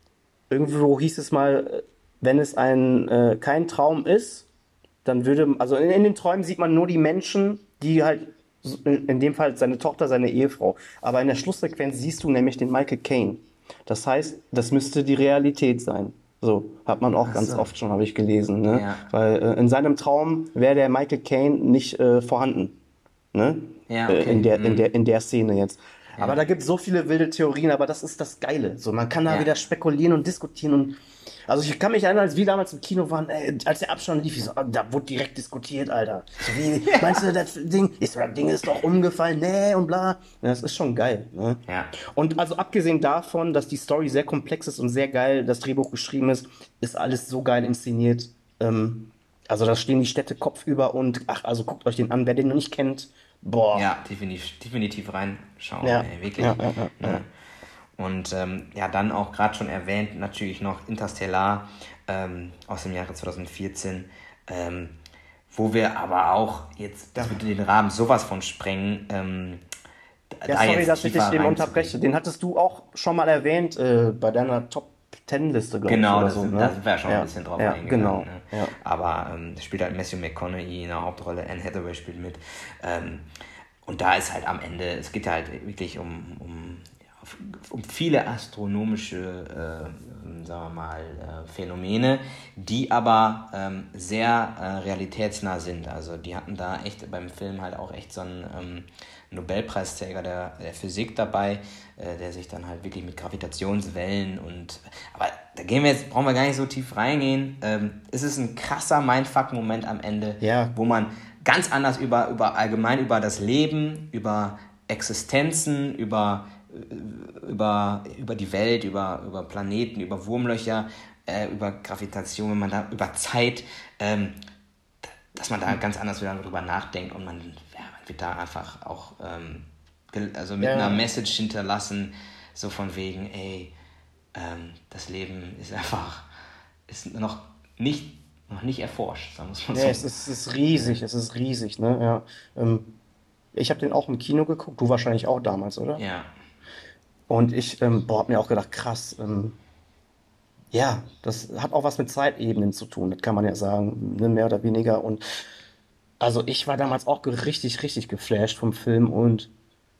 irgendwo hieß es mal, äh, wenn es ein äh, kein Traum ist, dann würde, also in, in den Träumen sieht man nur die Menschen, die halt, so- in, in dem Fall seine Tochter, seine Ehefrau. Aber in der Schlusssequenz siehst du nämlich den Michael Caine. Das heißt, das müsste die Realität sein. So, hat man auch ach ganz so. oft schon, habe ich gelesen, ne? Ja, Weil äh, in seinem Traum wäre der Michael Caine nicht äh, vorhanden, ne? ja, Äh, in okay. der, in Hm. der, in der Szene jetzt. Aber Ja, da gibt es so viele wilde Theorien, aber das ist das Geile. So, man kann da ja. wieder spekulieren und diskutieren und also ich kann mich erinnern, als wir damals im Kino waren, ey, als der Abstand lief, ich so, ah, da wurde direkt diskutiert, Alter. So wie, meinst du, das Ding, ich so, das Ding ist doch umgefallen, nee und bla. Ja, das ist schon geil, ne? Ja. Und also abgesehen davon, dass die Story sehr komplex ist und sehr geil das Drehbuch geschrieben ist, ist alles so geil inszeniert. Ähm, also da stehen die Städte kopfüber und ach, also guckt euch den an, wer den noch nicht kennt. Boah. Ja, definitiv, definitiv reinschauen, Ja, ey, ja, wirklich. ja, ja, ja. Ne? Und ähm, ja, dann auch gerade schon erwähnt, natürlich noch Interstellar ähm, aus dem Jahre zwanzig vierzehn, ähm, wo wir aber auch jetzt, das würde den Rahmen sowas von sprengen, ähm, Ja, da sorry, jetzt dass ich dich tiefer eben reinzugehen. unterbreche. Den hattest du auch schon mal erwähnt äh, bei deiner Top Ten Liste, glaube ich, Genau, oder das so, sind, da ne? sind wir ja schon ein Ja, bisschen drauf ja, eingegangen. genau. Ne? Ja. Aber ähm, da spielt halt Matthew McConaughey in der Hauptrolle, Anne Hathaway spielt mit. Ähm, und da ist halt am Ende, es geht ja halt wirklich um, um, ja, um viele astronomische, äh, sagen wir mal, äh, Phänomene, die aber ähm, sehr äh, realitätsnah sind. Also die hatten da echt beim Film halt auch echt so einen ähm, Nobelpreisträger der, der Physik dabei, äh, der sich dann halt wirklich mit Gravitationswellen und, aber da gehen wir jetzt, brauchen wir gar nicht so tief reingehen. Ähm, es ist ein krasser Mindfuck-Moment am Ende, Ja, wo man ganz anders über, über allgemein über das Leben, über Existenzen, über, äh, über, über die Welt, über, über Planeten, über Wurmlöcher, äh, über Gravitation, wenn man da über Zeit, ähm, dass man da ganz anders wieder drüber nachdenkt und man, ja, man wird da einfach auch ähm, gel- also mit einer ja, Message hinterlassen, so von wegen, ey, ähm, das Leben ist einfach, ist noch nicht, noch nicht erforscht, sagen wir es mal ja, so. es ist, es ist riesig, es ist riesig, ne? Ja. Ähm, ich habe den auch im Kino geguckt, du wahrscheinlich auch damals, oder? Ja, Und ich, ähm, boah, hab mir auch gedacht, krass, ähm, ja, das hat auch was mit Zeitebenen zu tun, das kann man ja sagen, ne, mehr oder weniger. Und also ich war damals auch ge- richtig, richtig geflasht vom Film und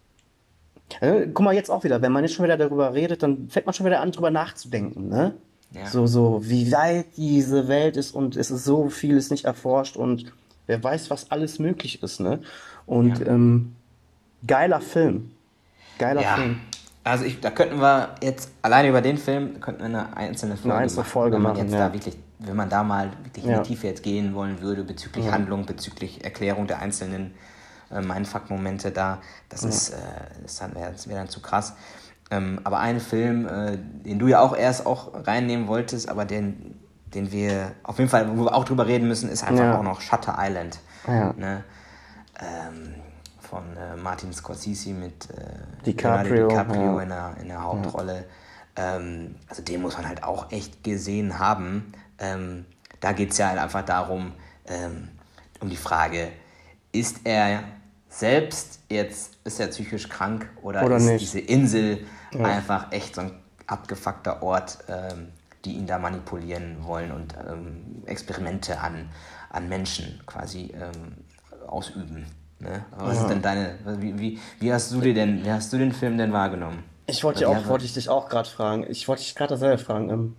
äh, guck mal, jetzt auch wieder, wenn man jetzt schon wieder darüber redet, dann fängt man schon wieder an, drüber nachzudenken, ne? ja, So, so, wie weit diese Welt ist und es ist so vieles nicht erforscht und wer weiß, was alles möglich ist, ne? Und ja. ähm, geiler Film, geiler Ja, Film. Also ich, da könnten wir jetzt, alleine über den Film, könnten wir eine einzelne Folge Eine einzelne machen, Folge wenn man machen, jetzt ja. da wirklich, wenn man da mal wirklich in Ja. die Tiefe jetzt gehen wollen würde, bezüglich Ja. Handlung, bezüglich Erklärung der einzelnen äh, Mindfuck-Momente da, das Ja. ist, äh, das wäre wär dann zu krass. Ähm, aber ein Film, äh, den du ja auch erst auch reinnehmen wolltest, aber den, den wir auf jeden Fall, wo wir auch drüber reden müssen, ist einfach Ja. auch noch Shutter Island. Ja. Ne? Ähm, von äh, Martin Scorsese mit äh, DiCaprio, Leonardo DiCaprio ja. in, der, in der Hauptrolle. Ähm, also den muss man halt auch echt gesehen haben. Ähm, da geht es ja halt einfach darum, ähm, um die Frage, ist er selbst jetzt, ist er psychisch krank oder, Oder ist nicht. diese Insel einfach echt so ein abgefuckter Ort, ähm, die ihn da manipulieren wollen und ähm, Experimente an, an Menschen quasi ähm, ausüben. Ne? Aber was ist denn deine, wie, wie, wie hast du dir denn, wie hast du den Film denn wahrgenommen? Ich wollte Oder ja wie auch, hast- wollte ich dich auch gerade fragen. Ich wollte dich gerade dasselbe fragen. Ähm,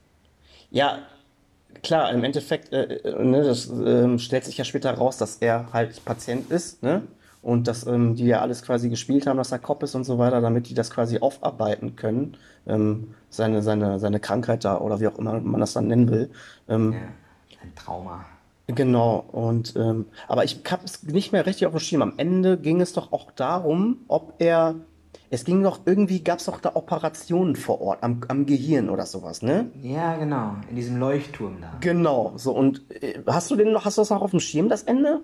ja, klar, im Endeffekt, äh, äh, ne, das ähm, stellt sich ja später raus, dass er halt Patient ist, ne? Und dass ähm, die ja alles quasi gespielt haben, dass er Cop ist und so weiter, damit die das quasi aufarbeiten können, ähm, seine, seine, seine Krankheit da oder wie auch immer man das dann nennen will. Ähm, Ja, ein Trauma. Genau, und ähm, aber ich habe es nicht mehr richtig auf dem Schirm. Am Ende ging es doch auch darum, ob er. Es ging doch irgendwie, gab es doch da Operationen vor Ort am, am Gehirn oder sowas, ne? Ja, genau, in diesem Leuchtturm da. Genau, so und äh, hast du den noch, hast du das noch auf dem Schirm, das Ende?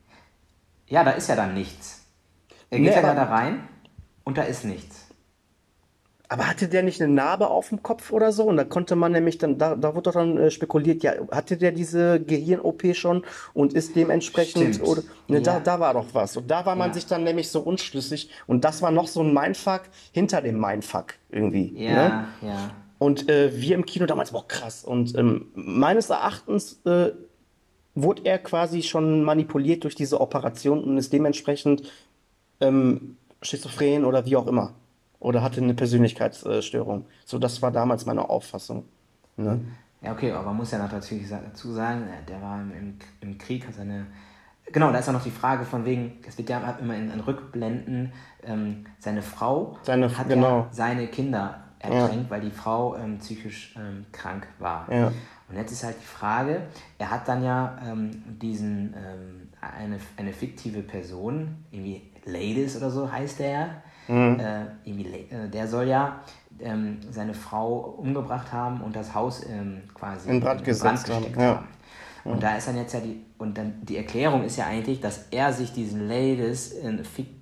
Ja, da ist ja dann nichts. Er geht Nee, ja da, aber, da rein und da ist nichts. aber hatte der nicht eine Narbe auf dem Kopf oder so? Und da konnte man nämlich dann, da, da wurde doch dann äh, spekuliert, ja, hatte der diese Gehirn-O P schon und ist dementsprechend, Stimmt. oder, ne, da, Ja, da war doch was. Und da war man ja, sich dann nämlich so unschlüssig. Und das war noch so ein Mindfuck hinter dem Mindfuck irgendwie, ne? ja, ja. Und äh, wir im Kino damals, boah, krass. Und ähm, meines Erachtens äh, wurde er quasi schon manipuliert durch diese Operation und ist dementsprechend ähm, schizophren oder wie auch immer. Oder hatte eine Persönlichkeitsstörung. So, das war damals meine Auffassung. Ne? Ja, okay, aber man muss ja noch natürlich sa- dazu sagen, äh, der war im, im, im Krieg, hat seine. Genau, da ist auch noch die Frage von wegen, es wird ja immer in, in Rückblenden, ähm, seine Frau Seine, hat genau. ja seine Kinder Ja, ertränkt, weil die Frau ähm, psychisch ähm, krank war. ja, Und jetzt ist halt die Frage, er hat dann ja ähm, diesen, ähm, eine, eine fiktive Person, irgendwie Ladies oder so heißt der ja, mhm. äh, irgendwie, Le- äh, der soll ja ähm, seine Frau umgebracht haben und das Haus ähm, quasi In Brand in gesetzt haben. gesteckt Ja, haben. Und da ist dann jetzt ja die, und dann die Erklärung ist ja eigentlich, dass er sich diesen Ladies in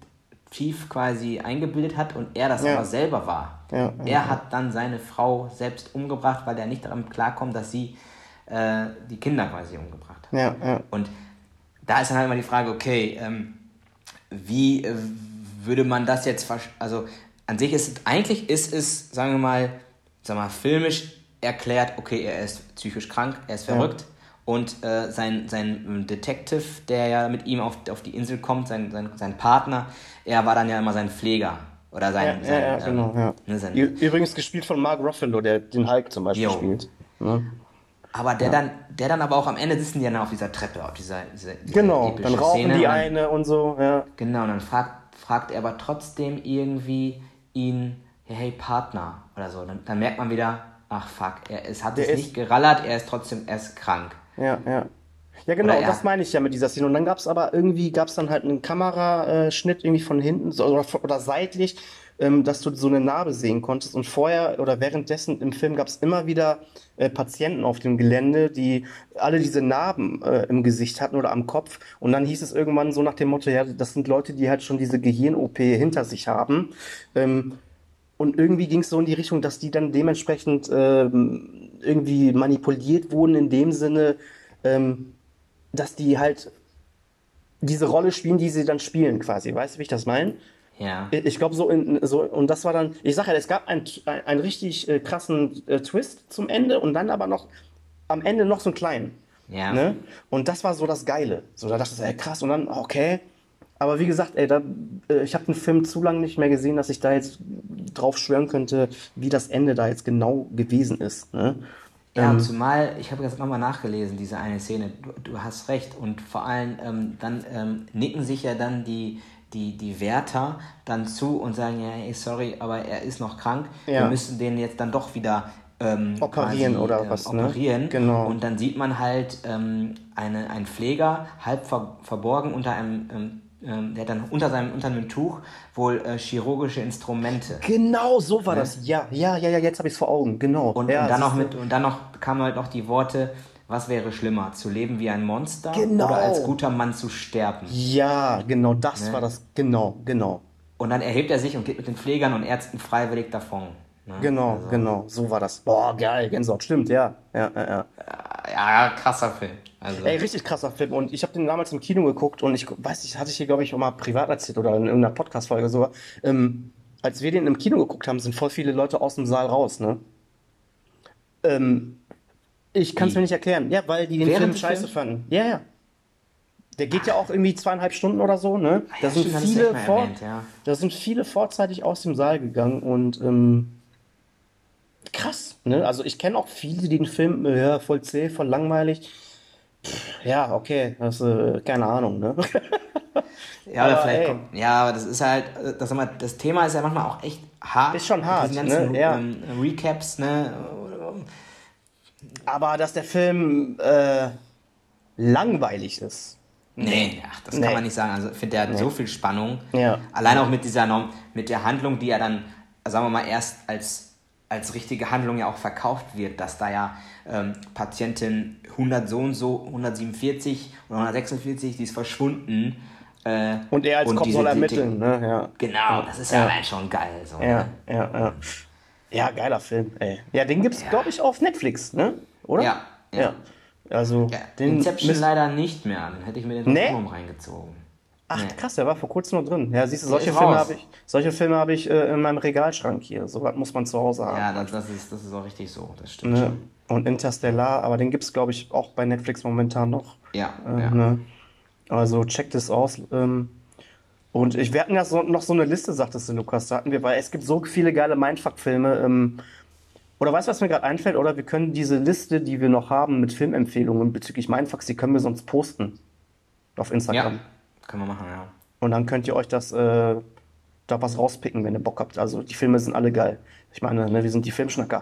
fiktiv quasi eingebildet hat und er das ja, aber selber war. ja, Er ja, hat dann seine Frau selbst umgebracht, weil er nicht daran klarkommt, dass sie äh, die Kinder quasi umgebracht hat. ja, ja. Und da ist dann halt immer die Frage, okay, ähm, wie äh, würde man das jetzt, versch- also an sich ist es, eigentlich ist es, sagen wir mal, sag mal, filmisch erklärt, okay, er ist psychisch krank, er ist Ja. verrückt und äh, sein, sein Detective, der ja mit ihm auf, auf die Insel kommt, sein, sein, sein Partner, er war dann ja immer sein Pfleger oder Ja, sein, ja, sein, ja, ähm, genau, ja. ne, sein Ü- Übrigens gespielt von Mark Ruffalo, der den Hulk zum Beispiel Jo. spielt. Ne? Aber der, Ja. dann, der dann aber auch am Ende sitzen die dann auf dieser Treppe, auf dieser, dieser, dieser Genau, epische dann rauchen Szene. die Und dann, eine und so, ja. genau, und dann fragt, fragt er aber trotzdem irgendwie ihn, hey, hey Partner oder so. Dann, dann merkt man wieder, ach fuck, er es hat Der es ist- nicht gerallert, er ist trotzdem, er ist krank. Ja, ja. Ja, genau, Oder und er- das meine ich ja mit dieser Szene. Und dann gab es aber irgendwie, gab es dann halt einen Kameraschnitt irgendwie von hinten so, oder, oder seitlich, ähm, dass du so eine Narbe sehen konntest. Und vorher oder währenddessen im Film gab es immer wieder äh, Patienten auf dem Gelände, die alle diese Narben äh, im Gesicht hatten oder am Kopf. Und dann hieß es irgendwann so nach dem Motto, ja, das sind Leute, die halt schon diese Gehirn-O P hinter sich haben. Ähm, Und irgendwie ging es so in die Richtung, dass die dann dementsprechend ähm, irgendwie manipuliert wurden in dem Sinne, ähm, dass die halt diese Rolle spielen, die sie dann spielen quasi. Weißt du, wie ich das meine? Ja. Ich glaube so, in, so, und das war dann, ich sage ja, es gab einen, einen richtig äh, krassen äh, Twist zum Ende und dann aber noch am Ende noch so einen kleinen. Ja. Ne? Und das war so das Geile. So, da dachte ich, ey, krass, und dann, okay. Aber wie gesagt, ey, da, äh, ich habe den Film zu lange nicht mehr gesehen, dass ich da jetzt drauf schwören könnte, wie das Ende da jetzt genau gewesen ist. Ne? Ja, Ähm, und zumal, ich habe das nochmal nachgelesen, diese eine Szene, du, du hast recht und vor allem ähm, dann ähm, nicken sich ja dann die, die, die Wärter dann zu und sagen, ja, hey, sorry, aber er ist noch krank. Ja. Wir müssen den jetzt dann doch wieder ähm, Operieren quasi, oder ähm, was, ne? operieren. Genau. Und dann sieht man halt ähm, eine, einen Pfleger halb ver verborgen unter einem, ähm, ähm, der hat dann unter seinem unter einem Tuch wohl äh, chirurgische Instrumente. Genau, so war Ne? das. Ja, ja, ja, ja, jetzt habe ich es vor Augen. Genau. Und, ja, und dann noch siehst du. mit und dann noch kamen halt noch die Worte, was wäre schlimmer, zu leben wie ein Monster Genau. oder als guter Mann zu sterben? Ja, genau, das Ne? war das. Genau, genau. Und dann erhebt er sich und geht mit den Pflegern und Ärzten freiwillig davon. Ne? Genau, Also, genau, so war das. Boah, geil, Gänsehaut, stimmt, ja. Ja, ja, ja. ja, krasser Film. Also, Ey, richtig krasser Film. Und ich habe den damals im Kino geguckt und ich weiß nicht, hatte ich hier, glaube ich, auch mal privat erzählt oder in irgendeiner Podcast-Folge sogar. Ähm, als wir den im Kino geguckt haben, sind voll viele Leute aus dem Saal raus, ne? Ähm, ich kann es Wie? mir nicht erklären. Ja, weil die den Während Film des scheiße Films? fanden. Ja, ja. Der geht ja auch irgendwie zweieinhalb Stunden oder so, ne? Ah Da ja, sind stimmt, das ist echt viele mal vor, erwähnt, ja. da sind viele vorzeitig aus dem Saal gegangen und ähm, krass, ne? Also ich kenne auch viele, die den Film, äh, ja, voll zäh, voll langweilig. Ja, okay, das, äh, keine Ahnung, ne? Ja, oder Aber vielleicht ey, kommt. Ja, aber das ist halt, äh, das, sag mal, das Thema ist ja manchmal auch echt hart. ist schon Mit hart, diesen ganzen ne? Ja. ähm, Recaps, ne? Aber dass der Film äh, langweilig ist. Nee, ach, das kann Nee. man nicht sagen. Also ich finde, der hat Nee. so viel Spannung. Ja. Allein auch mit dieser Norm, mit der Handlung, die ja dann, sagen wir mal, erst als, als richtige Handlung ja auch verkauft wird, dass da ja ähm, Patientin hundert so und so, hundertsiebenundvierzig oder hundertsechsundvierzig, die ist verschwunden. Äh, Und er als und Kopf diese- soll die- ermitteln, ne? Ja. Genau, das ist ja, Ja. allein schon geil. So, Ja, ne? ja, ja. Ja, geiler Film, ey. Ja, den gibt's, Ja. glaube ich, auf Netflix, ne? Oder? Ja, ja. Ja. Also, Ja, den Inception müsst- leider nicht mehr. Dann hätte ich mir den Nee? Maximum reingezogen. Ach, Nee. krass, der war vor kurzem noch drin. Ja, siehst du, Der solche ist Filme raus. habe ich, solche Filme habe ich äh, in meinem Regalschrank hier. So was muss man zu Hause haben. Ja, das, das, ist, das ist auch richtig so. Das stimmt Ne? schon. Und Interstellar, aber den gibt's, glaube ich, auch bei Netflix momentan noch. Ja, Äh, ja. ne? Also checkt es aus. Ähm, und ich, wir hatten ja so, noch so eine Liste, sagtest du, Lukas, da hatten wir, weil es gibt so viele geile Mindfuck-Filme. Ähm, oder weißt du, was mir gerade einfällt? Oder wir können diese Liste, die wir noch haben mit Filmempfehlungen bezüglich Mindfucks, die können wir sonst posten auf Instagram. Ja, können wir machen, ja. Und dann könnt ihr euch das, äh, da was rauspicken, wenn ihr Bock habt. Also die Filme sind alle geil. Ich meine, ne, wir sind die Filmschnacker.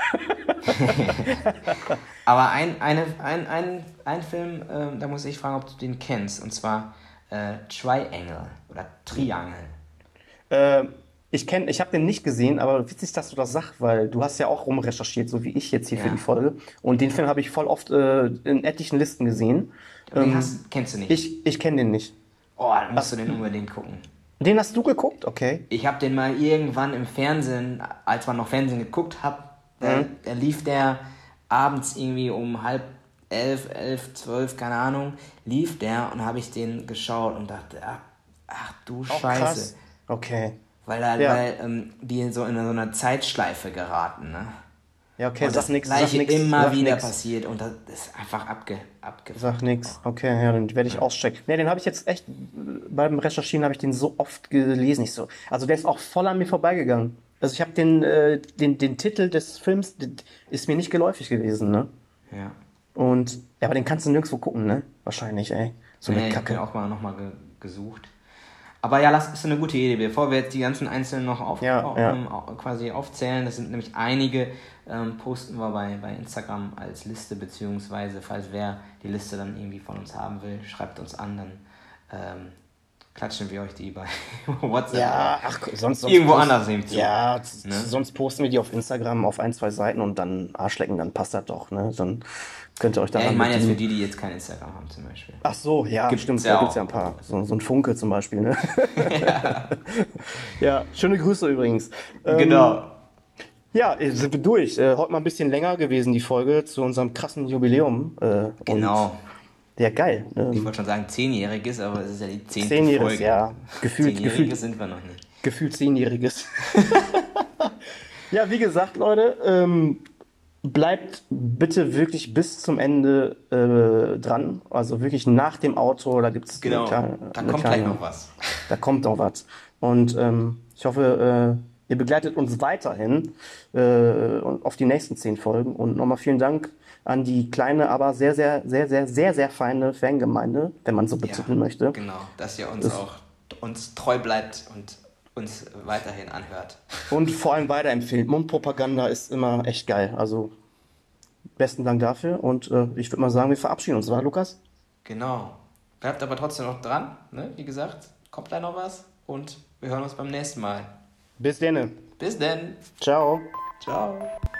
Aber ein, eine, ein, ein, ein Film, ähm, da muss ich fragen, ob du den kennst. Und zwar äh, Triangle oder Triangle. Äh, ich kenn, ich habe den nicht gesehen, aber witzig, dass du das sagst, weil du hast ja auch rumrecherchiert, so wie ich jetzt hier für Ja. die Folge. Und den Film habe ich voll oft äh, in etlichen Listen gesehen. Aber den Ähm, hast, kennst du nicht. ich ich kenne den nicht. Oh, dann musst du den unbedingt gucken. Den hast du geguckt? Okay. Ich habe den mal irgendwann im Fernsehen, als man noch Fernsehen geguckt hat, da, Mhm. da lief der abends irgendwie um halb elf, elf, zwölf, keine Ahnung, lief der und habe ich den geschaut und dachte, ach, ach du Auch Scheiße. krass. Okay. Weil, da, Ja. weil ähm, die so in so einer Zeitschleife geraten, ne? Ja, okay, Und sag das nix, sag Gleiche nix, immer sag wieder nix. passiert und das ist einfach abge, abgefuckt. Sag nix. Okay, ja, dann werde ich auschecken. Ne, den habe ich jetzt echt, beim Recherchieren habe ich den so oft gelesen. Ich so, also der ist auch voll an mir vorbeigegangen. Also ich habe den, äh, den, den Titel des Films, das ist mir nicht geläufig gewesen, ne? Ja. Und, ja, aber den kannst du nirgendwo gucken, ne? Wahrscheinlich, ey. So eine Nee, ich habe den Kacke. auch mal nochmal ge gesucht. Aber ja, das ist eine gute Idee. Bevor wir jetzt die ganzen einzelnen noch auf, Ja, au- ja. ähm, au- quasi aufzählen, das sind nämlich einige, ähm, posten wir bei, bei Instagram als Liste, beziehungsweise falls wer die Liste dann irgendwie von uns haben will, schreibt uns an, dann ähm, klatschen wir euch die bei WhatsApp. Ja, ach, sonst, sonst Irgendwo post- anders nehmen zu. Ja, z- Ne? sonst posten wir die auf Instagram auf ein, zwei Seiten und dann Arschlecken, dann passt das doch, ne? Dann könnt ihr euch Ja, daran ich meine jetzt für bedienen. die, die jetzt kein Instagram haben zum Beispiel. Ach so, ja, Gibt's stimmt, ja da gibt's ja auch. ein paar. So, so ein Funke zum Beispiel, ne? Ja, ja, schöne Grüße übrigens. Ähm, Genau. Ja, äh, sind wir durch. Äh, heute mal ein bisschen länger gewesen, die Folge, zu unserem krassen Jubiläum. Äh, Genau. Und, ja, geil. Ne? Ich wollte schon sagen zehnjähriges, aber es ist ja die zehnte Zehnjähriges, Folge. ja. Gefühlt, Zehnjähriges gefühlt, sind wir noch nicht. gefühlt Zehnjähriges. Ja, wie gesagt, Leute, ähm, bleibt bitte wirklich bis zum Ende äh, dran. Also wirklich nach dem Auto, da gibt es Genau, da kommt gleich noch was. Da kommt noch was. Und ähm, ich hoffe, äh, ihr begleitet uns weiterhin äh, und auf die nächsten zehn Folgen. Und nochmal vielen Dank an die kleine, aber sehr, sehr, sehr, sehr, sehr, sehr feine Fangemeinde, wenn man so betiteln möchte. Genau, dass ihr uns auch uns treu bleibt und uns weiterhin anhört. Und vor allem weiterempfehlen. Mundpropaganda ist immer echt geil. Also besten Dank dafür und äh, ich würde mal sagen, wir verabschieden uns, oder Lukas? Genau. Bleibt aber trotzdem noch dran, ne? Wie gesagt, kommt da noch was und wir hören uns beim nächsten Mal. Bis denne. Bis denn. Ciao. Ciao.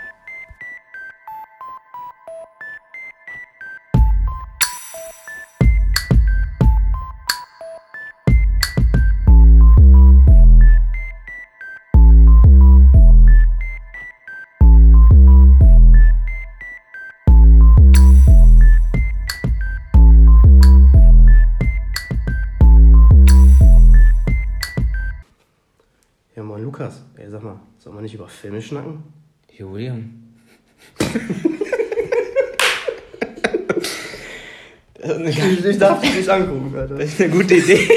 Ja, moin Lukas. Ey, sag mal, soll man nicht über Filme schnacken? Hier, William. Ich, ich darf dich nicht angucken, Alter. Das ist eine gute Idee.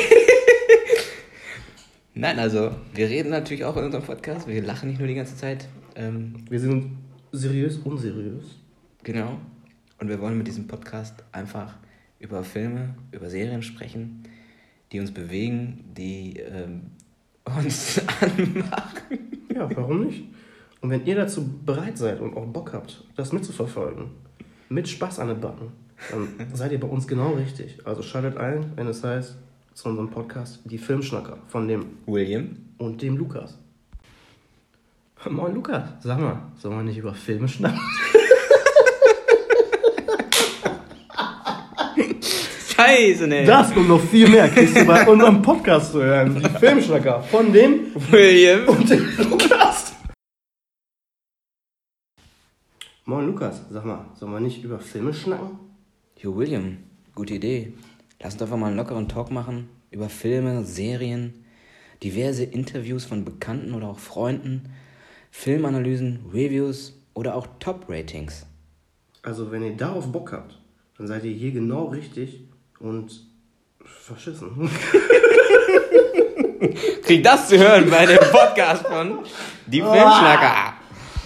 Nein, also, wir reden natürlich auch in unserem Podcast. Wir lachen nicht nur die ganze Zeit. Ähm, Wir sind seriös, unseriös. genau. Und wir wollen mit diesem Podcast einfach über Filme, über Serien sprechen, die uns bewegen, die ähm, uns anmachen. Ja, warum nicht? Und wenn ihr dazu bereit seid und auch Bock habt, das mitzuverfolgen, mit Spaß an den Backen, dann seid ihr bei uns genau richtig. Also schaltet ein, wenn es heißt, zu unserem Podcast Die Filmschnacker von dem William. und dem Lukas. Moin Lukas, sag mal, soll man nicht über Filme schnacken? Scheiße, ne? Das und noch viel mehr kriegst du bei unserem Podcast zu hören. Die Filmschnacker von dem William und dem Lukas. Moin Lukas, sag mal, soll man nicht über Filme schnacken? Jo, William, gute Idee. Lass uns einfach mal einen lockeren Talk machen über Filme, Serien, diverse Interviews von Bekannten oder auch Freunden, Filmanalysen, Reviews oder auch Top-Ratings. Also wenn ihr darauf Bock habt, dann seid ihr hier genau richtig und verschissen. Krieg das zu hören bei dem Podcast von Die Filmschnacker.